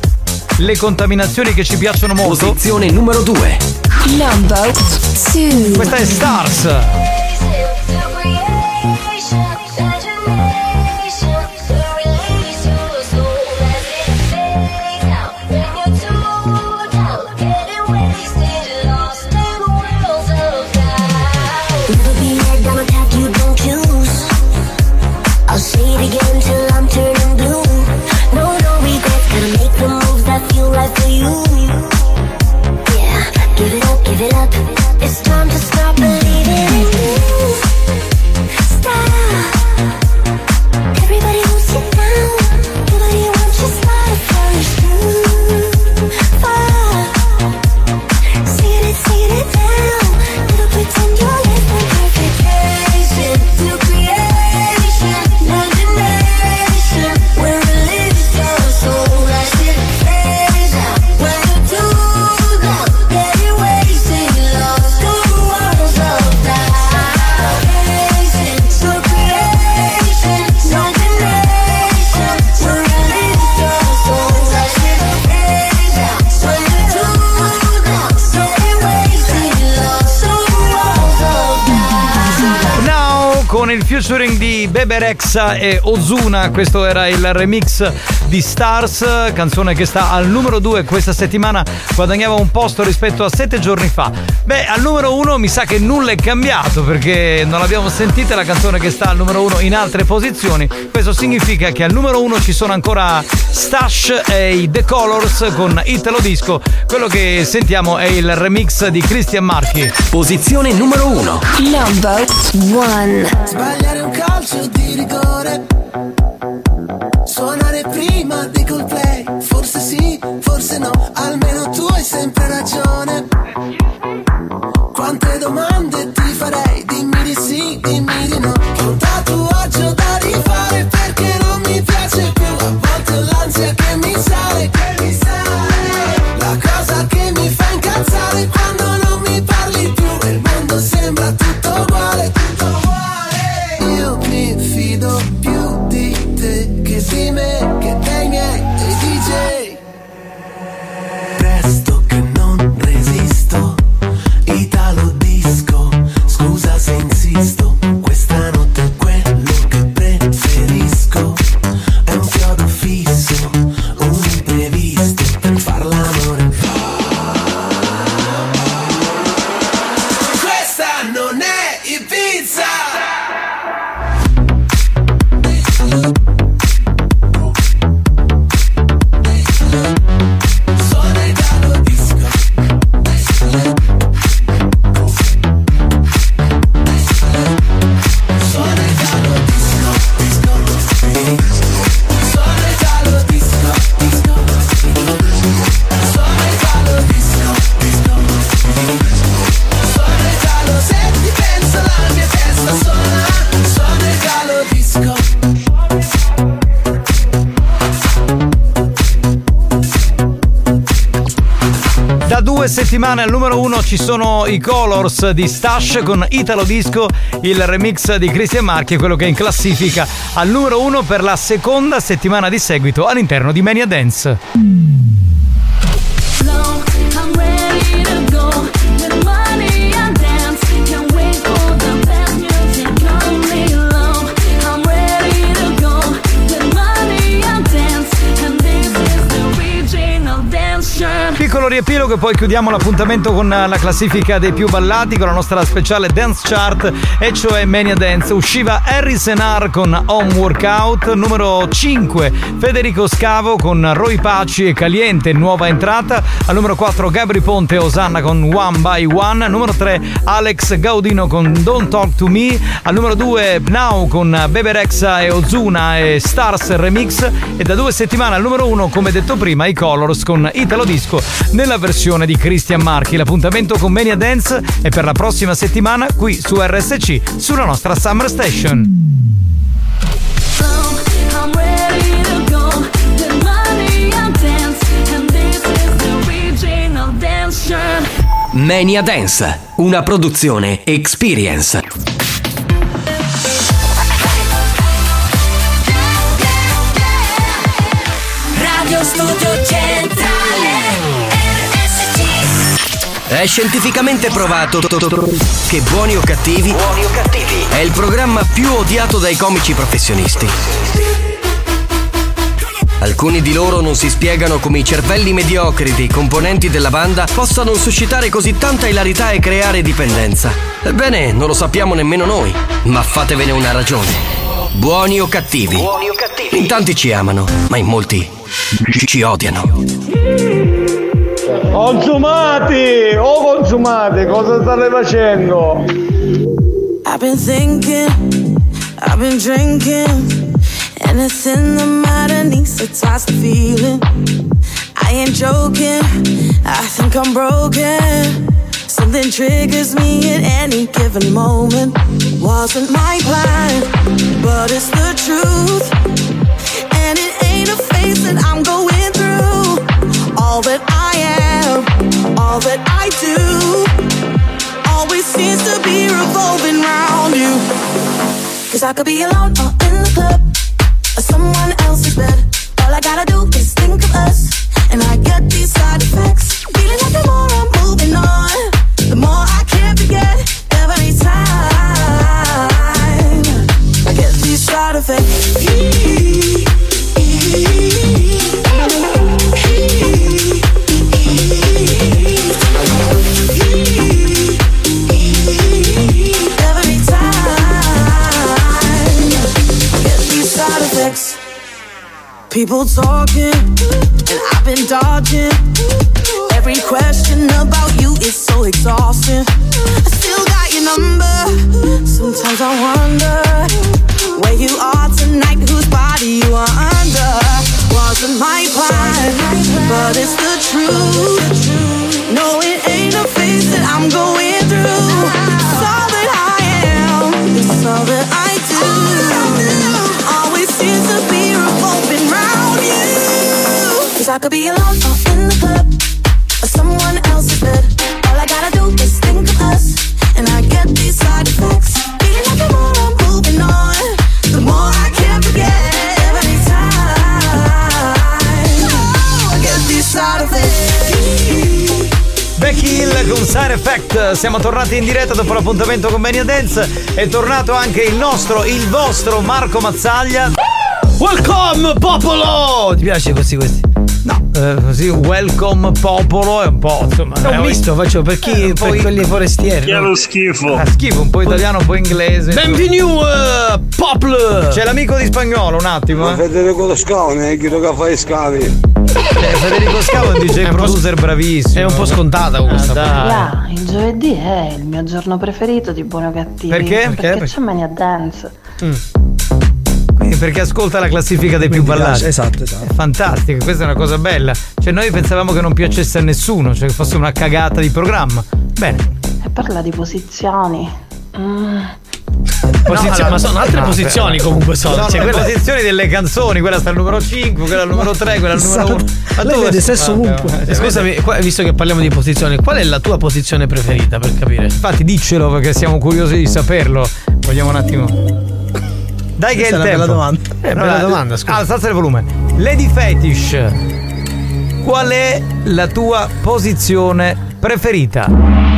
S7: Le contaminazioni che ci piacciono molto.
S1: Posizione numero due.
S2: Number two.
S7: Questa è Stars.
S3: It's time to stop believing in you. Stop. Everybody wants you down. Nobody wants your smile to flourish through. Far. Sing it, sing it down. Little pretend you're living perfection. Through creation, imagination. We're released your soul. That shit fades out. When you do that, get it wasted. Love the world's of that.
S7: featuring di Bebe Rexha e Ozuna. Questo era il remix di Stars, canzone che sta al numero due questa settimana, guadagnava un posto rispetto a sette giorni fa. Beh, al numero uno mi sa che nulla è cambiato, perché non l'abbiamo sentita la canzone che sta al numero uno in altre posizioni. Questo significa che al numero uno ci sono ancora Stash e i The Colors con Italo Disco. Quello che sentiamo è il remix di Christian Marchi.
S1: Posizione numero uno.
S2: Number one.
S3: Sbagliare un calcio di rigore, suonare prima di Coldplay. Forse sì, forse no, almeno tu hai sempre ragione. Quante domande ti farei, dimmi di sì, dimmi di no. Che un tatuaggio da rifare perché non mi piace più. A volte ho l'ansia che mi sale, che mi sale. La cosa che mi fa incazzare quando non mi parli più e il mondo sembra tutto uguale, tutto uguale. Io mi fido più di te che di me, che dei miei, dei D J. Presto che non resisto, Italo Disco, scusa se insisto, questa notte è quello che preferisco. È un chiodo fisso, un imprevisto per far l'amore. Questa non è Ibiza.
S7: Settimane al numero uno ci sono i Colors di Stash con Italo Disco, il remix di Christian Marchi, quello che è in classifica al numero uno per la seconda settimana di seguito all'interno di Mania Dance. Piccolo riepilogo e poi chiudiamo l'appuntamento con la classifica dei più ballati con la nostra speciale dance chart, e cioè Mania Dance. Usciva Harrison R con Home Workout. Numero cinque Federico Scavo con Roy Paci e Caliente, nuova entrata. Al numero quattro Gabri Ponte e Osanna con One by One. Numero tre Alex Gaudino con Don't Talk to Me. Al numero due Now con Bebe Rexha e Ozuna e Stars Remix. E da due settimane al numero uno, come detto prima, i Colors con Italo Disco nella versione di Christian Marchi. L'appuntamento con Mania Dance è per la prossima settimana qui su R S C, sulla nostra Summer Station.
S1: Mania Dance, una produzione Experience.
S3: Radio Studio Centrale.
S1: È scientificamente provato che Buoni o Cattivi è il programma più odiato dai comici professionisti. Alcuni di loro non si spiegano come i cervelli mediocri dei componenti della banda possano suscitare così tanta ilarità e creare dipendenza. Ebbene, non lo sappiamo nemmeno noi, ma fatevene una ragione. Buoni o Cattivi. Buoni o cattivi. In tanti ci amano, ma in molti ci odiano.
S24: Consumati! Oh consumati, cosa state facendo?
S3: I've been thinking, I've been drinking, anything that matter needs to touch the feeling. I ain't joking, I think I'm broken. Something triggers me at any given moment. Wasn't my plan, but it's the truth. And it ain't a phase that I'm going through. All that I am, all that I do, always seems to be revolving around you. Cause I could be alone or in the club, or someone else's bed. All I gotta do is think of us, and I get these side effects. Feeling like the more I'm moving on, the more I can't forget every time.
S4: People talking, and I've been dodging. Every question about you is so exhausting. I still got your number. Sometimes I wonder where you are tonight, whose body you are under. Wasn't my plan, but it's the truth. No, it ain't a phase that I'm going through. It's all that I am, it's all that I do. Always seems to be revolving round you. Cause I could be alone or in the club, or someone else's bed. All I gotta do is think of us, and I get these side effects. Feeling like the more I'm moving on, the more I can't forget. Every time oh, I get these side effects.
S7: Becky Hill con Side Effect. Siamo tornati in diretta dopo l'appuntamento con Mania Dance. È tornato anche il nostro, il vostro Marco Mazzaglia.
S16: Welcome popolo! Ti piace questi questi?
S7: No, eh, così welcome popolo è un po', insomma,
S16: è un misto, faccio per chi eh, per quelli forestieri.
S5: Che è lo schifo.
S7: Ah, schifo, un po' italiano, un po' inglese.
S16: Benvenuti uh, popolo.
S7: C'è l'amico di spagnolo, un attimo.
S24: Eh. Federico Scavone, chi che fa i scavi.
S7: Eh, Federico Scavone dice è un producer bravissimo.
S16: È un po' scontata questa.
S9: Ah, yeah, il giovedì è il mio giorno preferito di Buono Cattivi.
S7: Perché?
S9: Perché,
S7: Perché?
S9: c'è Mania Dance.
S7: Mm. Perché ascolta la classifica dei più ballati.
S11: Esatto, esatto.
S7: È fantastica, questa è una cosa bella. Cioè noi pensavamo che non piacesse a nessuno, cioè che fosse una cagata di programma. Bene.
S9: E parla di posizioni. Mm.
S16: Posizioni, no, allora, ma sono altre no, posizioni però, comunque sono.
S7: Sono
S16: cioè,
S7: le
S16: quella...
S7: posizioni delle canzoni, quella sta al numero cinque, quella al numero tre, quella al numero uno.
S11: Ma lei vede sesso ovunque.
S16: Eh, scusami, visto che parliamo di posizioni, qual è la tua posizione preferita per capire?
S7: Infatti diccelo perché siamo curiosi di saperlo. Vogliamo un attimo. Dai che è il tempo.
S11: Bella domanda.
S16: Eh, bella allora, domanda, scusa.
S7: Ah, alzate il volume. Lady Fetish, qual è la tua posizione preferita?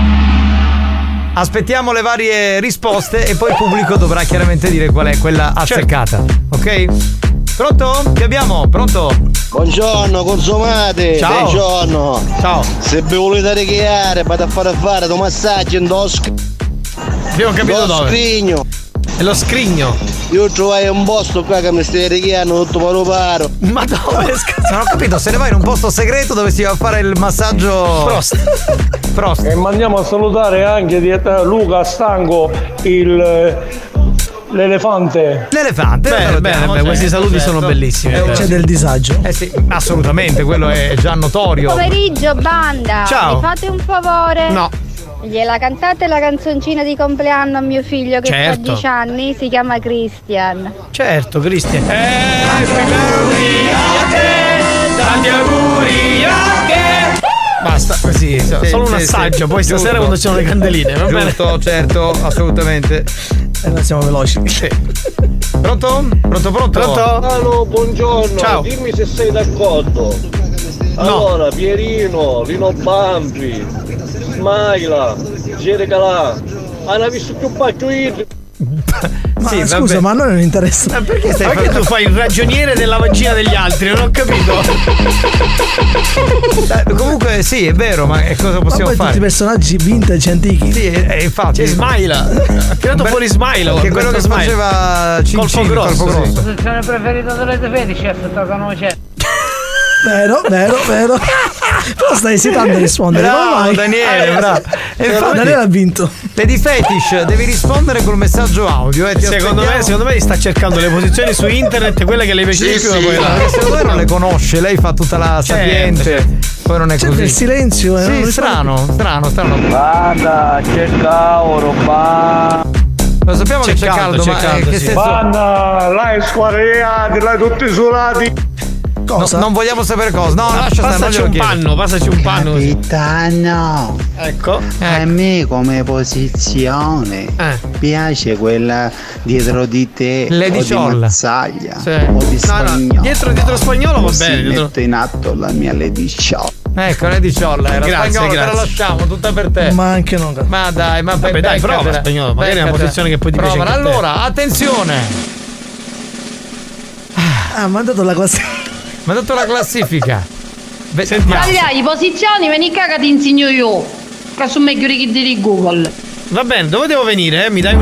S7: Aspettiamo le varie risposte e poi il pubblico dovrà chiaramente dire qual è quella azzeccata. Ok? Pronto? Che abbiamo? Pronto?
S24: Buongiorno, consumate.
S7: Ciao.
S24: Buongiorno.
S7: Ciao.
S24: Se vi volete richiare, vado a fare fare un massaggio in do sc...
S7: Abbiamo capito dove.
S24: Scrigno.
S16: È lo scrigno.
S24: Io trovai un posto qua che mi stai richiando tutto paro paro.
S7: Ma dove? Non ho capito, se ne vai in un posto segreto dove si va a fare il massaggio
S16: Frost.
S7: Frost.
S5: E mandiamo a salutare anche di Luca Stanco il l'elefante.
S7: L'elefante.
S16: Bene, bene, bene, questi saluti certo. sono bellissimi.
S11: Eh, c'è del disagio.
S7: Eh sì, assolutamente, quello è già notorio.
S22: Pomeriggio, banda.
S7: Ciao.
S22: Mi fate un favore?
S16: No.
S22: Gliela cantate la canzoncina di compleanno a mio figlio che
S16: certo.
S22: ha dieci anni, si chiama Christian.
S16: Certo, Christian.
S10: Happy birthday a te, tanti auguri a te.
S16: Basta, così, sì, solo un assaggio, sì, poi stasera quando ci sono le candeline, va bene?
S7: Giusto, certo, assolutamente.
S11: E noi siamo veloci.
S7: Sì. Pronto? Pronto, pronto?
S16: Pronto?
S24: Allora, buongiorno.
S16: Ciao.
S24: Dimmi se sei d'accordo. Allora, no. Pierino, Lino Bambi, Smaila, Gere Calà, hanno visto più pacchio.
S11: Ma
S7: sì,
S11: scusa,
S7: vabbè.
S11: ma a noi non interessa.
S7: Ma perché stai
S16: Perché tu fai il ragioniere della vagina degli altri? Non ho capito.
S7: Eh, comunque sì, è vero, ma che cosa possiamo
S11: ma poi
S7: fare?
S11: Tutti i personaggi vintage antichi.
S7: Sì, e infatti.
S16: C'è Smaila. Ha tirato fuori Smaila.
S7: Che è quello che
S16: Smaila.
S7: faceva Cin
S16: Colpo
S7: Cin,
S16: grosso.
S7: Colpo grosso.
S10: Posizione preferita delle Fetish, chef, toccano c'è.
S11: Vero, vero, vero. Però stai esitando a rispondere.
S7: Bravo,
S11: Come mai?
S7: Daniele, bravo.
S11: E infatti, Daniele ha vinto.
S7: Lady Fetish, devi rispondere col messaggio audio. Eh, ti
S16: secondo me, secondo me sta cercando le posizioni su internet, quelle che le piace di
S24: Sì,
S16: più.
S24: sì,
S16: Poi
S24: no,
S16: là.
S7: Perché secondo me non le conosce, lei fa tutta la
S16: Certo,
S7: sapiente.
S16: certo.
S7: Poi non è
S11: C'è
S7: così.
S11: del silenzio. eh,
S7: Sì,
S11: non
S7: strano, strano, strano.
S24: Guarda, c'è cavolo, va.
S7: Lo sappiamo
S16: C'è
S7: che c'è
S16: caldo,
S7: caldo,
S16: c'è
S7: ma
S16: caldo,
S7: eh, che
S16: sì.
S7: senso?
S24: Vanna, l'hai squarriati, l'hai tutti isolati.
S7: No,
S11: Cosa?
S7: non vogliamo sapere cosa. No, lascia stare, non
S16: Passaci
S7: glielo
S16: un
S7: chiedo.
S16: panno, passaci un panno.
S25: Capitano,
S16: Ecco.
S25: a me come posizione
S16: Eh.
S25: piace quella dietro di te
S7: Lady
S25: o di
S7: Ciolla.
S25: Mazzaglia
S7: Sì.
S25: o di
S16: No,
S25: Spagnolo.
S16: no, dietro dietro spagnolo va
S25: Così
S16: bene. dietro-
S25: metto in atto la mia Lady Ciolla.
S7: Ecco, Lady Ciolla era
S16: Grazie,
S7: spagnolo, te la
S16: grazie.
S7: lasciamo tutta per te.
S11: Ma anche no.
S7: Ma dai, ma
S16: Vabbè, dai, prova
S7: beccatela.
S16: spagnolo, magari è una
S7: Beccatela.
S16: posizione che poi ti piace
S7: Prova.
S16: anche a te.
S7: Allora, attenzione.
S11: Ah, mi ha dato la classe.
S7: Mi ha dato la classifica. Beh,
S16: Sentiamo.
S22: Tagliai posizioni, veni cagati insegno io. Che sono meglio che di Google.
S16: Va bene, dove devo venire? Eh? Mi dai un indirizzo?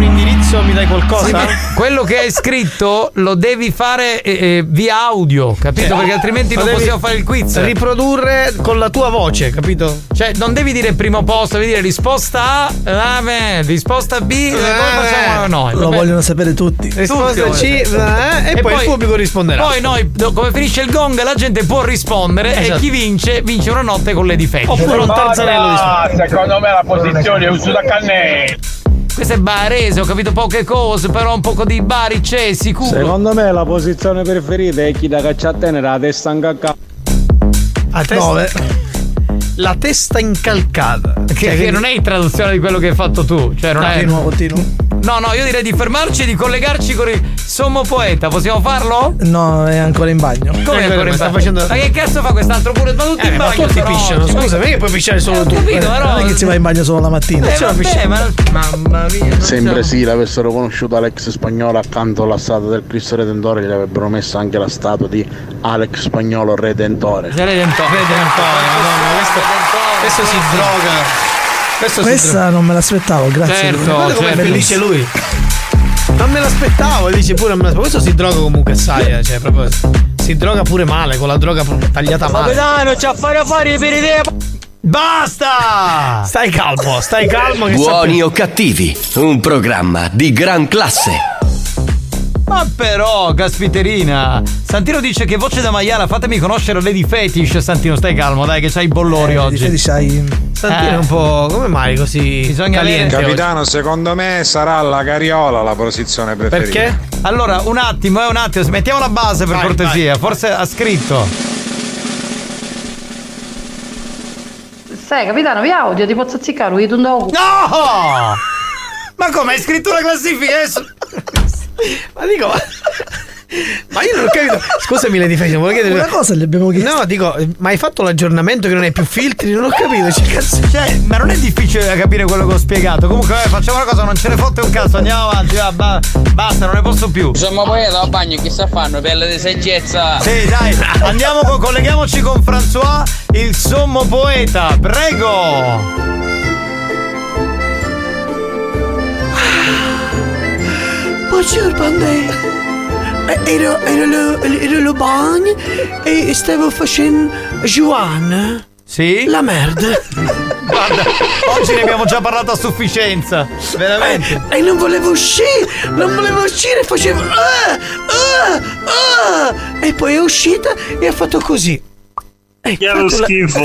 S16: prossimo mi dai qualcosa?
S7: Sì, quello che hai scritto lo devi fare eh, eh, via audio, capito? Perché altrimenti
S16: Lo
S7: non
S16: devi
S7: possiamo fare il quiz.
S16: Riprodurre con la tua voce, capito?
S7: Cioè, non devi dire primo posto, devi dire risposta A, ah, beh, risposta B, e poi facciamo noi.
S11: Lo vogliono sapere tutti.
S16: Risposta C, eh, e, poi il pubblico risponderà.
S7: Poi noi, come finisce il gong, la gente può rispondere
S16: Esatto.
S7: e chi vince, vince una notte con Lady Fetish.
S16: Oppure un tarzanello di
S14: Ah, secondo me la posizione è uso da cannello.
S7: Questo è barese, ho capito poche cose, però un poco di bari c'è, sicuro.
S5: Secondo me la posizione preferita è chi da caccia a tenere la testa in cacca.
S16: A testa. La testa incalcata.
S7: Che,
S16: Cioè,
S7: che
S16: quindi-
S7: non è in traduzione di quello che hai fatto tu. Cioè, non è.
S11: Continuo, continuo.
S7: No, no, io direi di fermarci e di collegarci con il sommo poeta. Possiamo farlo?
S11: No, è ancora in bagno.
S7: Come
S16: Eh,
S7: ancora
S16: ma
S7: in
S16: sta
S7: bagno?
S16: facendo-
S7: Ma che cazzo fa quest'altro pure? Ma tutti
S16: Eh,
S7: in
S16: ma
S7: bagno.
S16: tutti
S7: però.
S16: pisciano, scusa, perché puoi pisciare solo
S7: Eh, ho
S16: tu?
S7: capito,
S16: Eh,
S7: però.
S11: Non è che si va in bagno solo la mattina.
S7: Eh, vabbè, ma mamma mia. non
S18: Se in
S7: siamo-
S18: Brasile avessero conosciuto Alex Spagnolo accanto alla statua del Cristo Redentore, gli avrebbero messo anche la statua di Alex Spagnolo Redentore.
S7: Redentore.
S16: Redentore, madonna, questo, questo si droga. Questo si
S11: Questa non me l'aspettavo, grazie.
S7: Certo,
S16: Guarda come
S7: certo.
S16: dice lui. Non me l'aspettavo, dice pure me l'aspettavo. Questo si droga comunque, sai, eh, cioè proprio si droga pure male, con la droga proprio tagliata male.
S10: Capitano, c'ha a fare affari per idea.
S7: Basta!
S16: Stai calmo, stai calmo che
S1: Buoni o cattivi, un programma di gran classe.
S7: Ma però, caspiterina. Santino dice che voce da maiala, fatemi conoscere Lady Fetish. Santino, stai calmo, dai, che c'hai i bollori
S11: Eh,
S7: oggi.
S11: di c'hai...
S16: Santino
S7: Eh.
S16: è un po'. Come mai così?
S7: Bisogna
S16: caliente
S7: avere-
S8: Capitano, secondo me sarà la carriola la posizione
S16: oggi?
S8: preferita.
S16: Perché?
S7: Allora, un attimo, eh, un attimo, mettiamo la base per
S16: Vai,
S7: cortesia. Forse ha scritto.
S9: Sai, capitano, vi audio, ti posso ziccare, lui tu un
S7: No! Ma come hai scritto la classifica adesso?
S16: Ma dico. Ma, ma io non ho capito. Scusami, Lady Fetish, volevo chiedere.
S11: Una cosa gli abbiamo chiesto.
S16: No, dico, ma hai fatto l'aggiornamento che non hai più filtri? Non ho capito, cioè, cazzo.
S7: Cioè, ma non è difficile da capire quello che ho spiegato. Comunque, vabbè, facciamo una cosa, non ce ne fotte un cazzo, andiamo avanti, va, ba- basta, non ne posso più.
S14: Insomma, poi a bagno che sta fanno? Pelle di saggezza.
S7: Sì, dai, andiamo con, colleghiamoci con François, il sommo poeta, prego.
S16: Buongiorno, Bandè. Ero, ero, lo- ero lo bagno e stavo facendo Joanne.
S7: Sì?
S16: La merda.
S7: Guarda, oggi ne abbiamo già parlato a sufficienza. Veramente.
S16: E non volevo uscire, non volevo uscire, facevo. Ah, ah, ah. E poi è uscita e ha fatto così.
S5: Che è lo schifo.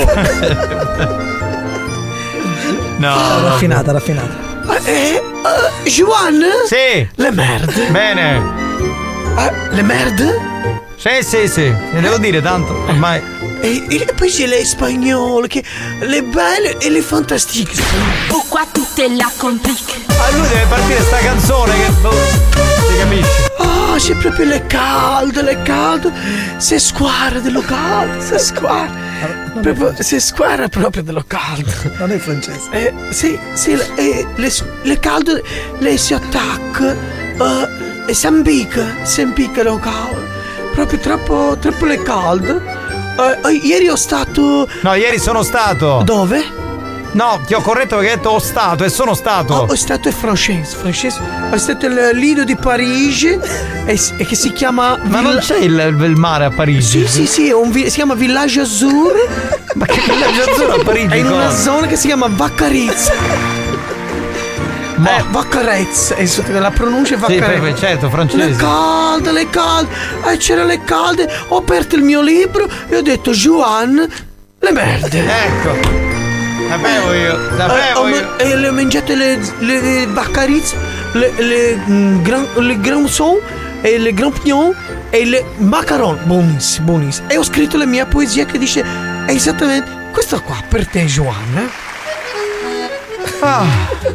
S7: No,
S11: Raffinata, raffinata.
S16: Eh, ah, Joanne?
S7: Sì.
S16: Le merde.
S7: Bene.
S16: Ah, le merde?
S7: Sì, sì, sì. Ne devo dire tanto. Ormai.
S16: E, e poi c'è le spagnole, che le belle e le fantastiche.
S6: Pourquoi tout est là complique?
S7: A lui deve partire sta canzone che. boh, si capisce.
S16: Ah, c'è proprio le calde, le calde. Se squadra dello caldo, se squadra. Proprio, se squadra proprio dello caldo.
S11: Non è francese.
S16: Eh, sì, sì, le, eh, le, le calde, lei si attacca, eh, e si impicca, si impicca lo caldo. Proprio troppo, troppo le calde. Eh, eh, ieri ho stato.
S7: No, ieri sono stato.
S16: Dove?
S7: No, ti ho corretto perché hai detto ho stato e sono stato.
S16: Oh, è stato francese, francese. È stato il Lido di Parigi e, e che si chiama.
S7: Ma non c'è il, il mare a Parigi?
S16: Sì, sì, sì, è un vi- si chiama Village Azzurro.
S7: Ma che villaggio azzurro a Parigi?
S16: È in una
S7: cosa?
S16: zona che si chiama Vaccarezza.
S7: Ma-
S16: Eh, Vaccarezza, è sotto la pronuncia è
S7: Sì,
S16: Vaccarezza.
S7: proprio, certo,
S16: Le
S7: francese.
S16: calde, le calde. Eh, c'era le calde. Ho aperto il mio libro e ho detto Joanne, le merde.
S7: Ecco. Sapevo io,
S16: Eh,
S7: sapevo
S16: ho
S7: io.
S16: ma- e le ho mangiate le, le Vaccarizze, le, le, mm, gran, le Granson e le Grand Pignon e le Macaron. Buonissimo, buonissimo. E ho scritto la mia poesia che dice esattamente questo qua per te, Joanne.
S7: Ah.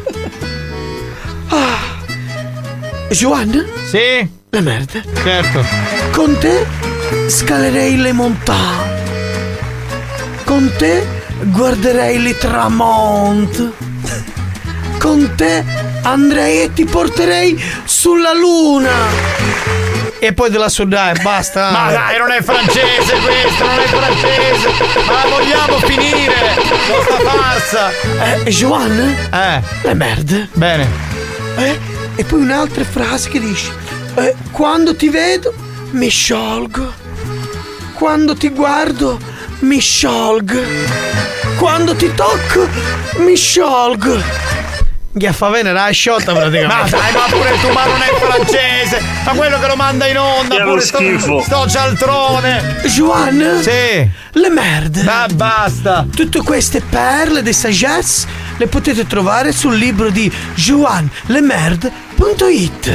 S16: Ah. Joanne?
S7: Sì?
S16: La merda.
S7: Certo.
S16: Con te scalerei le montagne. Con te guarderei le tramonti. Con te andrei e ti porterei sulla luna. E poi te la so dai, basta.
S7: Ma dai, non è francese questo, non è francese. Ma vogliamo finire questa farsa.
S16: Eh, Joanne?
S7: Eh.
S16: Le merde.
S7: Bene.
S16: Eh? E poi un'altra frase che dice eh, quando ti vedo mi sciolgo, quando ti guardo mi sciolgo, quando ti tocco mi sciolgo. Ghiaffavene l'ha sciolta praticamente.
S7: Ma dai, ma pure tu, ma non è francese, ma quello che lo manda in onda,
S5: Che
S7: pure sto,
S5: schifo.
S7: sto cialtrone.
S16: Juan?
S7: Sì.
S16: Le merde.
S7: Ma basta.
S16: Tutte queste perle di sagesse le potete trovare sul libro di juan le merde punto it.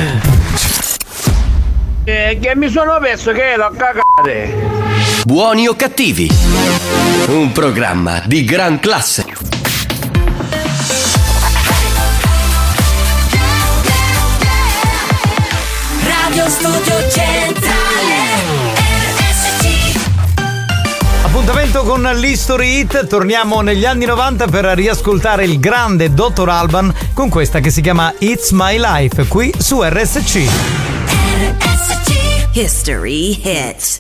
S24: Eh, che mi sono perso che l'ho cagate.
S1: Buoni o cattivi? Un programma di gran classe.
S6: Radio Studio Centrale R S C.
S7: Appuntamento con l'History Hit, torniamo negli anni novanta per riascoltare il grande dottor Alban con questa che si chiama It's My Life, qui su R S C.
S6: R S C History Hits.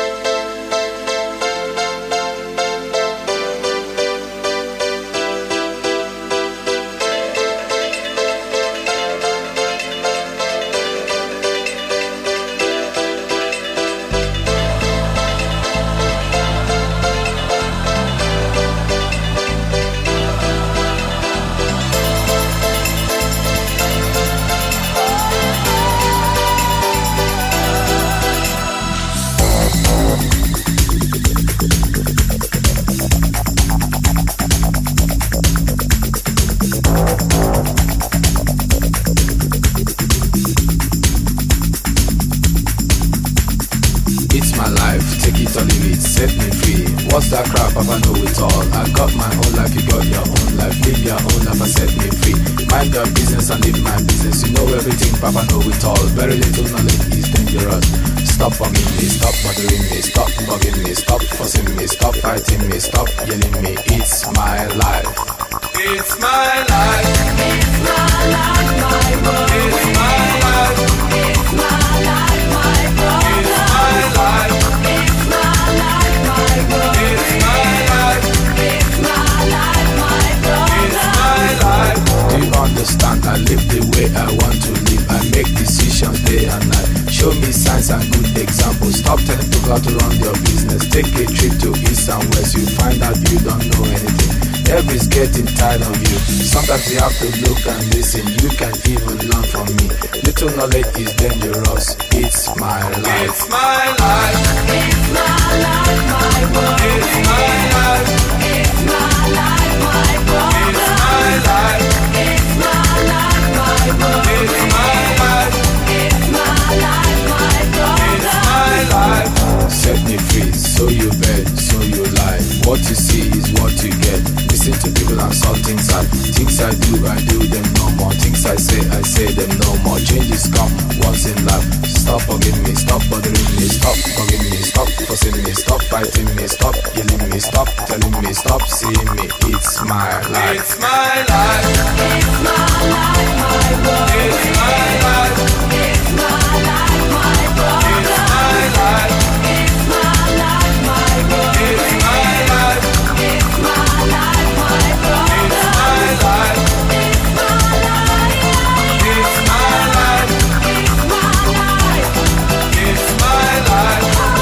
S12: It's my life, take it or leave it, set me free. What's that crap? Papa know it all. I got my own life, you got your own life. Live your own life and set me free. Mind your business and live my business. You know everything, Papa know it all. Very little knowledge is dangerous. Stop bugging me, stop bothering me, stop bugging me, stop fussing me, stop fighting me, stop yelling me. It's my life. It's my life. It's my life, my world. It's my life. It's my life, my world. It's my life. It's my life, my world. It's my life. It's my life, my world. It's my life. Do you understand? I live the way I want to live. I make decisions day and night. Show me signs and good examples. Stop telling people how to run your business. Take a trip to east and west. You find out you don't know anything. Everybody's getting tired of you. Sometimes you have to look and listen. You can even learn from me. Little knowledge is dangerous. It's my life. It's my life. It's my life, my world. It's my life. It's my life, my world. It's my life. It's my life, my world. It's my life. It's my life, my world. It's my life. Set me free, so you bet, so you lie. What you see is what you get. Listen to people and saw things I Things I do, I do them no more. Things I say, I say them no more. Changes come once in life. Stop bugging me, stop bothering me, stop bugging me, stop fussing me, stop fighting me, stop yelling me, stop telling me, stop seeing me. It's my life. It's my life. It's my life, my world. It's my life. It's my life, my world. It's my life. It's my life, my world. It's my life. It's my life, my world. It's my life. It's my life. It's my life. It's my life. It's my life.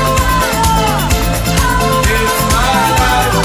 S12: It's my life.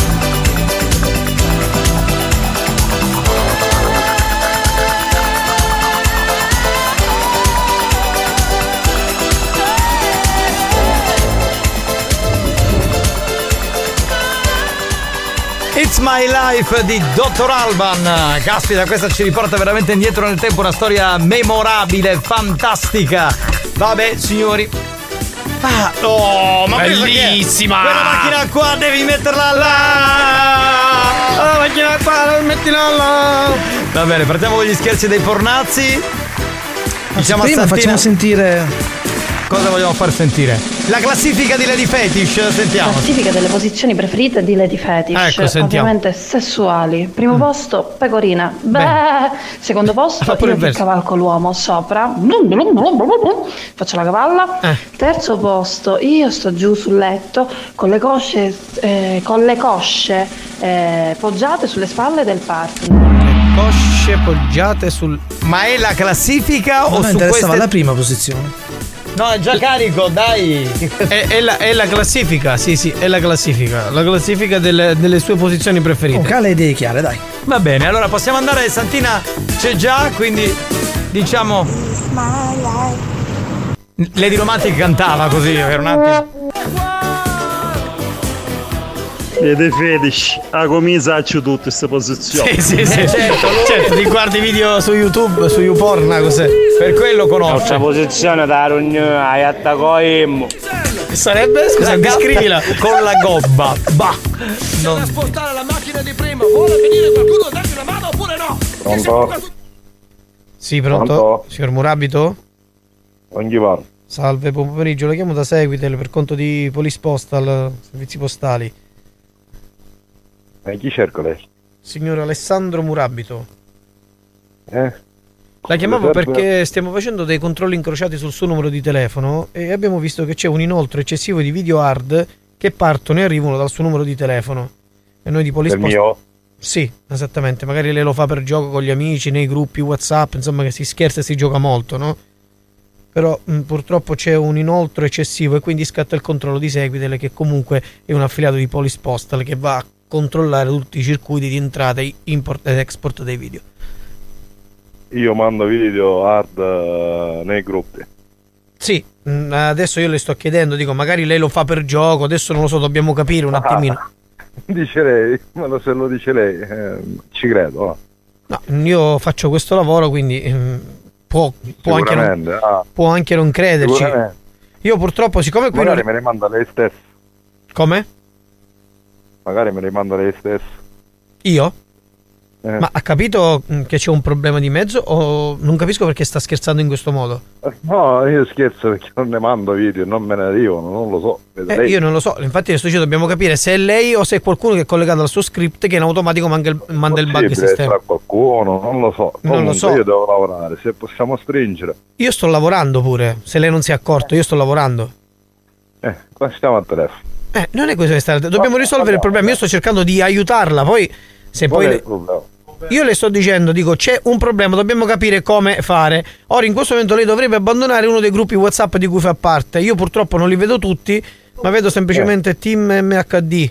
S7: It's My Life di dottor Alban. Caspita, questa ci riporta veramente indietro nel tempo, una storia memorabile, fantastica. Vabbè, signori. Ah, oh, ma
S14: bellissima!
S7: Quella macchina qua devi metterla là! La macchina qua, mettila là! Va bene, partiamo con gli scherzi dei pornazzi. Diciamo
S11: prima facciamo sentire.
S7: Cosa vogliamo far sentire? La classifica di Lady Fetish, sentiamo.
S9: Classifica delle posizioni preferite di Lady Fetish.
S7: Ecco, sentiamo.
S9: Ovviamente sessuali. Primo posto, pecorina. Beh.
S7: Beh.
S9: Secondo posto,
S7: Fa pure
S9: io
S7: il
S9: che
S7: verso.
S9: cavalco l'uomo sopra. Faccio la cavalla.
S7: Eh.
S9: Terzo posto, io sto giù sul letto con le cosce, eh, con le cosce eh, poggiate sulle spalle del partner.
S7: cosce poggiate sul. Ma è la classifica o
S11: mi
S7: su
S11: interessava
S7: queste...
S11: la prima posizione.
S7: No, è già carico, dai. È, è, la, è la classifica, sì, sì, è la classifica. La classifica delle, delle sue posizioni preferite.
S11: Oh, cale idee chiare, dai.
S7: Va bene, allora possiamo andare. Santina c'è già, quindi diciamo. Lady Romantic cantava così per un attimo.
S13: Ed fetish, a comincia tutte queste posizioni.
S7: Sì, sì, sì, certo, certo, ti guardi video su YouTube, su YouPorn, cos'è? Per quello conosco.
S10: Questa posizione da rugno hai attaccoi.
S7: Sarebbe? Scusa, descrivila. Con la gobba. Bah.
S15: Non spostare la macchina di prima, vuole venire qualcuno a darmi una mano oppure no?
S17: Pronto?
S7: Sì, pronto?
S17: Pronto?
S7: Signor Murabito?
S17: Non gli parlo.
S7: Salve, buon pomeriggio, la chiamo da Seguitel per conto di Police Postal, servizi postali.
S17: E chi cerca lei?
S7: Signor Alessandro Murabito.
S17: Eh?
S7: La chiamavo
S17: serve?
S7: perché stiamo facendo dei controlli incrociati sul suo numero di telefono e abbiamo visto che c'è un inoltro eccessivo di video hard che partono e arrivano dal suo numero di telefono. E noi di Police
S17: Il
S7: Post...
S17: mio?
S7: Sì, esattamente. Magari lei lo fa per gioco con gli amici, nei gruppi WhatsApp, insomma, che si scherza e si gioca molto, no? Però mh, purtroppo c'è un inoltro eccessivo e quindi scatta il controllo di Seguitel, che comunque è un affiliato di Police Postal che va a controllare tutti i circuiti di entrata, import ed export dei video.
S17: Io mando video hard uh, nei gruppi.
S7: Sì, mh, adesso io le sto chiedendo, dico, magari lei lo fa per gioco, adesso non lo so, dobbiamo capire un attimino.
S17: Ah, dice lei, ma se lo dice lei, eh, ci credo. No?
S7: No, io faccio questo lavoro, quindi mh, può, può, anche non,
S17: ah.
S7: può anche non crederci. Io purtroppo, siccome qui
S17: magari
S7: non...
S17: me ne manda lei stesso.
S7: Come?
S17: Magari me ne manda lei stesso.
S7: Io?
S17: Eh.
S7: Ma ha capito che c'è un problema di mezzo o non capisco perché sta scherzando in questo modo?
S17: No, io scherzo perché non ne mando video, non me ne arrivano, non lo so.
S7: Eh, io non lo so, infatti le sto dicendo, dobbiamo capire se è lei o se è qualcuno che è collegato al suo script che in automatico manda il, manda il bug sistema.
S17: Sarà qualcuno, non lo so.
S7: Non
S17: Comunque,
S7: lo so.
S17: Io devo lavorare, se possiamo stringere.
S7: Io sto lavorando pure, se lei non si è accorto, io sto lavorando.
S17: Eh, qua stiamo al telefono.
S7: Eh, non è questo che sta... Dobbiamo risolvere il problema, io sto cercando di aiutarla, poi se
S17: Qual
S7: poi...
S17: è
S7: le-
S17: il problema?
S7: Io le sto dicendo, dico, c'è un problema, dobbiamo capire come fare. Ora in questo momento lei dovrebbe abbandonare uno dei gruppi WhatsApp di cui fa parte. Io purtroppo non li vedo tutti, ma vedo semplicemente Team M H D.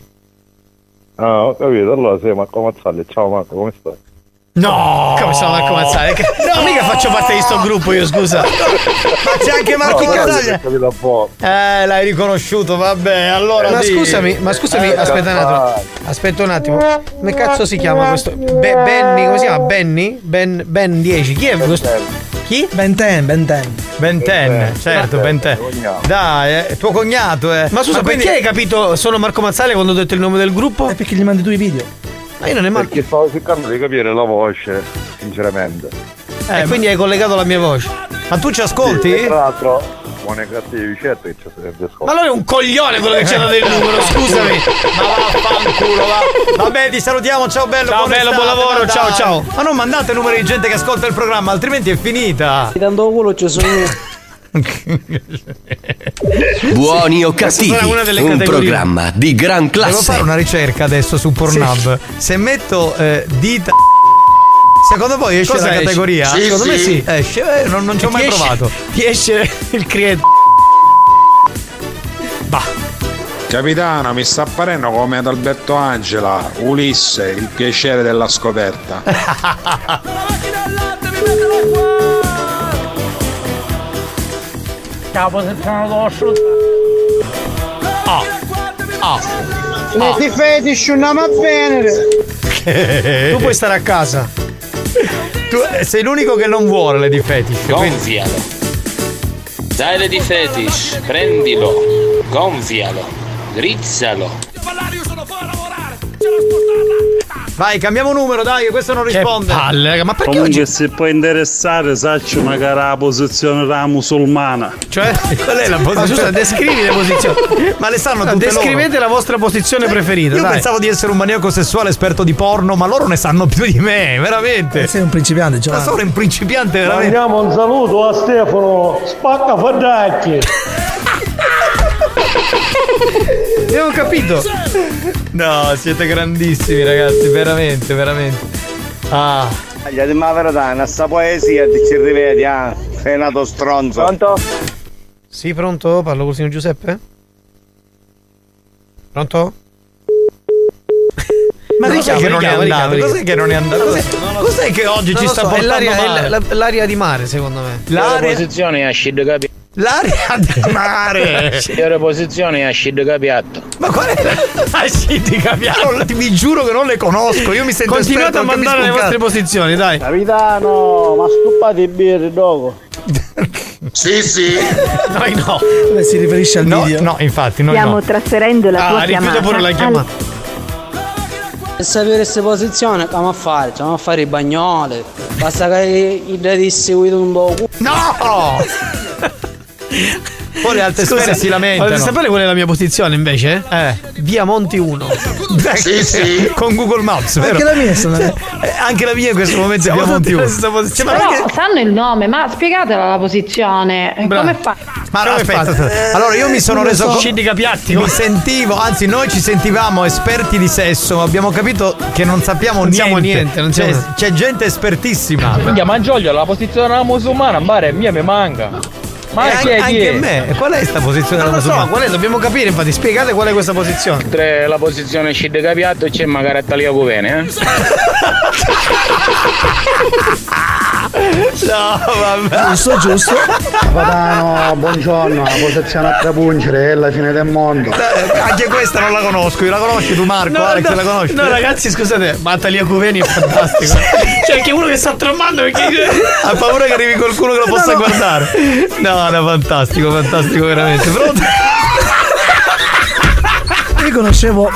S17: Ah, ho capito, allora sei Marco Mazzalli, ciao Marco, come stai?
S7: No! Come sono Marco Mazzaglia? Che... No, mica faccio parte di sto gruppo io, scusa. Ma c'è anche Marchi
S17: no,
S7: Casaglia.
S17: capito un po'.
S7: Eh, l'hai riconosciuto, vabbè, allora. Ma
S17: di...
S7: scusami, ma scusami,
S17: eh,
S7: aspetta un attimo. Aspetta un attimo. Come cazzo si chiama questo? Be- Benny, come si chiama? Benny? Ben, Ben dieci. Chi è questo? Chi?
S11: Ben ten, Ben ten.
S7: Ben ten, certo, Ben ten. Dai, è tuo cognato, eh. Ma scusa, ma quindi... perché hai capito sono Marco Mazzaglia quando ho detto il nome del gruppo?
S11: È perché gli mandi tu i video.
S7: Ma io non ne mando.
S17: Perché stavo cercando di capire la voce, sinceramente.
S7: Eh, e quindi hai collegato la mia voce. Ma tu ci ascolti?
S17: Sì, tra l'altro, buone cattivi, certo che ci sarebbe ascolto.
S7: Ma allora è un coglione quello che ci ha dato il numero, scusami. Ma vaffanculo, va. Vabbè, ti salutiamo, ciao bello, ciao bello, buon lavoro, ciao ciao. Ma non mandate numeri di gente che ascolta il programma, altrimenti è finita.
S10: Tanto culo ci sono io.
S1: Buoni o cattivi, un programma di gran classe.
S7: Devo fare una ricerca adesso su Pornhub. Sì. Se metto eh, dita, secondo voi esce
S10: cosa
S7: la
S10: esce?
S7: categoria?
S10: Sì,
S7: secondo
S10: sì.
S7: me sì. Esce, eh, non, non ci ho mai
S10: esce,
S7: provato.
S10: Ti esce il credo.
S17: Bah. Capitano, mi sta apparendo come ad Alberto Angela, Ulisse, il piacere della scoperta.
S10: Capo se sono addosso.
S7: Ah. Ah.
S10: Le ti fetish non va bene.
S7: Tu puoi stare a casa. Tu sei l'unico che non vuole le di fetish.
S19: Gonfialo. Dai le di fetish, prendilo, gonfialo, drizzalo.
S7: Vai, cambiamo numero, dai, che questo non risponde.
S11: Che palle, ma perché
S13: comunque
S11: oggi...
S13: se può interessare, saccio magari la posizione della musulmana.
S7: Cioè, qual è la posizione? Ma scusa, descrivi le posizioni. Ma le sanno tutte Descrivete loro. La vostra posizione preferita. Io dai. Pensavo di essere un maniaco sessuale esperto di porno, ma loro ne sanno più di me, veramente.
S11: Sei un principiante, Giovanni.
S7: Ma sono un principiante, veramente.
S5: Mandiamo un saluto a Stefano Spacca Fadacchi.
S7: Abbiamo capito. No, siete grandissimi ragazzi, veramente, veramente. Ah,
S24: Gli di ma verità, questa poesia ti ci rivedi, ah, sei nato stronzo. Pronto?
S2: Sì, pronto? Parlo col signor Giuseppe? Pronto?
S7: Ma no, cos'è che non è andato? Cos'è che non è andato? Cos'è, cos'è che oggi ci sta so, portando
S2: l'aria,
S7: male?
S2: è la, l'aria di mare, secondo me.
S14: L'aria la posizione è scende capi.
S7: L'aria di mare.
S14: La posizione è scende capiatto.
S7: Ma qual è la scende capiatto? Vi giuro che non le conosco. Io mi sento
S2: Continuate a mandare le vostre posizioni, dai.
S24: Capitano, ma stupate i birri dopo.
S3: Sì, sì.
S7: Noi no.
S11: Dove si riferisce al
S7: no,
S11: video?
S7: No, infatti, noi
S20: Stiamo
S7: no.
S20: trasferendo la
S7: ah,
S20: tua chiamata.
S7: Ah, pure la chiamata.
S10: Per sapere queste posizioni, come a fare? Stiamo a fare i bagnole. Basta che i dati seguito un po'.
S7: No! Poi le altre
S2: Scusa,
S7: sfere si lamentano.
S2: Volete sapere qual è la mia posizione invece?
S7: Eh.
S2: Via Monti uno.
S3: Sì, sì.
S7: Con Google Maps, vero?
S11: Anche la mia sono
S7: eh, Anche la mia in questo momento è Via Monti uno.
S9: Cioè, però perché... sanno il nome, ma spiegatela la posizione.
S7: Bravo.
S9: Come fa?
S7: Ma no, aspetta, eh, allora io mi sono reso conto.
S2: Scindi capiatti.
S7: Mi sentivo, anzi, noi ci sentivamo esperti di sesso, ma abbiamo capito che non sappiamo
S2: non
S7: niente.
S2: niente non
S7: c'è,
S2: siamo...
S7: c'è gente espertissima.
S14: Minchia, ma Giorgio, la posizione della musulmana, mare mia mi manca. Ma
S7: eh,
S14: chi è, chi
S7: anche
S14: è?
S7: a me. Qual è sta posizione
S2: non
S7: della
S2: lo so,
S7: musulmana?
S2: qual è? Dobbiamo capire, infatti, spiegate qual è questa posizione.
S14: Tre, la posizione scende capiatto e c'è magari talia covene, eh?
S7: No, vabbè.
S11: Giusto, giusto.
S18: Capitano, buongiorno, la posizione a trapungere è la fine del mondo.
S7: Anche questa non la conosco, io la conosci tu Marco,
S2: no,
S7: Alex
S2: no,
S7: la conosci?
S2: No ragazzi scusate, ma Talia Cuveni è fantastico. C'è anche uno che sta tramando perché
S7: ha paura che arrivi qualcuno che lo possa no, no. guardare. No, no, fantastico, fantastico veramente. Pronto?
S11: Io conoscevo.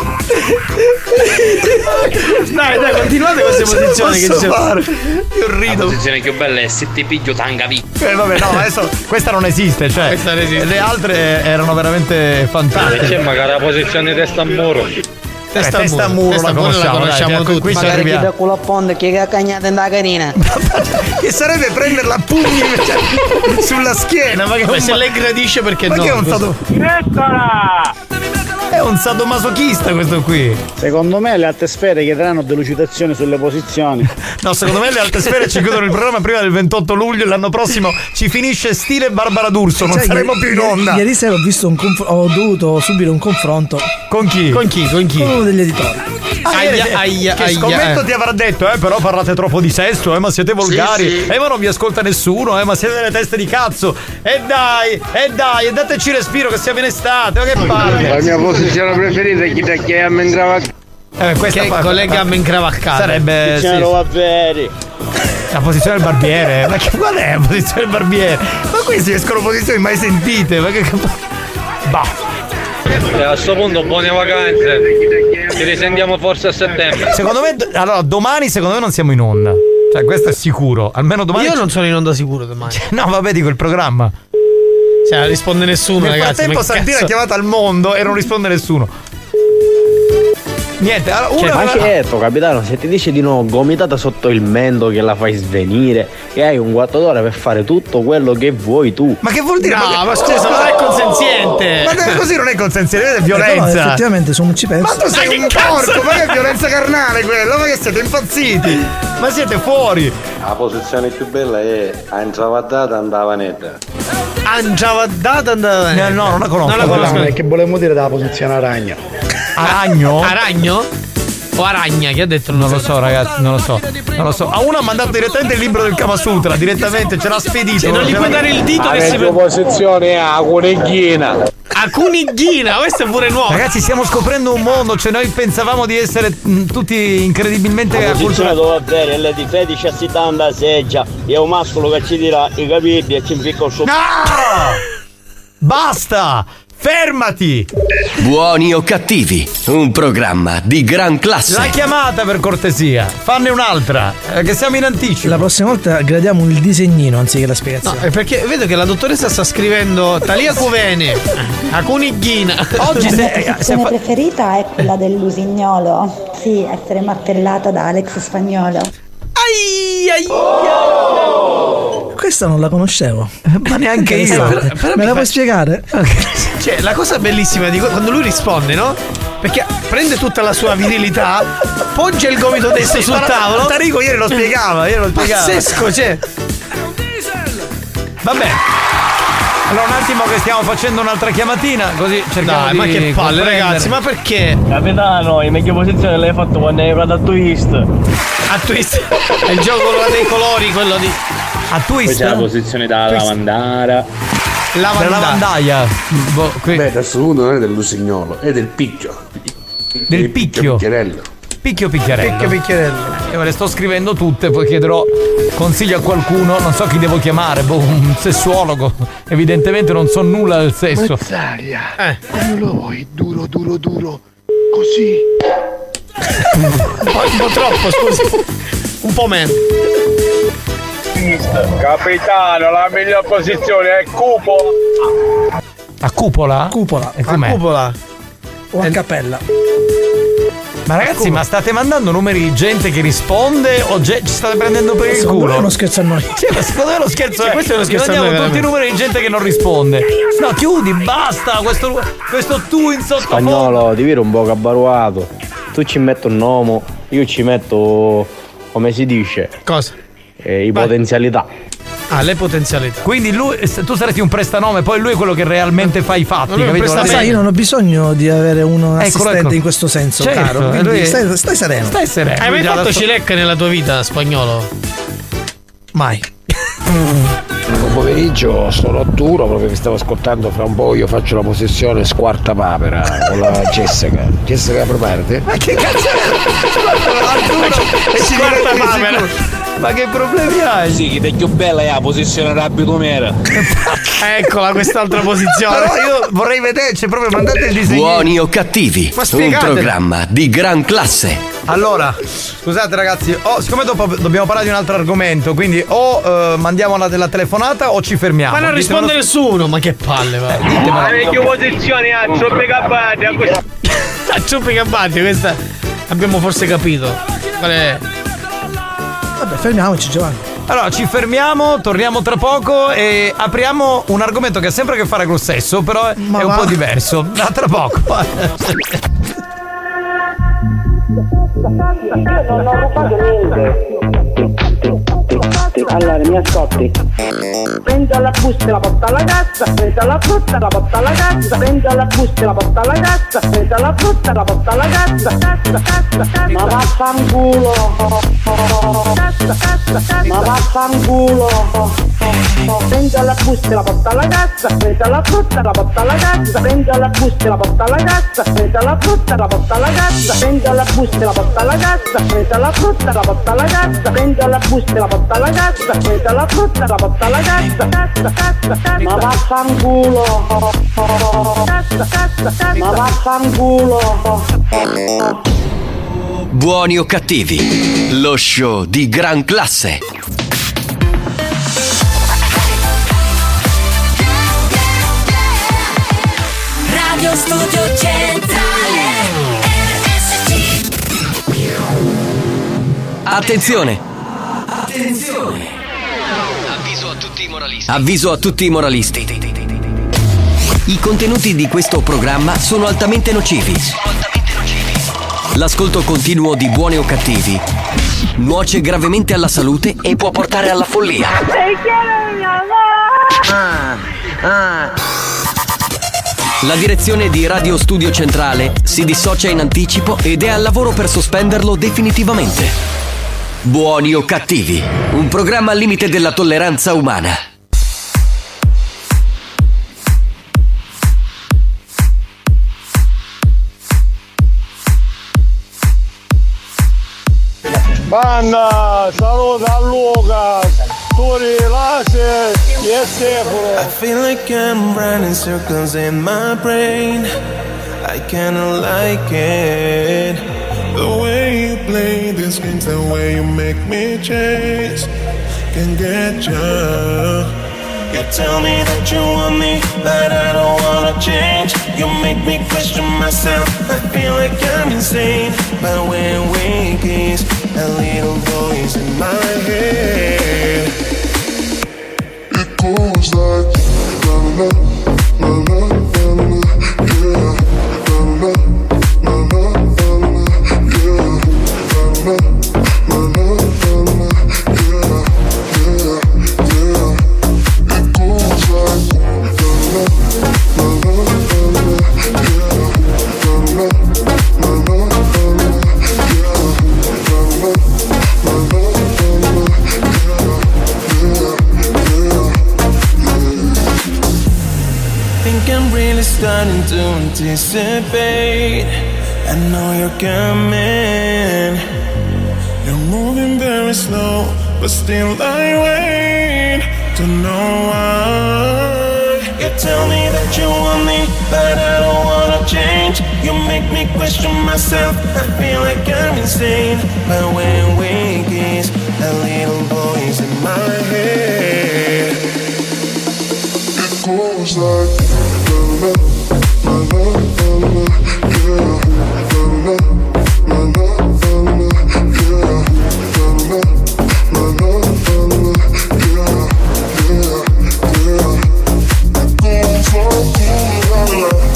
S2: Dai, dai, continuate queste posizioni che ci fare.
S7: Io rido.
S19: La posizione più bella è se ti piglio tanga vi.
S7: Eh vabbè, no, adesso questa non esiste, cioè.
S2: Questa non esiste.
S7: Le altre erano veramente fantastiche.
S14: C'è magari la posizione testa a muro.
S7: Testa, eh, testa a muro, testa la conosciamo, la conosciamo dai, tutti. Qui
S10: magari chi da culo a ponte che ha cagnata in da carina.
S7: Che sarebbe prenderla a pugni cioè, sulla schiena, ma che
S2: Beh, se lei gradisce perché
S7: ma
S2: no?
S7: Che è un sado... È un sadomasochista questo qui.
S24: Secondo me le altre sfere chiederanno delucidazioni sulle posizioni.
S7: No, secondo me le altre sfere ci chiudono il programma prima del ventotto luglio e l'anno prossimo ci finisce stile Barbara D'Urso, non cioè, saremo più in onda.
S11: Ieri sera ho visto un conf- ho dovuto subire un confronto.
S7: Con chi?
S2: Con chi? Con chi?
S11: Con uno degli editori.
S7: Ah, aia, che, aia, che aia, scommetto eh. ti avrà detto, eh, però parlate troppo di sesso, eh, ma siete volgari, sì, sì. eh, ma non vi ascolta nessuno, eh, ma siete delle teste di cazzo. E dai, e dai, e dateci respiro che siamo in estate, ma che palle.
S24: La mia posizione preferita è chi da chi è a Mencravaccato.
S7: Eh, questa
S2: che
S7: fa,
S2: collega a Mencravaccato.
S7: Sarebbe sì,
S24: sì.
S7: La posizione del barbiere, ma che qual è la posizione del barbiere? Ma qui si escono posizioni mai sentite, ma che bah.
S14: E a questo punto buone vacanze. Ci risentiamo forse a settembre.
S7: Secondo me, allora domani secondo me non siamo in onda. Cioè questo è sicuro. Almeno domani.
S2: Io non sono in onda sicuro domani.
S7: No, vabbè, dico il programma.
S2: Cioè non risponde nessuno.
S7: Nel
S2: ragazzi.
S7: Nel frattempo Santina ha chiamato al mondo e non risponde nessuno. Niente, allora una
S21: cioè, ma che detto, capitano, se ti dice di no gomitata sotto il mento che la fai svenire e hai un quarto d'ora per fare tutto quello che vuoi tu.
S7: Ma che vuol dire?
S2: No,
S7: ma, che...
S2: ma scusa, oh, non è consenziente.
S7: Ma così non è consenziente, è violenza.
S11: No, effettivamente sono ci penso.
S7: Ma tu sei ma un porco, ma che è violenza carnale quello? Ma che siete impazziti? Ma siete fuori.
S24: La posizione più bella è Angiavaddata andava netta.
S2: Angiavaddata andava netta.
S7: No, non la conosco.
S18: Non la conosco. Che volevamo dire dalla posizione aragna.
S7: Aragno?
S2: Aragno? O aragna? Chi ha detto?
S7: Non, non lo so, ragazzi, non lo so. Non lo so. A uno ha mandato direttamente il libro del Kama Sutra, direttamente, ce l'ha spedito.
S2: Se non gli puoi dare il dito
S24: la
S2: che si
S24: vede. La posizione è a coniglina.
S2: A coniglina, questo è pure nuovo.
S7: Ragazzi, stiamo scoprendo un mondo, cioè noi pensavamo di essere mh, tutti incredibilmente
S24: la posizione dove avere le di fetici a settanta seggia e un mascolo che ci dirà i capelli e ci impicca il suo.
S7: No! Basta! Fermati!
S1: Buoni o cattivi, un programma di gran classe.
S7: La chiamata per cortesia, fanne un'altra, eh, che siamo in anticipo.
S11: La prossima volta gradiamo il disegnino anziché la spiegazione.
S2: No, perché vedo che la dottoressa sta scrivendo Talia Cuvene, a coniglina.
S23: Oggi se, la mia posizione preferita è quella del lusignolo. Sì, essere martellata da Alex Spagnolo.
S2: Ai, ai,
S11: oh! Questa non la conoscevo.
S7: Ma neanche io.
S11: Per, per Me la fa... puoi spiegare?
S2: Cioè, la cosa bellissima di quando lui risponde, no? Perché prende tutta la sua virilità, poggia il gomito destro
S7: Sì,
S2: sul
S7: ma
S2: tavolo.
S7: Tarico ieri lo spiegava, ieri lo spiegava.
S2: Pazzesco, cioè.
S7: Vabbè. Allora un attimo che stiamo facendo un'altra chiamatina, così cerchiamo
S2: Dai,
S7: di
S2: ma che palle,
S7: comprendere.
S2: ragazzi, ma perché?
S10: Capitano, in meglio posizione l'hai fatto quando hai giocato a twist.
S2: A twist? È il gioco dei colori, quello di.
S7: A twist?
S14: Poi c'è la posizione da
S2: Twist.
S14: lavandara.
S7: La lavandaia. Boh, qui.
S4: Beh, adesso uno non è del lusignolo, è del picchio.
S7: Del picchio.
S4: Picchierello.
S7: Picchio picchiarello.
S2: Picchio picchierello.
S7: Io me le sto scrivendo tutte, poi chiederò consiglio a qualcuno, non so chi devo chiamare, boh, un sessuologo. Evidentemente non so nulla del sesso.
S4: Mazzaria.
S2: Eh.
S4: Come lo vuoi? Duro, duro, duro. Così.
S2: un, po', un po' troppo, scusi. Un po' meno.
S10: Capitano, la miglior posizione è cupo.
S7: A cupola?
S11: Cupola.
S7: E com'è?
S2: A cupola.
S11: O a cappella.
S7: Ma ragazzi, ma state mandando numeri di gente che risponde o ge- ci state prendendo per il
S11: Secondo me
S7: culo?
S11: è uno scherzo a noi.
S7: Sì, ma secondo me è uno scherzo.
S2: Sì, questo è uno scherzo a
S7: Mandiamo
S2: noi,
S7: tutti i
S2: veramente.
S7: numeri di gente che non risponde. No, chiudi, basta. Questo, questo tu in sottofondo.
S21: Spagnolo, ti vedo un po' cabbaruato. Tu ci metti un nome, io ci metto, come si dice?
S2: Cosa?
S21: Eh, i potenzialità.
S2: Ah, le potenzialità.
S7: Quindi lui, tu saresti un prestanome, poi lui è quello che realmente fa i fatti.
S2: Lui è un
S7: capito?
S2: prestanome.
S11: Sai, io non ho bisogno di avere uno
S7: Eccolo,
S11: assistente
S7: ecco.
S11: in questo senso,
S7: Certo,
S11: caro.
S7: lui-
S11: Quindi stai, stai sereno.
S7: Stai sereno.
S2: Hai mai
S7: Già
S2: fatto
S7: adesso-
S2: cilecca nella tua vita, Spagnolo?
S11: Mai.
S4: Buon pomeriggio, sono Arturo, proprio vi stavo ascoltando. Fra un po' io faccio la possessione squarta papera con la Jessica. Jessica, preparati.
S7: Ma che cazzo è? Arturo, e ci
S2: Squarta
S7: diventa
S2: papera.
S7: sicuro. Ma che problemi hai?
S14: Sì, che è più bella è la posizione rapido mera.
S2: Eccola quest'altra posizione.
S7: Però io vorrei vederci proprio, mandate il disegno.
S1: Buoni o cattivi,
S2: Ma
S1: un
S2: spiegatelo.
S1: programma di gran classe.
S7: Allora, scusate ragazzi, oh, siccome dopo dobbiamo parlare di un altro argomento, quindi o eh, mandiamo la, la telefonata o ci fermiamo.
S2: Ma non risponde nessuno, ma che palle, va.
S10: Ma vecchio posizione a troppi cappati.
S2: A ciuppi gabbati, questa abbiamo forse capito. Qual è?
S11: Vabbè, fermiamoci, Giovanni.
S7: Allora, ci fermiamo, torniamo tra poco e apriamo un argomento che ha sempre a che fare con il sesso, però è,
S11: Ma
S7: è un
S11: va.
S7: po' diverso. Da tra poco.
S24: Non ho rubato niente. Allora, mi ascolti. Prendo la busta e la porto alla cassa, prendo la frutta e la porto alla cassa, prendo la busta e la porto alla cassa, prendo la frutta e la porto alla cassa, cassa, cassa, cassa. Ma vaffanculo. Cassa, cassa, cassa. Ma vaffanculo. Prendo la busta e la porto alla cassa, prendo la frutta e la porto alla cassa, prendo la busta e la porto alla cassa, prendo la frutta e la porto alla cassa, prendo la busta e la porto alla cassa, prendo la frutta e la porto alla cassa, prendo la busta e la porto alla cassa, prendo la frutta e la porto alla cassa, cassa, cassa, cassa. Ma vaffanculo. Cassa, cassa, cassa. Ma vaffanculo.
S1: Buoni o cattivi, lo show di gran classe.
S6: Radio Studio Centrale R S C.
S1: Attenzione! Attenzione! Avviso a tutti i moralisti. Avviso a tutti i moralisti. I contenuti di questo programma sono altamente nocivi. L'ascolto continuo di Buoni o cattivi nuoce gravemente alla salute e può portare alla follia.
S24: Ah, ah.
S1: La direzione di Radio Studio Centrale si dissocia in anticipo ed è al lavoro per sospenderlo definitivamente. Buoni o cattivi, un programma al limite della tolleranza umana.
S10: Banda, saluta a Luca, Turi, Lasse e Stefano.
S8: I feel like I'm running circles in my brain. I kinda like it. The way you play these games, the way you make me change, can get you. You tell me that you want me, but I don't wanna change. You make me question myself, I feel like I'm insane. But when we kiss, a little voice in my head, it goes like la la la la la la, yeah, la la la starting to anticipate. I know you're coming. You're moving very slow, but still I wait to know why. You tell me that you want me, but I don't wanna change. You make me question myself, I feel like I'm insane. But when we kiss, a little voice in my head, it goes like la la la la la la, yeah, la la la la la la, yeah, la la la la la la, yeah, yeah, yeah. It goes like la la la.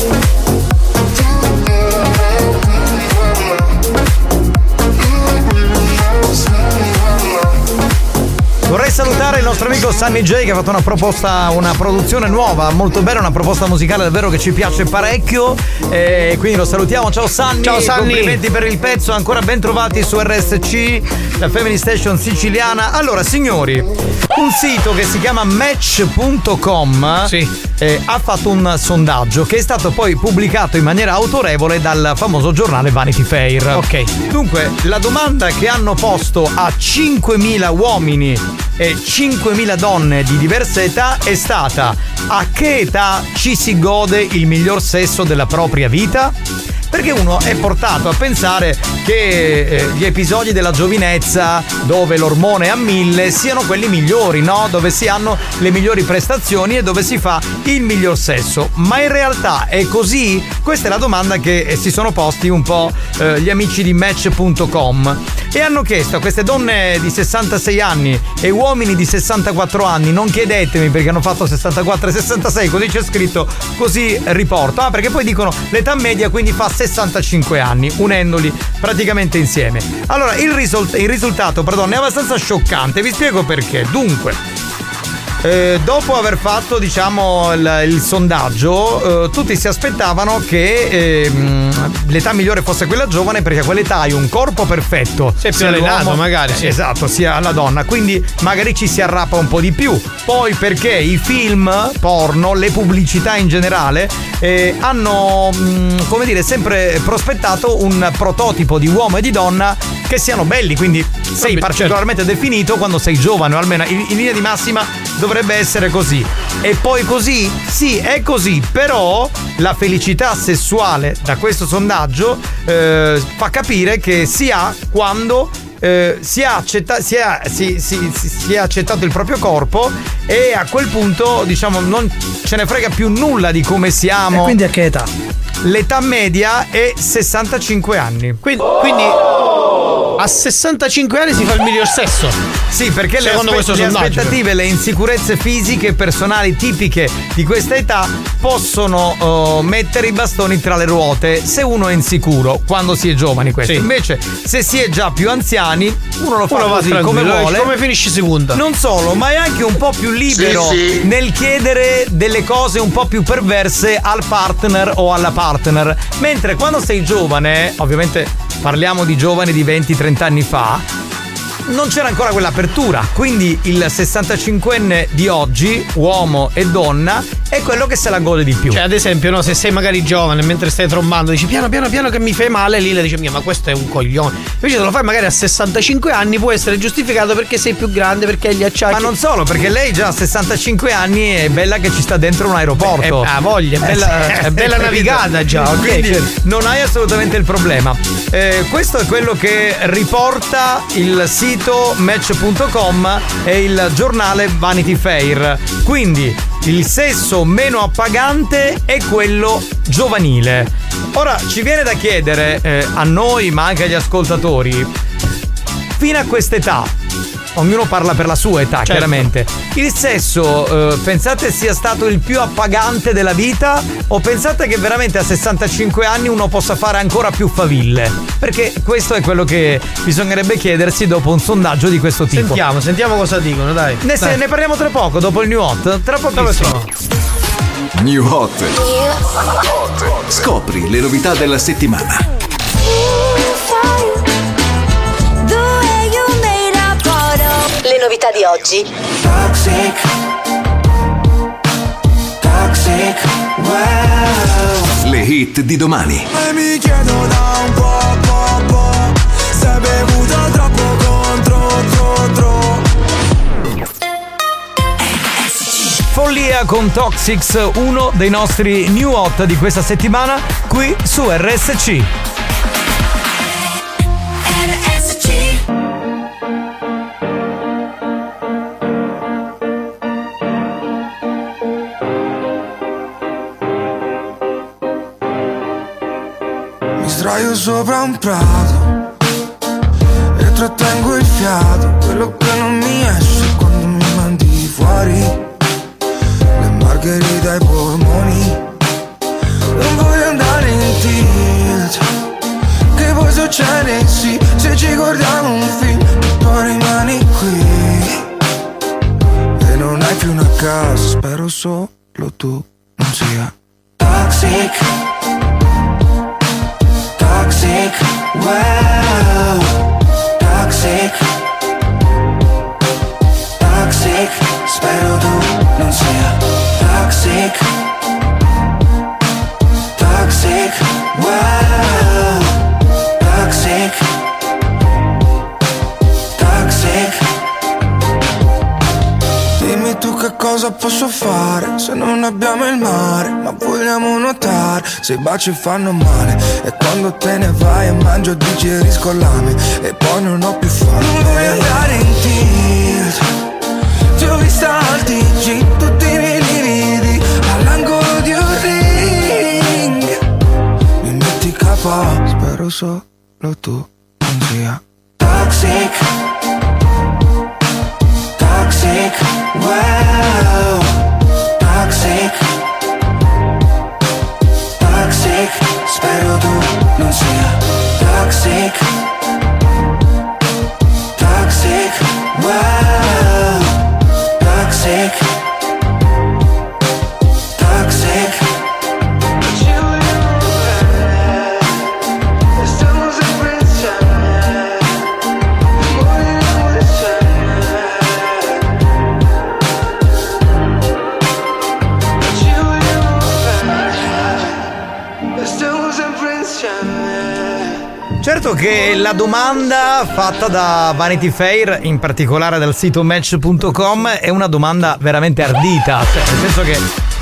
S7: Vorrei salutare il nostro amico Sunny J che ha fatto una proposta, una produzione nuova, molto bella, una proposta musicale davvero che ci piace parecchio, e quindi lo salutiamo. Ciao Sunny,
S2: ciao Sunny,
S7: complimenti per il pezzo, ancora ben trovati su R S C, la Family Station siciliana. Allora signori, un sito che si chiama Match punto com sì. eh, ha fatto un sondaggio che è stato poi pubblicato in maniera autorevole dal famoso giornale Vanity Fair.
S2: Ok.
S7: Dunque, la domanda che hanno posto a cinquemila uomini e cinquemila donne di diversa età è stata: a che età ci si gode il miglior sesso della propria vita? Perché uno è portato a pensare che eh, gli episodi della giovinezza, dove l'ormone è a mille, siano quelli migliori, no? Dove si hanno le migliori prestazioni e dove si fa il miglior sesso. Ma in realtà è così? Questa è la domanda che eh, si sono posti un po' eh, gli amici di Match punto com e hanno chiesto a queste donne di sessantasei anni e uomini di sessantaquattro anni, non chiedetemi perché hanno fatto sessantaquattro e sessantasei, così c'è scritto, così riporto. Ah, perché poi dicono l'età media, quindi fa sessantacinque anni, unendoli praticamente insieme. Allora, il, risult- il risultato, perdone, è abbastanza scioccante, vi spiego perché. Dunque, Eh, dopo aver fatto diciamo il, il sondaggio, eh, tutti si aspettavano che eh, l'età migliore fosse quella giovane, perché a quell'età hai un corpo perfetto,
S2: sei più allenato magari, sì.
S7: Esatto, sia la donna, quindi magari ci si arrapa un po' di più. Poi perché i film porno, le pubblicità in generale eh, hanno mh, come dire sempre prospettato un prototipo di uomo e di donna che siano belli, quindi sei Vabbè, particolarmente certo. definito quando sei giovane, o almeno in, in linea di massima dovrebbe essere così. E poi così? Sì, è così, però la felicità sessuale da questo sondaggio eh, fa capire che si ha quando eh, si, è accetta- si, è, si, si, si, si è accettato il proprio corpo, e a quel punto diciamo non ce ne frega più nulla di come siamo.
S11: E quindi a che età?
S7: L'età media è sessantacinque anni.
S2: Quindi, quindi a sessantacinque anni si fa il miglior sesso.
S7: Sì, perché le,
S2: Secondo
S7: aspe- le aspettative, le insicurezze fisiche e personali tipiche di questa età possono uh, mettere i bastoni tra le ruote se uno è insicuro quando si è giovani. Questo sì. Invece se si è già più anziani uno lo fa uno così come vuole,
S2: come finisce seconda.
S7: Non solo, ma è anche un po' più libero sì, sì. nel chiedere delle cose un po' più perverse al partner o alla partner. Mentre quando sei giovane, ovviamente parliamo di giovani di venti trenta anni fa, non c'era ancora quell'apertura, quindi il sessantacinquenne di oggi, uomo e donna, è quello che se la gode di più.
S2: Cioè, ad esempio, no, se sei magari giovane mentre stai trombando, dici piano piano piano che mi fai male, lì le dici mia, ma questo è un coglione. Invece se lo fai magari a sessantacinque anni può essere giustificato perché sei più grande, perché hai gli acciacchi.
S7: Ma non solo, perché lei già a sessantacinque anni è bella che ci sta dentro un aeroporto.
S2: Ah, voglia, è bella, eh, è bella navigata già, ok.
S7: Quindi non hai assolutamente il problema. Eh, questo è quello che riporta il sito Match punto com e il giornale Vanity Fair. Quindi il sesso meno appagante è quello giovanile. Ora ci viene da chiedere eh, a noi, ma anche agli ascoltatori, fino a quest'età, ognuno parla per la sua età, certo. chiaramente, il sesso eh, pensate sia stato il più appagante della vita, o pensate che veramente a sessantacinque anni uno possa fare ancora più faville? Perché questo è quello che bisognerebbe chiedersi dopo un sondaggio di questo tipo.
S2: Sentiamo, sentiamo cosa dicono, dai.
S7: Ne,
S2: dai.
S7: Se, ne parliamo tra poco, dopo il New Hot, tra pochissimo.
S1: New Hot. Scopri le novità della settimana.
S12: Le novità di oggi.
S8: Toxic, toxic, wow.
S15: hit di domani.
S8: E mi chiedo da un po', po', po', se hai bevuto troppo contro, tro, tro.
S7: Follia con Toxics, uno dei nostri new hot di questa settimana, qui su R S C.
S8: Mi sdraio sopra un prato e trattengo il fiato, quello che non mi esce quando mi mandi fuori. Le margherite ai polmoni, non voglio andare in tilt. Che poi succede sì, se ci guardiamo un film, poi rimani qui e non hai più una casa. Spero solo tu non sia toxic. Toxic, wow, toxic, toxic, spero tu non sia toxic, toxic, wow, toxic, toxic. Dimmi tu che cosa posso fare se non abbiamo il mare, ma vogliamo nuotare, se i baci fanno male e quando te ne vai e mangio digerisco lame e poi non ho più fame. Non voglio andare in tilt, ti ho vista al T G, tutti i miei lividi all'angolo di un ring. Mi metti capo, spero solo tu non sia toxic, toxic, wow, toxic, toxic, spero tu non sia toxic, toxic, wow, toxic, toxic. Stiamo sempre insieme, moriremo insieme. Ci vogliamo bene, stiamo sempre insieme.
S7: Certo che la domanda fatta da Vanity Fair, in particolare dal sito match punto com, è una domanda veramente ardita, cioè, nel senso che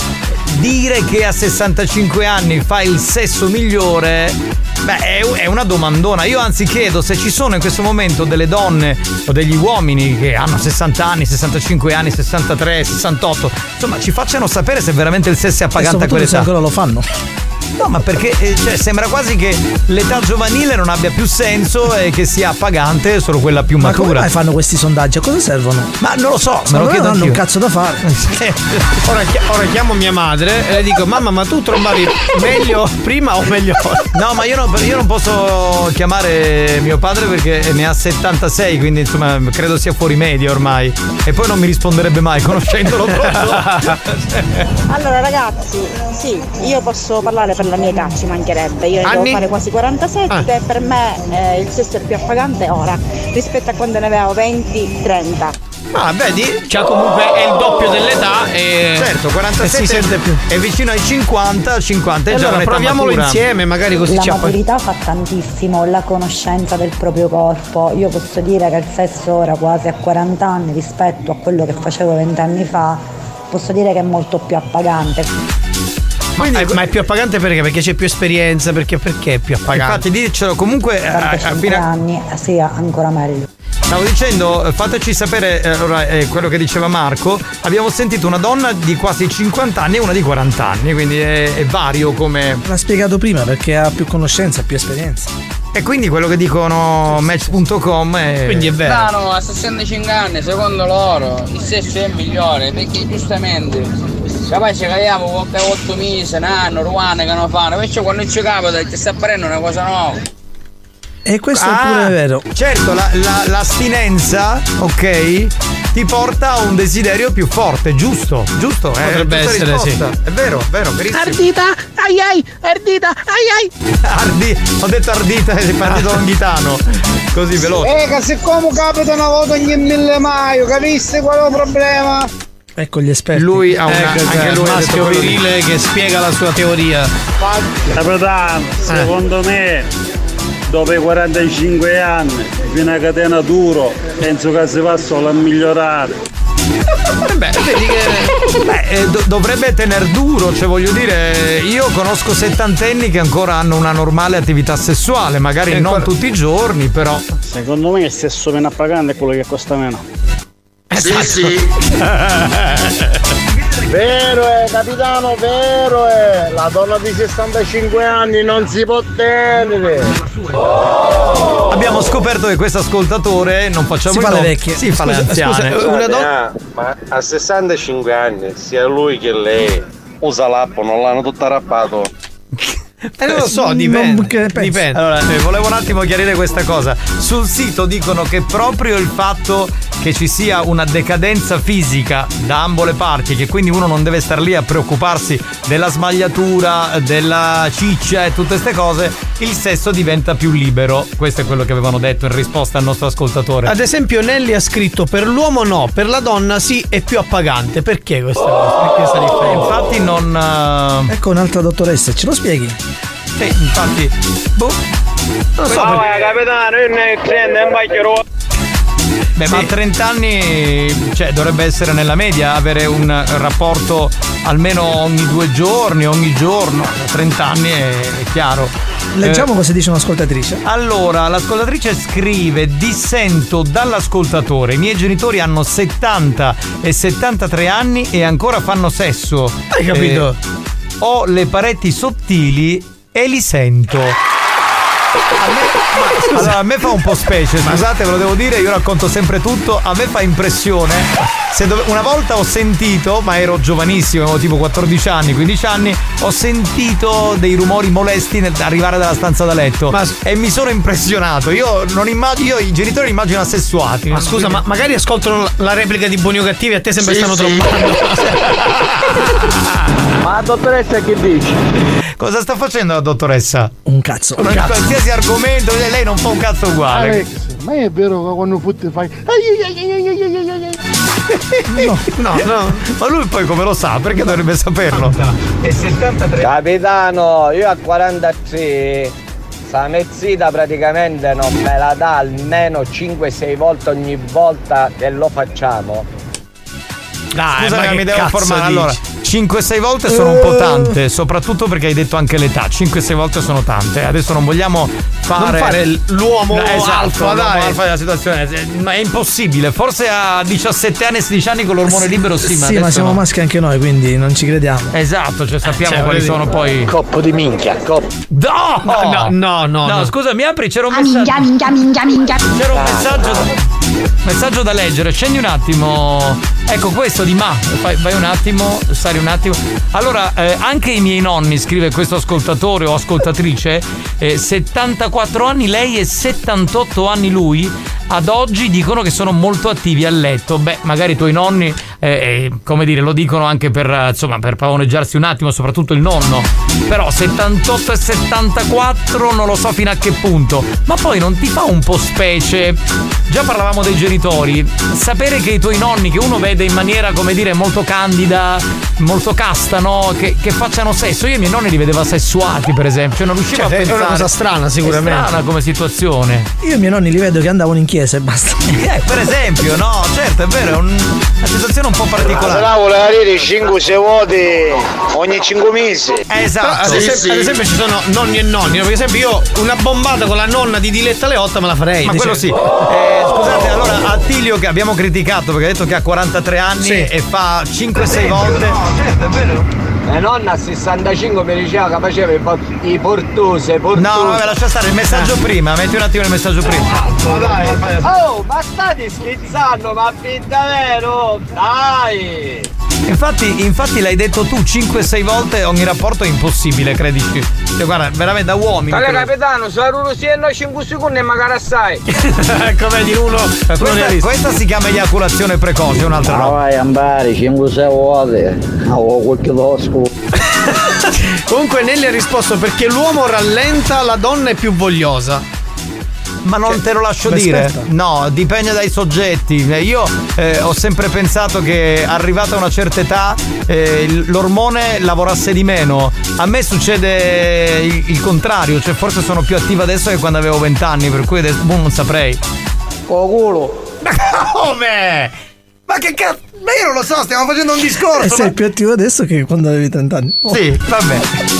S7: dire che a sessantacinque anni fai il sesso migliore, beh, è, è una domandona. Io anzi chiedo se ci sono in questo momento delle donne o degli uomini che hanno sessanta anni, sessantacinque anni, sessantatré, sessantotto, insomma, ci facciano sapere se veramente il sesso è appagante a quell'età.
S11: Se ancora lo fanno.
S7: No, ma perché eh, cioè, sembra quasi che l'età giovanile non abbia più senso e che sia appagante solo quella più
S11: ma
S7: matura.
S11: Ma come mai fanno questi sondaggi? A cosa servono?
S7: Ma non lo so,
S11: me
S7: lo chiedo
S11: non hanno
S7: anch'io.
S11: un cazzo da fare.
S2: ora, chi- ora chiamo mia madre e le dico: mamma, ma tu trombavi meglio prima o meglio ora?
S7: No, ma io, no, io non posso chiamare mio padre perché ne ha settantasei, quindi insomma credo sia fuori media ormai. E poi non mi risponderebbe mai, conoscendolo troppo.
S16: Allora ragazzi, sì, io posso parlare per la mia età, ci mancherebbe. Io ne
S2: Anni?
S16: devo fare quasi quarantasette,
S2: Ah.
S16: per me eh, il sesso è più appagante ora rispetto a quando ne avevo venti trenta.
S2: Ah, vedi? Cioè, comunque è il doppio dell'età e.
S7: Certo,
S2: e
S7: quarantasette
S2: si sente più.
S7: è vicino ai cinquanta, cinquanta è
S2: E
S7: già
S2: allora
S7: un'età
S2: proviamolo
S7: matura.
S2: insieme, magari così
S23: La
S2: ci appare.
S23: maturità fa tantissimo, la conoscenza del proprio corpo. Io posso dire che il sesso ora quasi a quaranta anni rispetto a quello che facevo venti anni fa, posso dire che è molto più appagante.
S2: Ma è, ma è più appagante perché? Perché c'è più esperienza, perché perché è più appagante?
S7: Infatti dicelo comunque a, a
S23: quarantacinque
S7: fine-
S23: anni sia ancora meglio.
S7: Stavo dicendo, eh, fateci sapere eh, allora, eh, quello che diceva Marco. Abbiamo sentito una donna di quasi cinquanta anni e una di quaranta anni, quindi è, è vario come.
S11: L'ha spiegato prima perché ha più conoscenza, più esperienza.
S7: E quindi quello che dicono match punto com è.
S2: Quindi è vero.
S20: No, a sessantacinque anni, secondo loro, il sesso è il migliore, perché giustamente capace che abbiamo qualche otto mesi, un anno, due anni che non fanno, invece quando ci capita ti sta apparendo una cosa nuova.
S11: E questo
S7: Ah,
S11: è pure vero.
S7: Certo, la, la, l'astinenza, ok, ti porta a un desiderio più forte, giusto? Giusto? È
S2: Potrebbe
S7: giusta
S2: essere,
S7: risposta.
S2: sì.
S7: È vero, vero, verissimo.
S16: Ardita, ai ai, ardita, ai ai.
S7: Ardi, ho detto ardita e sei partito longhitano. Così veloce.
S22: Eh, che siccome capita una volta ogni mille maio, capisci qual è il problema?
S11: Ecco gli esperti.
S2: Lui ha una,
S11: ecco,
S2: anche lui un maschio virile che spiega la sua teoria.
S13: Capitano, secondo me dopo i quarantacinque anni fino a catena duro penso che si va solo a migliorare.
S7: Beh, vedi che beh, eh, do- dovrebbe tener duro, cioè voglio dire, io conosco settantenni che ancora hanno una normale attività sessuale, magari
S13: E
S7: non
S13: ancora-
S7: tutti i giorni, però.
S13: Secondo me il sesso meno appagante è quello che costa meno.
S3: Sì, sì.
S24: Vero è, capitano, vero è. La donna di sessantacinque anni non si può tenere.
S7: Abbiamo scoperto che questo ascoltatore non facciamo
S11: Si
S7: il
S11: fa le
S7: nome,
S11: vecchie.
S7: Si fa le
S11: Scusa,
S7: anziane.
S11: scusa, una donna-
S15: Ah, ma a sessantacinque anni sia lui che lei usa l'app, non l'hanno tutta rappato.
S2: Eh, non lo so, dipende. dipende.
S7: Allora, eh, volevo un attimo chiarire questa cosa. Sul sito dicono che proprio il fatto che ci sia una decadenza fisica da ambo le parti, che quindi uno non deve star lì a preoccuparsi della smagliatura, della ciccia e tutte queste cose, il sesso diventa più libero. Questo è quello che avevano detto in risposta al nostro ascoltatore.
S2: Ad esempio Nelly ha scritto: per l'uomo no, per la donna sì, è più appagante. Perché questa cosa? Perché questa differenza?
S7: Infatti non.
S11: Ecco un'altra dottoressa, ce lo spieghi?
S7: Sì, infatti. Boh.
S13: Non so, ma capitano, io ne prendo un bacchero.
S7: Beh, ma a trenta anni, cioè, dovrebbe essere nella media avere un rapporto almeno ogni due giorni, ogni giorno. A trenta anni è, è chiaro.
S11: Leggiamo cosa dice un'ascoltatrice.
S7: Allora, l'ascoltatrice scrive: dissento dall'ascoltatore. I miei genitori hanno settanta e settantatré anni e ancora fanno sesso.
S2: Hai capito?
S7: Eh, ho le pareti sottili e li sento. A me, ma, allora, a me fa un po' specie, scusate, ve lo devo dire, io racconto sempre tutto. A me fa impressione. Se dove, una volta ho sentito, ma ero giovanissimo, avevo tipo quattordici anni, quindici anni, ho sentito dei rumori molesti nel, arrivare dalla stanza da letto. Ma, e mi sono impressionato. Io non immagino, io i genitori li immagino assessuati.
S2: Ma scusa, ma magari ascoltano la replica di Buoni o Cattivi e a te sempre
S7: Sì,
S2: stanno
S7: sì.
S2: trombando.
S13: Ma la dottoressa che dice?
S7: Cosa sta facendo la dottoressa?
S11: Un cazzo.
S7: Un cazzo. Qualsiasi argomento, lei non fa un cazzo uguale.
S24: Alex, ma è vero che quando futti fai
S7: No, no, no. Ma lui poi come lo sa? Perché dovrebbe saperlo?
S13: E settantatré.
S17: Capitano, io a quarantatré sta mezzita praticamente non me la dà almeno cinque sei volte ogni volta che lo facciamo.
S2: Dai,
S7: Scusami,
S2: ma che
S7: mi devo
S2: cazzo
S7: informare.
S2: dici?
S7: Allora, cinque sei volte sono un po' tante, soprattutto perché hai detto anche l'età. cinque sei volte sono tante. Adesso non vogliamo fare,
S2: Non fare l'uomo
S7: No, esatto,
S2: alfa,
S7: l'uomo
S2: dai.
S7: alfa della situazione. Ma è impossibile. Forse a diciassette anni, sedici anni con l'ormone libero sì, ma
S11: Sì, ma
S7: adesso
S11: siamo
S7: no.
S11: maschi anche noi, quindi non ci crediamo.
S7: Esatto, cioè sappiamo
S11: Cioè,
S7: quali
S11: vedi-
S7: sono poi.
S11: Coppo di minchia, coppo.
S7: No!
S2: No, no, no, no,
S7: No,
S2: no.
S7: scusa, mi apri, c'era un
S9: Ah,
S7: messaggio.
S9: minchia, minchia, minchia, minchia.
S7: C'era un messaggio da, messaggio da leggere. Scendi un attimo. Ecco questo di Ma. Vai, vai un attimo, sali un attimo. Allora, eh, anche i miei nonni, scrive questo ascoltatore o ascoltatrice, eh, settantaquattro anni lei e settantotto anni lui, ad oggi dicono che sono molto attivi a letto. Beh, magari i tuoi nonni, eh, eh, come dire, lo dicono anche per, eh, insomma, per pavoneggiarsi un attimo, soprattutto il nonno. Però settantotto e settantaquattro non lo so fino a che punto. Ma poi non ti fa un po' specie? Già parlavamo dei genitori. Sapere che i tuoi nonni, che uno vede in maniera, come dire, molto candida, molto casta, no? Che, che facciano sesso. Io i miei nonni li vedevo sessuati, per esempio. Cioè, non riuscivo
S2: Cioè,
S7: a
S2: è una
S7: pensare.
S2: cosa strana, sicuramente.
S7: È strana come situazione.
S11: Io i miei nonni li vedo che andavano in chiesa e basta.
S7: Eh, per esempio, no, certo, è vero, è un- una situazione un po' particolare.
S24: Se no voleva dire cinque sei volte ogni cinque mesi.
S7: Esatto.
S2: Però, ad, esempio, ad esempio ci sono nonni e nonni, no? Per esempio io una bombata con la nonna di Diletta Leotta me la farei.
S7: Ma
S2: dice-
S7: quello sì. Eh, scusate, allora Attilio che abbiamo criticato perché ha detto che ha quarantatré anni
S2: Sì.
S7: e fa cinque sei volte.
S17: Mia nonna a sessantacinque mi diceva che faceva i, po- i portose, portose.
S7: No, vabbè, lascia stare il messaggio prima, metti un attimo il messaggio prima.
S17: Oh, ma state scherzando, ma finta vero? Dai!
S7: Infatti, infatti l'hai detto tu cinque sei volte, ogni rapporto è impossibile, credici. Cioè, guarda, veramente da uomini.
S17: Allora
S7: quello-
S17: capitano, se uno si è cinque secondi e magari assai.
S2: Ecco, vedi uno.
S7: Questa, questa si chiama eiaculazione precoce, è un'altra
S24: Ma
S7: roba.
S24: vai ambare cinque sei volte. Ho qualche losco.
S2: Comunque Nelly ha risposto perché l'uomo rallenta, la donna è più vogliosa.
S7: Ma non
S2: Cioè,
S7: te lo lascio
S2: beh,
S7: dire.
S2: aspetta.
S7: No, dipende dai soggetti. Io eh, ho sempre pensato che arrivata a una certa età eh, l'ormone lavorasse di meno. A me succede il, il contrario, cioè forse sono più attiva adesso che quando avevo vent'anni, per cui adesso boh, non saprei.
S24: Oh culo.
S7: Ma come? Ma che cazzo? Ma io non lo so, stiamo facendo un discorso.
S11: E sei
S7: ma...
S11: più attivo adesso che quando avevi trenta anni. Oh.
S7: Sì, vabbè.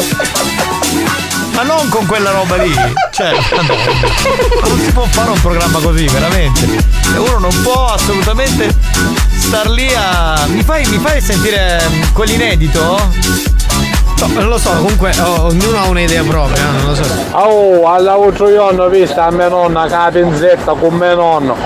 S7: Ma non con quella roba lì. Cioè, vabbè. Ma non si può fare un programma così, veramente. E uno non può assolutamente star lì a. Mi fai, mi fai sentire quell'inedito?
S2: No, non lo so, comunque oh, ognuno ha un'idea propria, non lo so.
S24: Oh, all'altro giorno vista a mia nonna che la pinzetta con mio nonno.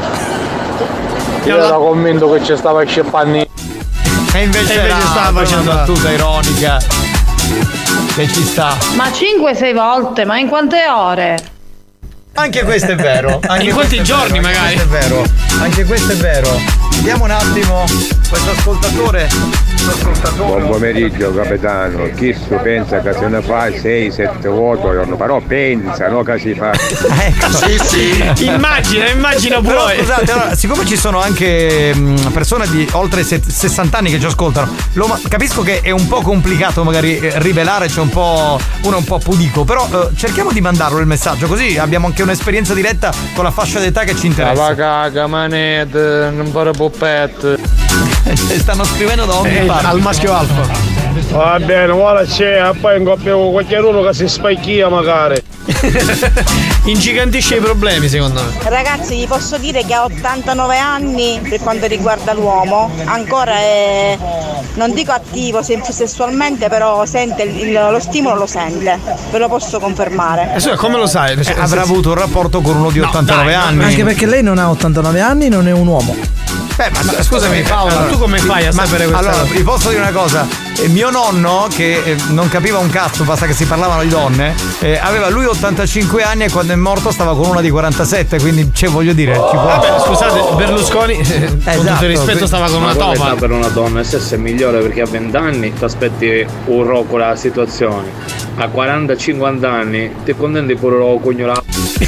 S24: Io ero convinto che ci stava scippando.
S7: E invece,
S2: e invece
S7: era
S2: stava facendo
S7: una battuta ironica. Che ci sta.
S9: Ma cinque sei volte, ma in quante ore?
S7: Anche questo è vero. Anche
S2: in quanti giorni
S7: vero,
S2: magari?
S7: Anche questo è vero. Anche questo è vero. Vediamo un attimo questo ascoltatore. Questo ascoltatore.
S5: Buon pomeriggio capitano. Chi su pensa che se ne fa sei sette volte al giorno, però pensa, no che si fa.
S7: Ecco.
S2: Sì, sì. Immagina, immagina pure.
S7: Però scusate, allora, siccome ci sono anche mh, persone di oltre sessanta anni che ci ascoltano, lo, capisco che è un po' complicato magari eh, rivelare, c'è un po'. Uno è un po' pudico, però eh, cerchiamo di mandarlo il messaggio, così abbiamo anche un'esperienza diretta con la fascia d'età che ci interessa.
S24: La caga, manette, non fare poppette.
S7: Stanno scrivendo da ogni
S2: eh,
S7: parte.
S2: Al maschio alfa.
S24: Va bene, ora c'è, poi ingoppiamo qualcuno che si spacchia magari.
S2: Ingigantisce i problemi secondo me.
S16: Ragazzi, vi posso dire che a ottantanove anni, per quanto riguarda l'uomo, ancora è, non dico attivo sessualmente, però sente il, lo stimolo, lo sente, ve lo posso confermare.
S2: Eh, come lo sai?
S7: Eh, avrà avuto un rapporto con uno di
S2: no,
S7: ottantanove
S2: dai,
S7: anni.
S11: Anche perché lei non ha ottantanove anni, non è un uomo.
S7: Beh, ma scusami Paola,
S2: allora, tu come fai a
S7: ma,
S2: sapere questa
S7: allora,
S2: cosa?
S7: vi posso dire una cosa. Eh, mio nonno, che eh, non capiva un cazzo, basta che si parlavano di donne, eh, aveva lui ottantacinque anni e quando è morto stava con una di quarantasette, quindi cioè, voglio dire, ci può.
S2: Vabbè, scusate, Berlusconi eh, con
S7: esatto,
S2: tutto il rispetto stava con una topa.
S18: Per una donna il sesso è migliore perché a venti anni ti aspetti un rocco la situazione, a quaranta cinquanta anni ti contenti pure lo cognolato.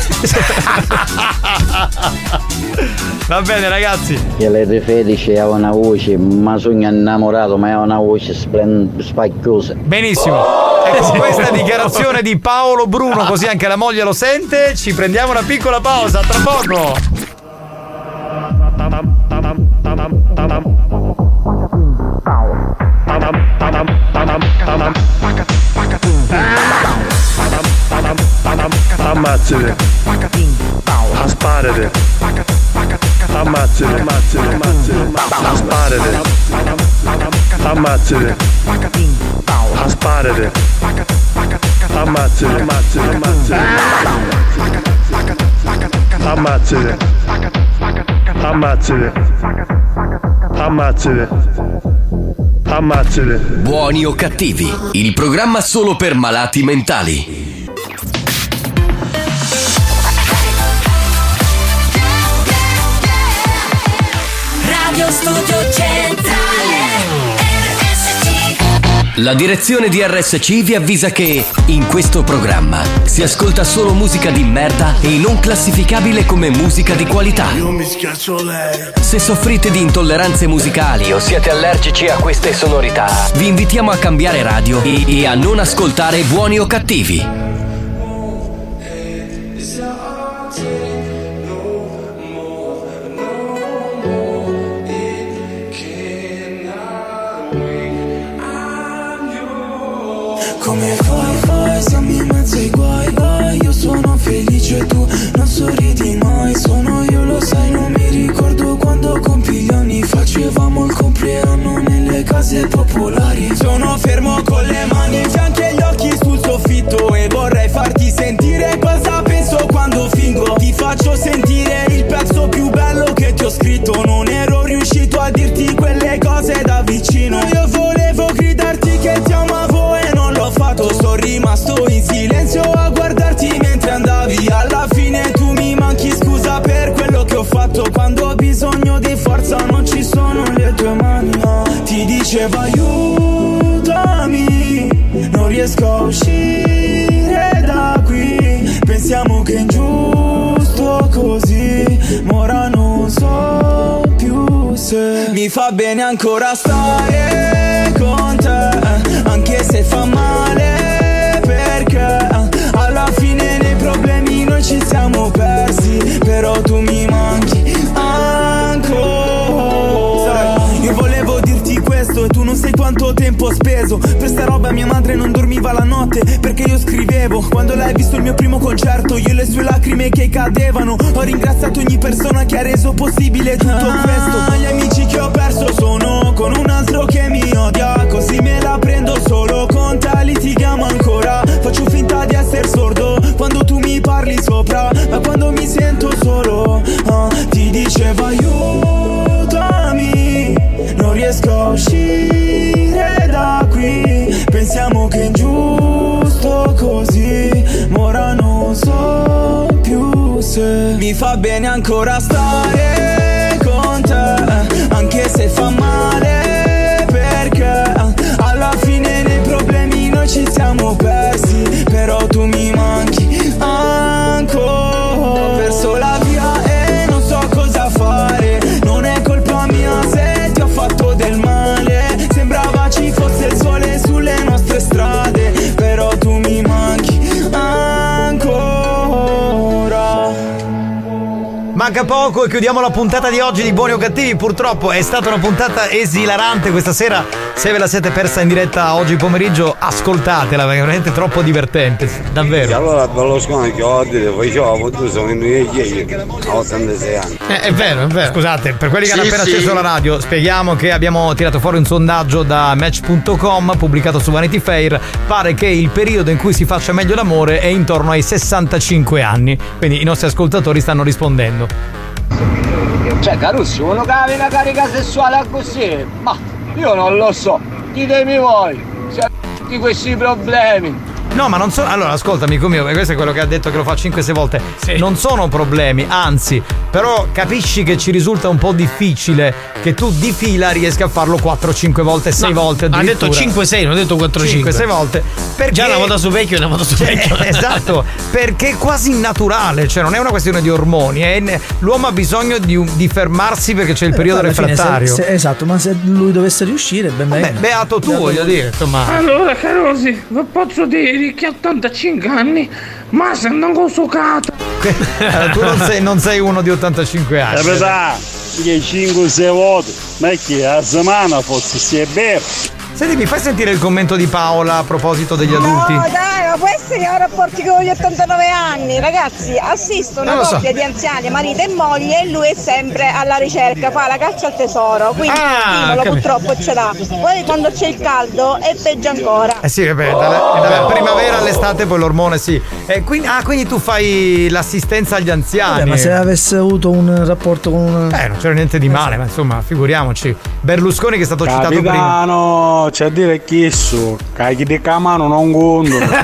S7: Va bene ragazzi.
S21: Che le Felice ha una voce, ma sono innamorato, ma ha una voce splen- spacchiosa.
S7: Benissimo. E con questa dichiarazione di Paolo Bruno, così anche la moglie lo sente, ci prendiamo una piccola pausa, tra poco.
S24: Ammazzate. Asparate. Ammazzate. Ammazzate. Asparate. Ammazzate. Asparate. Ammazzate. Ammazzate. Ammazzate. Ammazzate. Ammazzate.
S1: Buoni o cattivi, il programma solo per malati mentali.
S6: Radio Studio Centrale R S C.
S1: La direzione di R S C vi avvisa che in questo programma si ascolta solo musica di merda e non classificabile come musica di qualità.
S8: Io mi schiaccio lei.
S1: Se soffrite di intolleranze musicali o siete allergici a queste sonorità, vi invitiamo a cambiare radio e, e a non ascoltare Buoni o Cattivi.
S8: Come fai, fai, siamo in mezzo ai guai, vai. Io sono felice, tu non sorridi mai. Sono io, lo sai, non mi ricordo quando compi gli anni. Facevamo il compleanno nelle case popolari. Sono fermo con le mani in fianco e gli occhi sul soffitto. E vorrei farti sentire cosa penso quando fingo. Ti faccio sentire il pezzo più bello che ti ho scritto. Non ero riuscito a dirti quelle cose da vicino. Io volevo gridarti che ti amavo e non l'ho fatto. Sono rimasto in silenzio a guardarti mentre andavi. Alla fine tu mi manchi, scusa per quello che ho fatto. Quando ho bisogno di forza non ci sono le tue mani, no. Ti dicevo aiutami, non riesco a uscire da qui. Pensiamo che è ingiusto giusto così, ma ora non so più se mi fa bene ancora stare con te, anche se fa male, perché alla fine nei problemi noi ci siamo persi, però tu mi manchi ancora. Io volevo dirti questo e tu non sai quanto tempo ho speso per sta roba. Mia madre non dormiva la notte perché io scrivevo. Quando lei ha visto il mio primo concerto, io e le sue lacrime che cadevano. Ho ringraziato ogni persona che ha reso possibile tutto ah, questo. Gli amici che ho perso sono con un altro che mi odia, così me la prendo solo con te, litighiamo ancora. Faccio finta di essere sordo quando tu mi parli sopra, ma quando mi sento solo ah, ti dicevo aiutami, non riesco a uscire da qui. Pensiamo che è ingiusto così, ma ora non so più se mi fa bene ancora stare con te, anche se fa male, perché alla fine nei problemi noi ci siamo persi, però tu mi manchi ancora. Ho perso la via e non so cosa fare, non è colpa mia se ti ho fatto del male. Sembrava ci fosse il sole sulle nostre strade, però tu mi manchi ancora.
S7: Manca poco e chiudiamo la puntata di oggi di Buoni o Cattivi. Purtroppo è stata una puntata esilarante questa sera. Se ve la siete persa in diretta oggi pomeriggio, ascoltatela, perché è veramente troppo divertente, davvero.
S4: Allora Berlusconi che ho detto facevo, tu sono in ieri, ho ottantasei anni.
S7: Eh, è vero, è vero. Scusate, per quelli che sì, hanno appena sì. acceso la radio, spieghiamo che abbiamo tirato fuori un sondaggio da Match punto com pubblicato su Vanity Fair. Pare che il periodo in cui si faccia meglio l'amore è intorno ai sessantacinque anni. Quindi i nostri ascoltatori stanno rispondendo.
S17: Cioè, Caruso, uno che ha una carica sessuale così, ma io non lo so, ditemi voi, se di questi problemi.
S7: No, ma non sono. Allora, ascolta, amico mio, questo è quello che ha detto che lo fa cinque sei volte. Sì. Non sono problemi, anzi, però capisci che ci risulta un po' difficile che tu di fila riesca a farlo quattro cinque volte, sei no, volte.
S2: Ha detto cinque sei, non ha detto quattro cinque.
S7: cinque sei volte. Perché...
S2: Già una volta su vecchio e una volta su vecchio.
S7: Eh, esatto, perché è quasi naturale, cioè non è una questione di ormoni, è... l'uomo ha bisogno di, di fermarsi perché c'è il eh, periodo refrattario.
S11: Se, se, esatto, ma se lui dovesse riuscire, ben bene.
S7: Beh, beato tu, beato voglio lui. dire, insomma.
S10: Allora, Carosi, vi posso dire che a ottantacinque anni, ma se non ho succato.
S7: Tu non sei, non sei uno di ottantacinque anni.
S13: Capità, che cinque sei volte, ma che a settimana forse si è vero.
S7: Senti, mi fai sentire il commento di Paola a proposito degli adulti?
S16: No, dai, ma può essere che ho rapporti con gli ottantanove anni. Ragazzi, assisto una coppia so. di anziani, marito e moglie, e lui è sempre alla ricerca, fa la caccia al tesoro. Quindi ah, il purtroppo ce l'ha. Poi quando c'è il caldo è peggio ancora.
S7: Eh sì, vabbè, dalla, dalla primavera all'estate poi l'ormone sì. Eh, quindi, ah, quindi tu fai l'assistenza agli anziani.
S11: Vabbè, ma se avesse avuto un rapporto con un...
S7: Eh, non c'era niente di male, ma insomma, figuriamoci. Berlusconi che è stato
S13: Capitano.
S7: citato prima.
S13: C'è a dire chi su, caghi di camano non conto.
S7: Beh,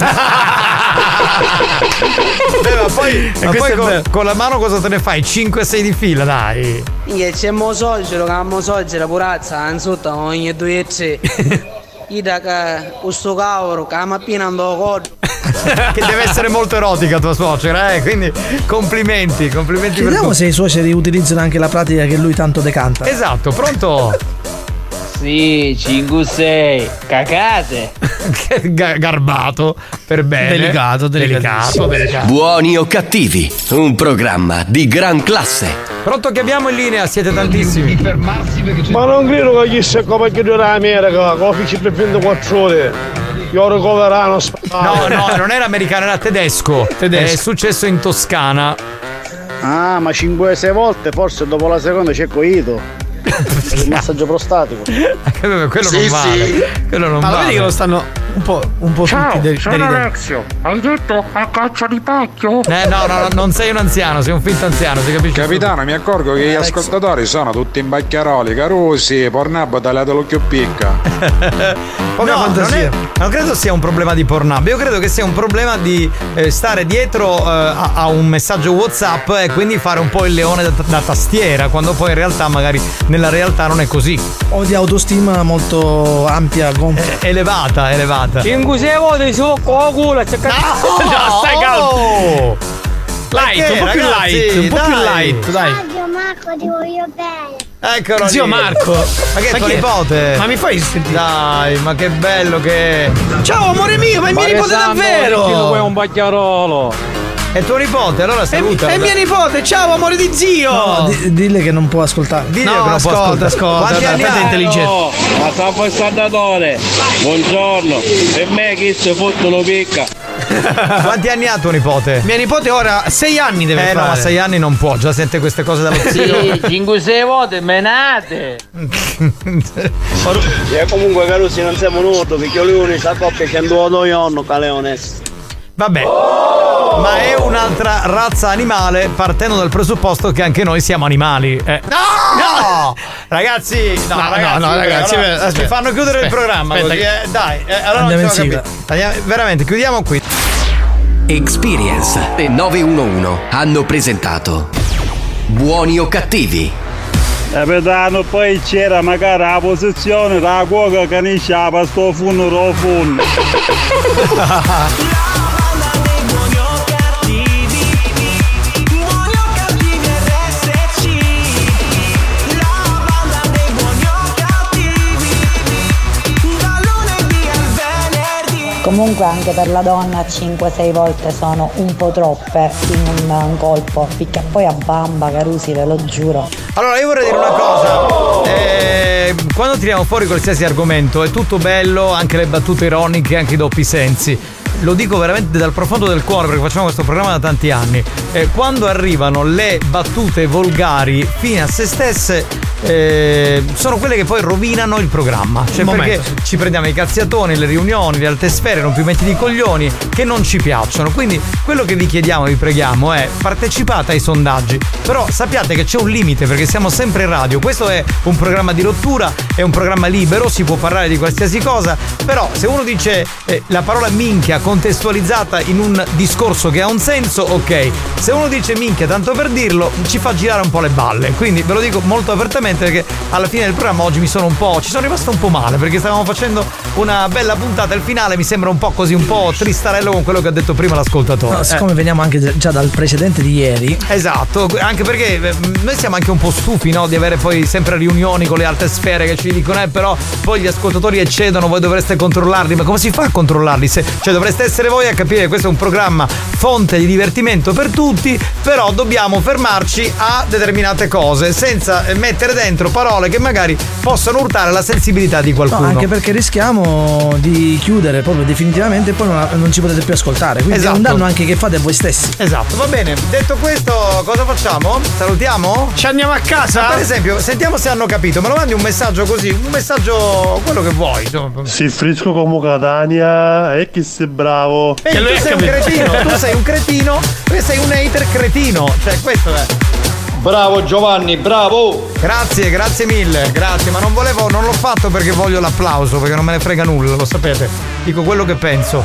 S7: ma poi, ma poi con, con la mano cosa te ne fai? cinque sei di fila, dai.
S14: Che c'è mo soggiero, che mo soggiero purazza, insomma ogni due e tre. Ida che questo cavolo, che la mattina andò corto.
S7: Che deve essere molto erotica tua suocera, eh? Quindi complimenti, complimenti.
S11: Vediamo
S7: per
S11: se i suoceri utilizzano anche la pratica che lui tanto decanta.
S7: Esatto, pronto?
S14: Sì, cinque sei, cacate.
S7: Garbato, per bene.
S2: Delicato, delicato, delicato.
S1: Buoni o cattivi, un programma di gran classe.
S7: Pronto che abbiamo in linea, siete tantissimi.
S24: Ma non credo che gli sia come chiudere l'America, con uffici per ventiquattro ore. Io ricoverano
S7: No, no, non era americano, era tedesco. tedesco. È successo in Toscana.
S24: Ah, ma cinque sei volte, forse dopo la seconda c'è coito. Il massaggio prostatico.
S7: Quello
S24: sì,
S7: non vale.
S24: Sì.
S7: Quello non
S2: ma
S7: vale.
S2: vedi che lo stanno un po', un po'
S10: Ciao,
S2: tutti del,
S10: sono Alexio. Hai detto a caccia di pacchio?
S7: Eh no, no, no, non sei un anziano, sei un finto anziano, si capisce?
S19: Capitano, mi accorgo che gli Alex. ascoltatori sono tutti in bacchiaroli, Carusi, Pornhub tagliato l'occhio picca.
S7: Poca no, fantasia. Non, è, non credo sia un problema di Pornhub, io credo che sia un problema di eh, stare dietro eh, a, a un messaggio WhatsApp e quindi fare un po' il leone da, da tastiera, quando poi in realtà magari nella realtà non è così.
S11: Ho di autostima molto ampia, gonfia.
S7: Eh, elevata, elevata.
S10: In cui sei volte su con la culo, c'è
S7: no, no, stai calmo.
S2: Light,
S7: Perché,
S2: un po' più
S7: ragazzi,
S2: light, un po'
S7: dai.
S2: più light, dai.
S12: Zio Marco, ti voglio bene.
S7: Eccolo
S2: Zio
S7: lì.
S2: Marco.
S7: Ma che è
S2: Ma
S7: tuo
S2: chi è?
S7: nipote?
S2: Ma mi fai sentire?
S7: Dai, ma che bello che è.
S2: Ciao amore mio, ma è mio nipote davvero!
S13: Vuoi un bacchiarolo?
S7: È tuo nipote, allora
S2: È,
S7: saluta.
S2: è mio nipote, ciao amore di zio!
S11: No, di- dille che non può ascoltare.
S7: Dille
S2: No,
S7: che non può
S2: ascolta,
S7: ascoltare.
S2: ascolta,
S7: Quanti
S2: dai,
S7: anni
S2: aspetta,
S7: hai?
S2: intelligente.
S13: No, ma sta poi saldatore. Buongiorno. Per me chi si fottono picca.
S7: Quanti anni ha tuo nipote?
S2: Mia nipote ora sei anni deve
S7: Eh
S2: fare.
S7: no, ma sei anni non può, già sente queste cose dallo zio.
S10: Sì, cinque sei volte menate.
S24: E comunque Carusi non siamo nudo perché lui unica coppia che andò io non caleones.
S7: Vabbè, ma è un'altra razza animale partendo dal presupposto che anche noi siamo animali. Eh. No! No! Ragazzi, no,
S2: No,
S7: ragazzi,
S2: no, no, ragazzi,
S7: allora,
S2: aspetta,
S7: ci fanno chiudere
S2: aspetta,
S7: il programma
S2: aspetta,
S7: così, eh. Dai, eh, allora
S11: Andiamo
S7: non ci ho
S11: in
S7: capito. Andiamo- veramente, chiudiamo qui.
S1: Experience e nove uno uno hanno presentato Buoni o cattivi?
S13: Capitano, poi c'era magari la posizione da cuoca che ne sciapa sto funno funno.
S9: Comunque anche per la donna cinque sei volte sono un po' troppe in un, un colpo, picchia poi a bamba Carusi, ve lo giuro.
S7: Allora io vorrei dire una cosa, eh, quando tiriamo fuori qualsiasi argomento è tutto bello, anche le battute ironiche, anche i doppi sensi. Lo dico veramente dal profondo del cuore perché facciamo questo programma da tanti anni. Eh, quando arrivano le battute volgari fine a se stesse, eh, sono quelle che poi rovinano il programma. Cioè
S2: Un
S7: perché
S2: momento.
S7: ci prendiamo i cazziatoni, le riunioni, le alte sfere, i rompimenti di coglioni che non ci piacciono. Quindi quello che vi chiediamo, vi preghiamo è partecipate ai sondaggi. Però sappiate che c'è un limite perché siamo sempre in radio. Questo è un programma di rottura, è un programma libero, si può parlare di qualsiasi cosa. Però se uno dice eh, la parola minchia contestualizzata in un discorso che ha un senso, ok. Se uno dice minchia tanto per dirlo, ci fa girare un po' le balle. Quindi ve lo dico molto apertamente perché alla fine del programma oggi mi sono un po'. ci sono rimasto un po' male perché stavamo facendo una bella puntata. Il finale mi sembra un po' così, un po' tristarello con quello che ha detto prima l'ascoltatore.
S11: No, siccome
S7: Eh.
S11: veniamo anche già dal precedente di ieri.
S7: Esatto, anche perché eh, noi siamo anche un po' stufi, no? Di avere poi sempre riunioni con le alte sfere che ci dicono eh però poi gli ascoltatori eccedono, voi dovreste controllarli. Ma come si fa a controllarli? Se, cioè dovreste essere voi a capire che questo è un programma fonte di divertimento per tutti, però dobbiamo fermarci a determinate cose senza eh, mettere dentro parole che magari possano urtare la sensibilità di qualcuno.
S11: No, anche perché rischiamo di chiudere proprio definitivamente e poi non, non ci potete più ascoltare. Quindi
S7: Esatto.
S11: è un danno anche che fate a voi stessi.
S7: Esatto, va bene. Detto questo, cosa facciamo? Salutiamo?
S2: Ci andiamo a casa?
S7: Ma per esempio, sentiamo se hanno capito. Me lo mandi un messaggio così, un messaggio quello che vuoi. insomma.
S20: Si frisco come Catania e chi sei bravo.
S7: Ehi, tu sei un cretino, tu sei un cretino, tu sei un hater cretino. Cioè, questo è.
S24: Bravo Giovanni, bravo!
S7: Grazie, grazie mille, grazie, ma non volevo, non l'ho fatto perché voglio l'applauso, perché non me ne frega nulla, lo sapete. Dico quello che penso.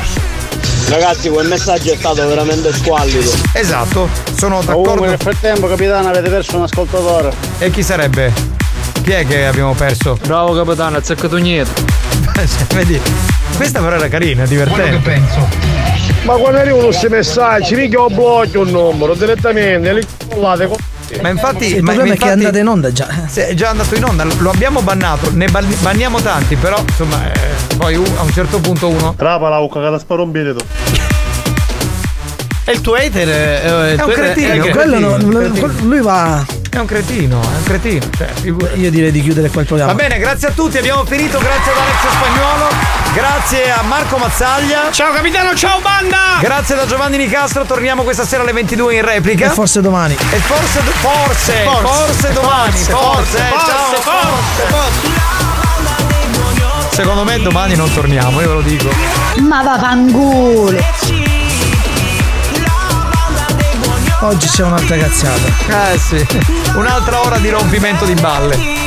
S24: Ragazzi, quel messaggio è stato veramente squallido.
S7: Esatto, sono d'accordo.
S24: Comunque nel frattempo, capitano, avete perso un ascoltatore.
S7: E chi sarebbe? Chi è che abbiamo perso?
S10: Bravo capitano, azzeccato niente.
S7: Vedi, questa però era carina, divertente.
S2: Quello che penso.
S24: Ma quando arrivano questi messaggi, mica ho blocco un numero direttamente, li collate con...
S7: Ma infatti,
S11: Sì, il
S7: ma,
S11: problema
S7: infatti,
S11: è che è andato in onda già.
S7: sì, è già andato in onda, lo abbiamo bannato, ne ban- banniamo tanti, però insomma, eh, poi uh, a un certo punto uno.
S20: Rapa la ucca che la sparo un bidet.
S2: E il tuo hater eh,
S7: È un
S2: tuo hater-
S7: cretino,
S2: è un
S11: Quello
S7: cretino,
S11: non-
S7: un cretino.
S11: lui va.
S7: È un cretino, è un cretino. Cioè, figurati.
S11: Io direi di chiudere quel programma.
S7: Va bene, grazie a tutti, abbiamo finito, grazie ad Alex Spagnuolo, grazie a Marco Mazzaglia.
S2: Ciao capitano, ciao banda!
S7: Grazie da Giovanni Nicastro, torniamo questa sera alle ventidue in replica.
S11: E forse domani.
S7: E forse, forse, forse, forse domani, forse, forse, eh, ciao,
S2: forse, forse.
S7: Secondo me domani non torniamo, io ve lo dico.
S9: Ma vaffanculo!
S11: Oggi c'è un'altra cazzata.
S7: Eh sì, un'altra ora di rompimento di balle.